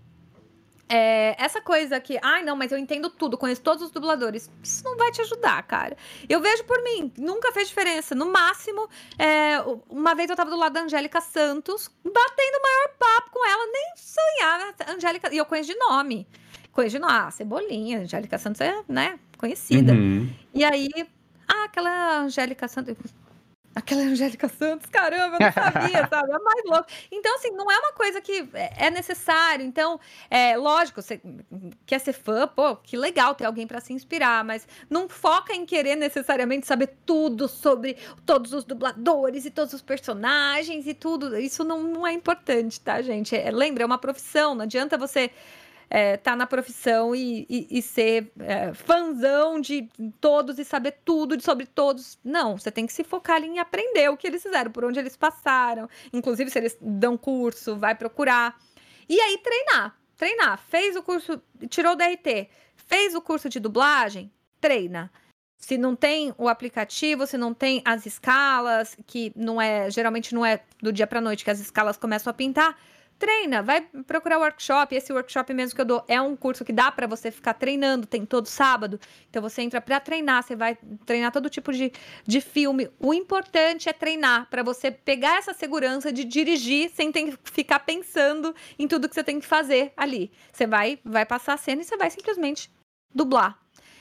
É, essa coisa que, ai não, mas eu entendo tudo, conheço todos os dubladores, isso não vai te ajudar, cara. Eu vejo por mim, nunca fez diferença. No máximo, é, uma vez eu tava do lado da Angélica Santos, batendo o maior papo com ela, nem sonhava. Angélica, e eu conheço de nome, conheço de nome, ah, Cebolinha, Angélica Santos é, né, conhecida. Uhum. E aí, ah, aquela Angélica Santos... Aquela Angélica Santos, caramba, eu não sabia, sabe? É mais louco. Então, assim, não é uma coisa que é necessário. Então, é lógico, você quer ser fã, pô, que legal ter alguém para se inspirar, mas não foca em querer necessariamente saber tudo sobre todos os dubladores e todos os personagens e tudo. Isso não, não é importante, tá, gente? É, lembra, é uma profissão, não adianta você... É, tá na profissão e, e, e ser é, fãzão de todos e saber tudo sobre todos. Não, você tem que se focar ali em aprender o que eles fizeram, por onde eles passaram. Inclusive, se eles dão curso, vai procurar. E aí, treinar. Treinar. Fez o curso, tirou o D R T, fez o curso de dublagem, treina. Se não tem o aplicativo, se não tem as escalas, que não é, geralmente não é do dia pra noite que as escalas começam a pintar, treina, vai procurar workshop. Esse workshop mesmo que eu dou é um curso que dá para você ficar treinando, tem todo sábado. Então você entra para treinar, você vai treinar todo tipo de, de filme. O importante é treinar, para você pegar essa segurança de dirigir sem ter que ficar pensando em tudo que você tem que fazer ali. Você vai, vai passar a cena e você vai simplesmente dublar.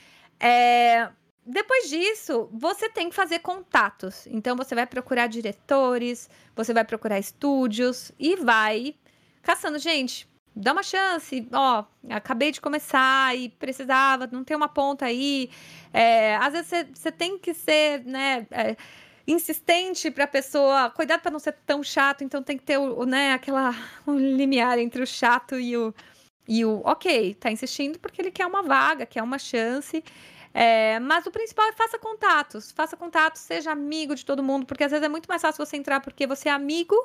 É... Depois disso, você tem que fazer contatos. Então, você vai procurar diretores, você vai procurar estúdios e vai caçando. Gente, dá uma chance. Ó, acabei de começar e precisava, não tem uma ponta aí. É, às vezes, você, você tem que ser, né, é, insistente para a pessoa. Cuidado para não ser tão chato. Então, tem que ter o, né, aquela, o limiar entre o chato e o, e o... Ok, tá insistindo porque ele quer uma vaga, quer uma chance... É, mas o principal é faça contatos, faça contatos, seja amigo de todo mundo, porque às vezes é muito mais fácil você entrar porque você é amigo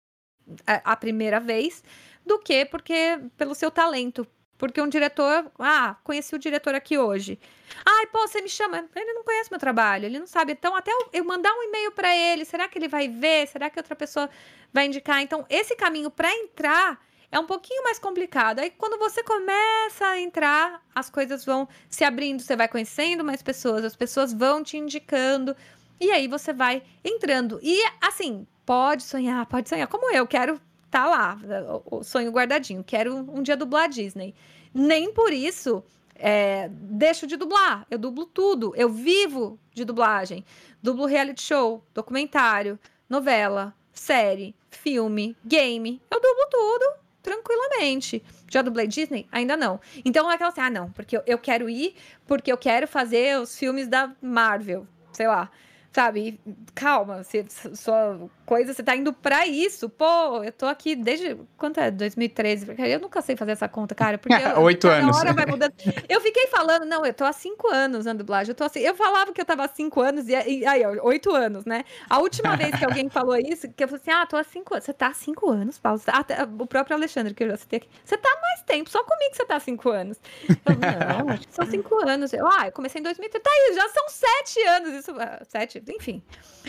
a, a primeira vez, do que porque pelo seu talento. Porque um diretor, ah, conheci o diretor aqui hoje. Ai, pô, você me chama, ele não conhece meu trabalho, ele não sabe. Então, até eu, eu mandar um e-mail para ele, será que ele vai ver? Será que outra pessoa vai indicar? Então, esse caminho para entrar é um pouquinho mais complicado. Aí, quando você começa a entrar, as coisas vão se abrindo, você vai conhecendo mais pessoas, as pessoas vão te indicando, e aí você vai entrando. E, assim, pode sonhar, pode sonhar, como eu, quero estar lá, o sonho guardadinho, quero um dia dublar a Disney. Nem por isso é, deixo de dublar, eu dublo tudo, eu vivo de dublagem. Dublo reality show, documentário, novela, série, filme, game, eu dublo tudo tranquilamente. Já dublei Disney? Ainda não. Então é aquela assim, ah não, porque eu, eu quero ir, porque eu quero fazer os filmes da Marvel, sei lá, sabe? Calma, você, sua coisa, você tá indo pra isso. Pô, eu tô aqui desde, quanto é? dois mil e treze? Eu nunca sei fazer essa conta, cara, porque eu, Oito cada anos. hora vai mudando. Eu fiquei falando, não, eu tô há cinco anos na dublagem, eu tô assim, eu falava que eu tava há cinco anos, e, e aí, ó, oito anos, né? A última vez que alguém falou isso, que eu falei assim, ah, tô há cinco anos. Você tá há cinco anos, Paulo? Até, o próprio Alexandre, que eu já citei aqui. Você tá há mais tempo, só comigo que você tá há cinco anos. Eu, não, acho que são cinco anos. Eu, ah, eu comecei em dois mil e treze. Tá aí, já são sete anos. Isso, sete, enfim.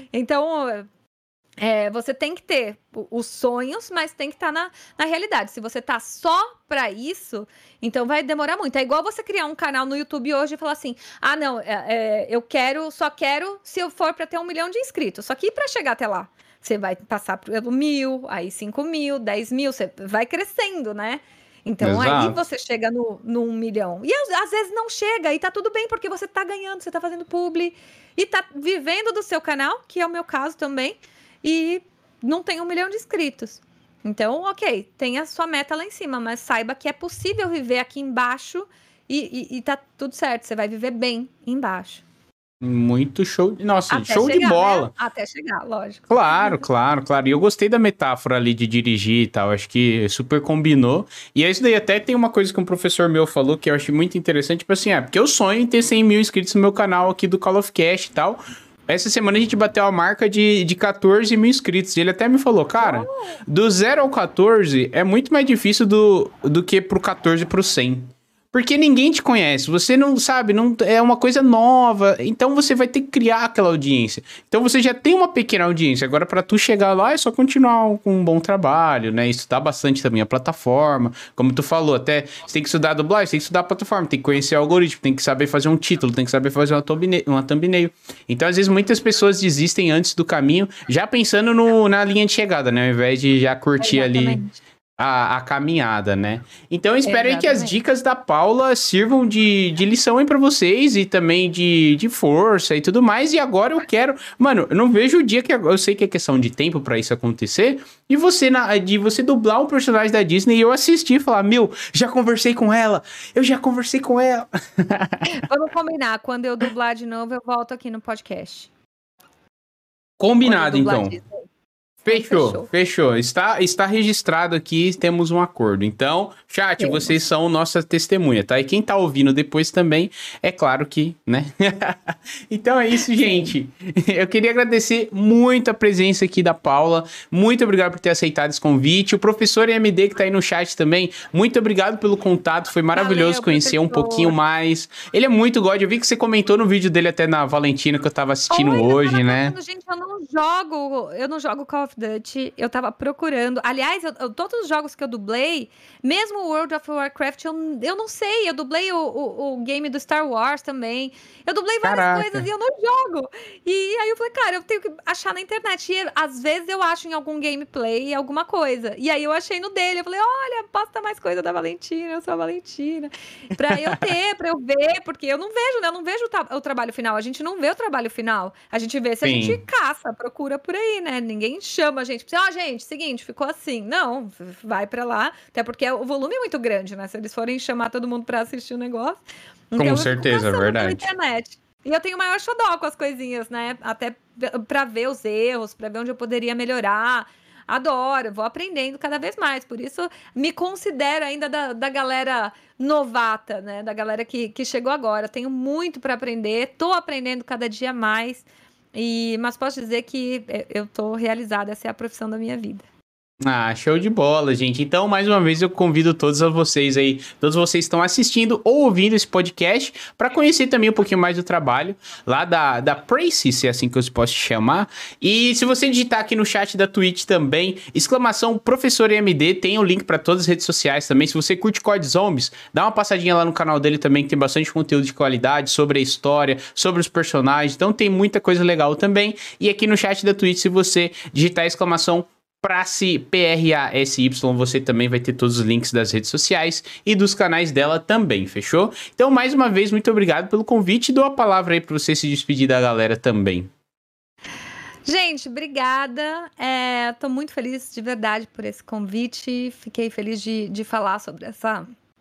Então, é, você tem que ter os sonhos, mas tem que estar na, na realidade. Se você tá só pra isso, então vai demorar muito. É igual você criar um canal no YouTube hoje e falar assim, ah, não, é, é, eu quero, só quero se eu for pra ter um milhão de inscritos. Só que pra chegar até lá, você vai passar pelo mil, aí cinco mil, dez mil, você vai crescendo, né? Então, Exato. aí você chega no, no um milhão. E às, às vezes não chega, e tá tudo bem, porque você tá ganhando, você tá fazendo publi, e tá vivendo do seu canal, que é o meu caso também, e não tem um milhão de inscritos. Então, ok, tem a sua meta lá em cima, mas saiba que é possível viver aqui embaixo e, e, e tá tudo certo, você vai viver bem embaixo. Muito show. Nossa, Até show chegar, de bola. Né? Até chegar, lógico. Claro, claro, claro. E eu gostei da metáfora ali de dirigir e tal. Acho que super combinou. E é isso daí. Até tem uma coisa que um professor meu falou que eu achei muito interessante. Tipo assim, é porque eu sonho em ter cem mil inscritos no meu canal aqui do Call of Cast e tal. Essa semana a gente bateu a marca de, de catorze mil inscritos. E ele até me falou, cara, do zero ao catorze é muito mais difícil do, do que pro catorze pro cem. Porque ninguém te conhece, você não sabe, não é uma coisa nova, então você vai ter que criar aquela audiência. Então você já tem uma pequena audiência, agora para tu chegar lá é só continuar com um bom trabalho, né? Estudar bastante também a plataforma, como tu falou, até você tem que estudar a dublagem, tem que estudar a plataforma, tem que conhecer o algoritmo, tem que saber fazer um título, tem que saber fazer uma thumbnail. Uma thumbnail. Então às vezes muitas pessoas desistem antes do caminho, já pensando no, na linha de chegada, né? Ao invés de já curtir Exatamente. ali... A, a caminhada, né? Então eu espero aí que as dicas da Paula sirvam de, de lição aí pra vocês e também de, de força e tudo mais. E agora eu quero... Mano, eu não vejo o dia que... Eu sei que é questão de tempo pra isso acontecer. E você, na, de você dublar um personagem da Disney e eu assistir e falar, meu, já conversei com ela. Eu já conversei com ela. Vamos combinar. Quando eu dublar de novo, eu volto aqui no podcast. Combinado, então. Disney. Fechou, fechou, fechou. Está, está registrado aqui, temos um acordo. Então, chat, temos. Vocês são nossa testemunha, tá? E quem tá ouvindo depois também, é claro que, né? Então é isso, gente. Eu queria agradecer muito a presença aqui da Paula. Muito obrigado por ter aceitado esse convite. O professor M D que tá aí no chat também, muito obrigado pelo contato. Foi maravilhoso Valeu, conhecer professor. um pouquinho mais. Ele é muito god. Eu vi que você comentou no vídeo dele até na Valentina, que eu tava assistindo Oi, hoje, né? Falando, gente, eu não jogo, eu não jogo Call of Duty, eu tava procurando. Aliás, eu, eu, todos os jogos que eu dublei, mesmo o World of Warcraft, eu, eu não sei. Eu dublei o, o, o game do Star Wars também. Eu dublei várias Caraca. coisas e eu não jogo. E aí eu falei, cara, eu tenho que achar na internet. E às vezes eu acho em algum gameplay alguma coisa. E aí eu achei no dele. Eu falei, olha, posta mais coisa da Valentina, eu sou a Valentina. Pra eu ter, pra eu ver, porque eu não vejo, né? Eu não vejo o, tra- o trabalho final. A gente não vê o trabalho final. A gente vê se Sim. a gente caça, procura por aí, né? Ninguém chama a gente, ó, oh, gente, seguinte, ficou assim. Não, vai pra lá, até porque o volume é muito grande, né? Se eles forem chamar todo mundo pra assistir o negócio. Então com certeza, é verdade. Internet. E eu tenho maior xodó com as coisinhas, né? Até pra ver os erros, pra ver onde eu poderia melhorar. Adoro, vou aprendendo cada vez mais. Por isso, me considero ainda da, da galera novata, né? Da galera que, que chegou agora. Tenho muito pra aprender, tô aprendendo cada dia mais. E, mas posso dizer que eu tô realizada, essa é a profissão da minha vida. Ah, show de bola, gente. Então, mais uma vez, eu convido todos a vocês aí, todos vocês que estão assistindo ou ouvindo esse podcast, para conhecer também um pouquinho mais do trabalho lá da, da Pracy, se é assim que eu posso te chamar. E se você digitar aqui no chat da Twitch também, exclamação Professor M D, tem o link para todas as redes sociais também. Se você curte Code Zombies, dá uma passadinha lá no canal dele também, que tem bastante conteúdo de qualidade sobre a história, sobre os personagens. Então, tem muita coisa legal também. E aqui no chat da Twitch, se você digitar exclamação Pracy, P R A S Y, você também vai ter todos os links das redes sociais e dos canais dela também, fechou? Então, mais uma vez, muito obrigado pelo convite e dou a palavra aí para você se despedir da galera também. Gente, obrigada. É, tô muito feliz de verdade por esse convite. Fiquei feliz de, de falar sobre essa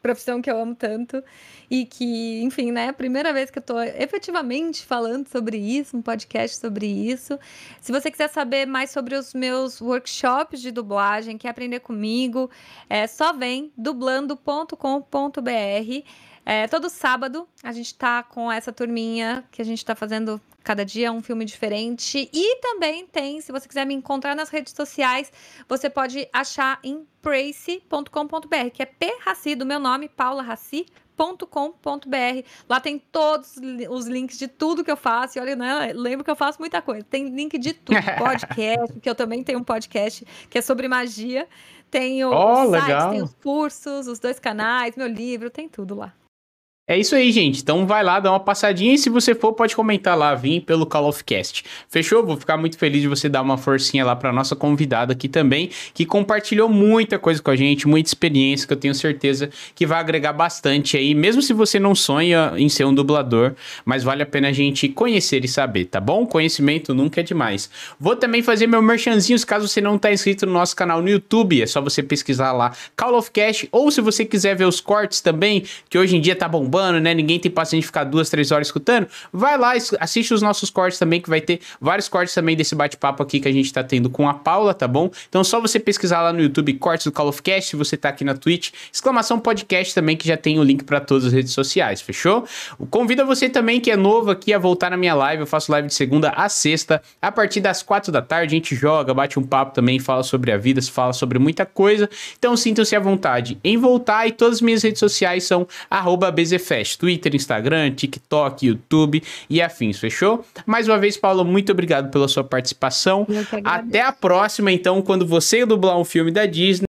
profissão que eu amo tanto e que, enfim, né, é a primeira vez que eu tô efetivamente falando sobre isso, um podcast sobre isso. Se você quiser saber mais sobre os meus workshops de dublagem, quer aprender comigo, é, só vem dublando ponto com ponto b r. É, todo sábado a gente tá com essa turminha que a gente tá fazendo cada dia um filme diferente. E também tem, se você quiser me encontrar nas redes sociais, você pode achar em prace ponto com ponto b r, que é P Raci, do meu nome, Paula Raci. ponto com ponto b r. Lá tem todos os links de tudo que eu faço. E olha, né, lembro que eu faço muita coisa. Tem link de tudo. Podcast, que eu também tenho um podcast que é sobre magia. Tem o, Oh, o site, legal. tem os cursos, os dois canais, meu livro, tem tudo lá. É isso aí, gente. Então vai lá, dá uma passadinha e se você for, pode comentar lá, vim pelo Call of Cast. Fechou? Vou ficar muito feliz de você dar uma forcinha lá pra nossa convidada aqui também, que compartilhou muita coisa com a gente, muita experiência, que eu tenho certeza que vai agregar bastante aí, mesmo se você não sonha em ser um dublador, mas vale a pena a gente conhecer e saber, tá bom? Conhecimento nunca é demais. Vou também fazer meu merchanzinho, caso você não tá inscrito no nosso canal no YouTube, é só você pesquisar lá Call of Cast, ou se você quiser ver os cortes também, que hoje em dia tá bombando, né? Ninguém tem paciência de ficar duas, três horas escutando. Vai lá, assiste os nossos cortes também, que vai ter vários cortes também desse bate-papo aqui que a gente tá tendo com a Paula, tá bom? Então só você pesquisar lá no YouTube cortes do Call of Cast, se você tá aqui na Twitch, exclamação podcast também, que já tem o link pra todas as redes sociais, fechou? Convido você também, que é novo aqui, a voltar na minha live. Eu faço live de segunda a sexta, a partir das quatro da tarde, a gente joga, bate um papo também, fala sobre a vida, fala sobre muita coisa. Então sintam-se à vontade em voltar, e todas as minhas redes sociais são arroba bzfest, Twitter, Instagram, TikTok, YouTube e afins, fechou? Mais uma vez, Paulo, muito obrigado pela sua participação. Até a próxima, então, quando você dublar um filme da Disney.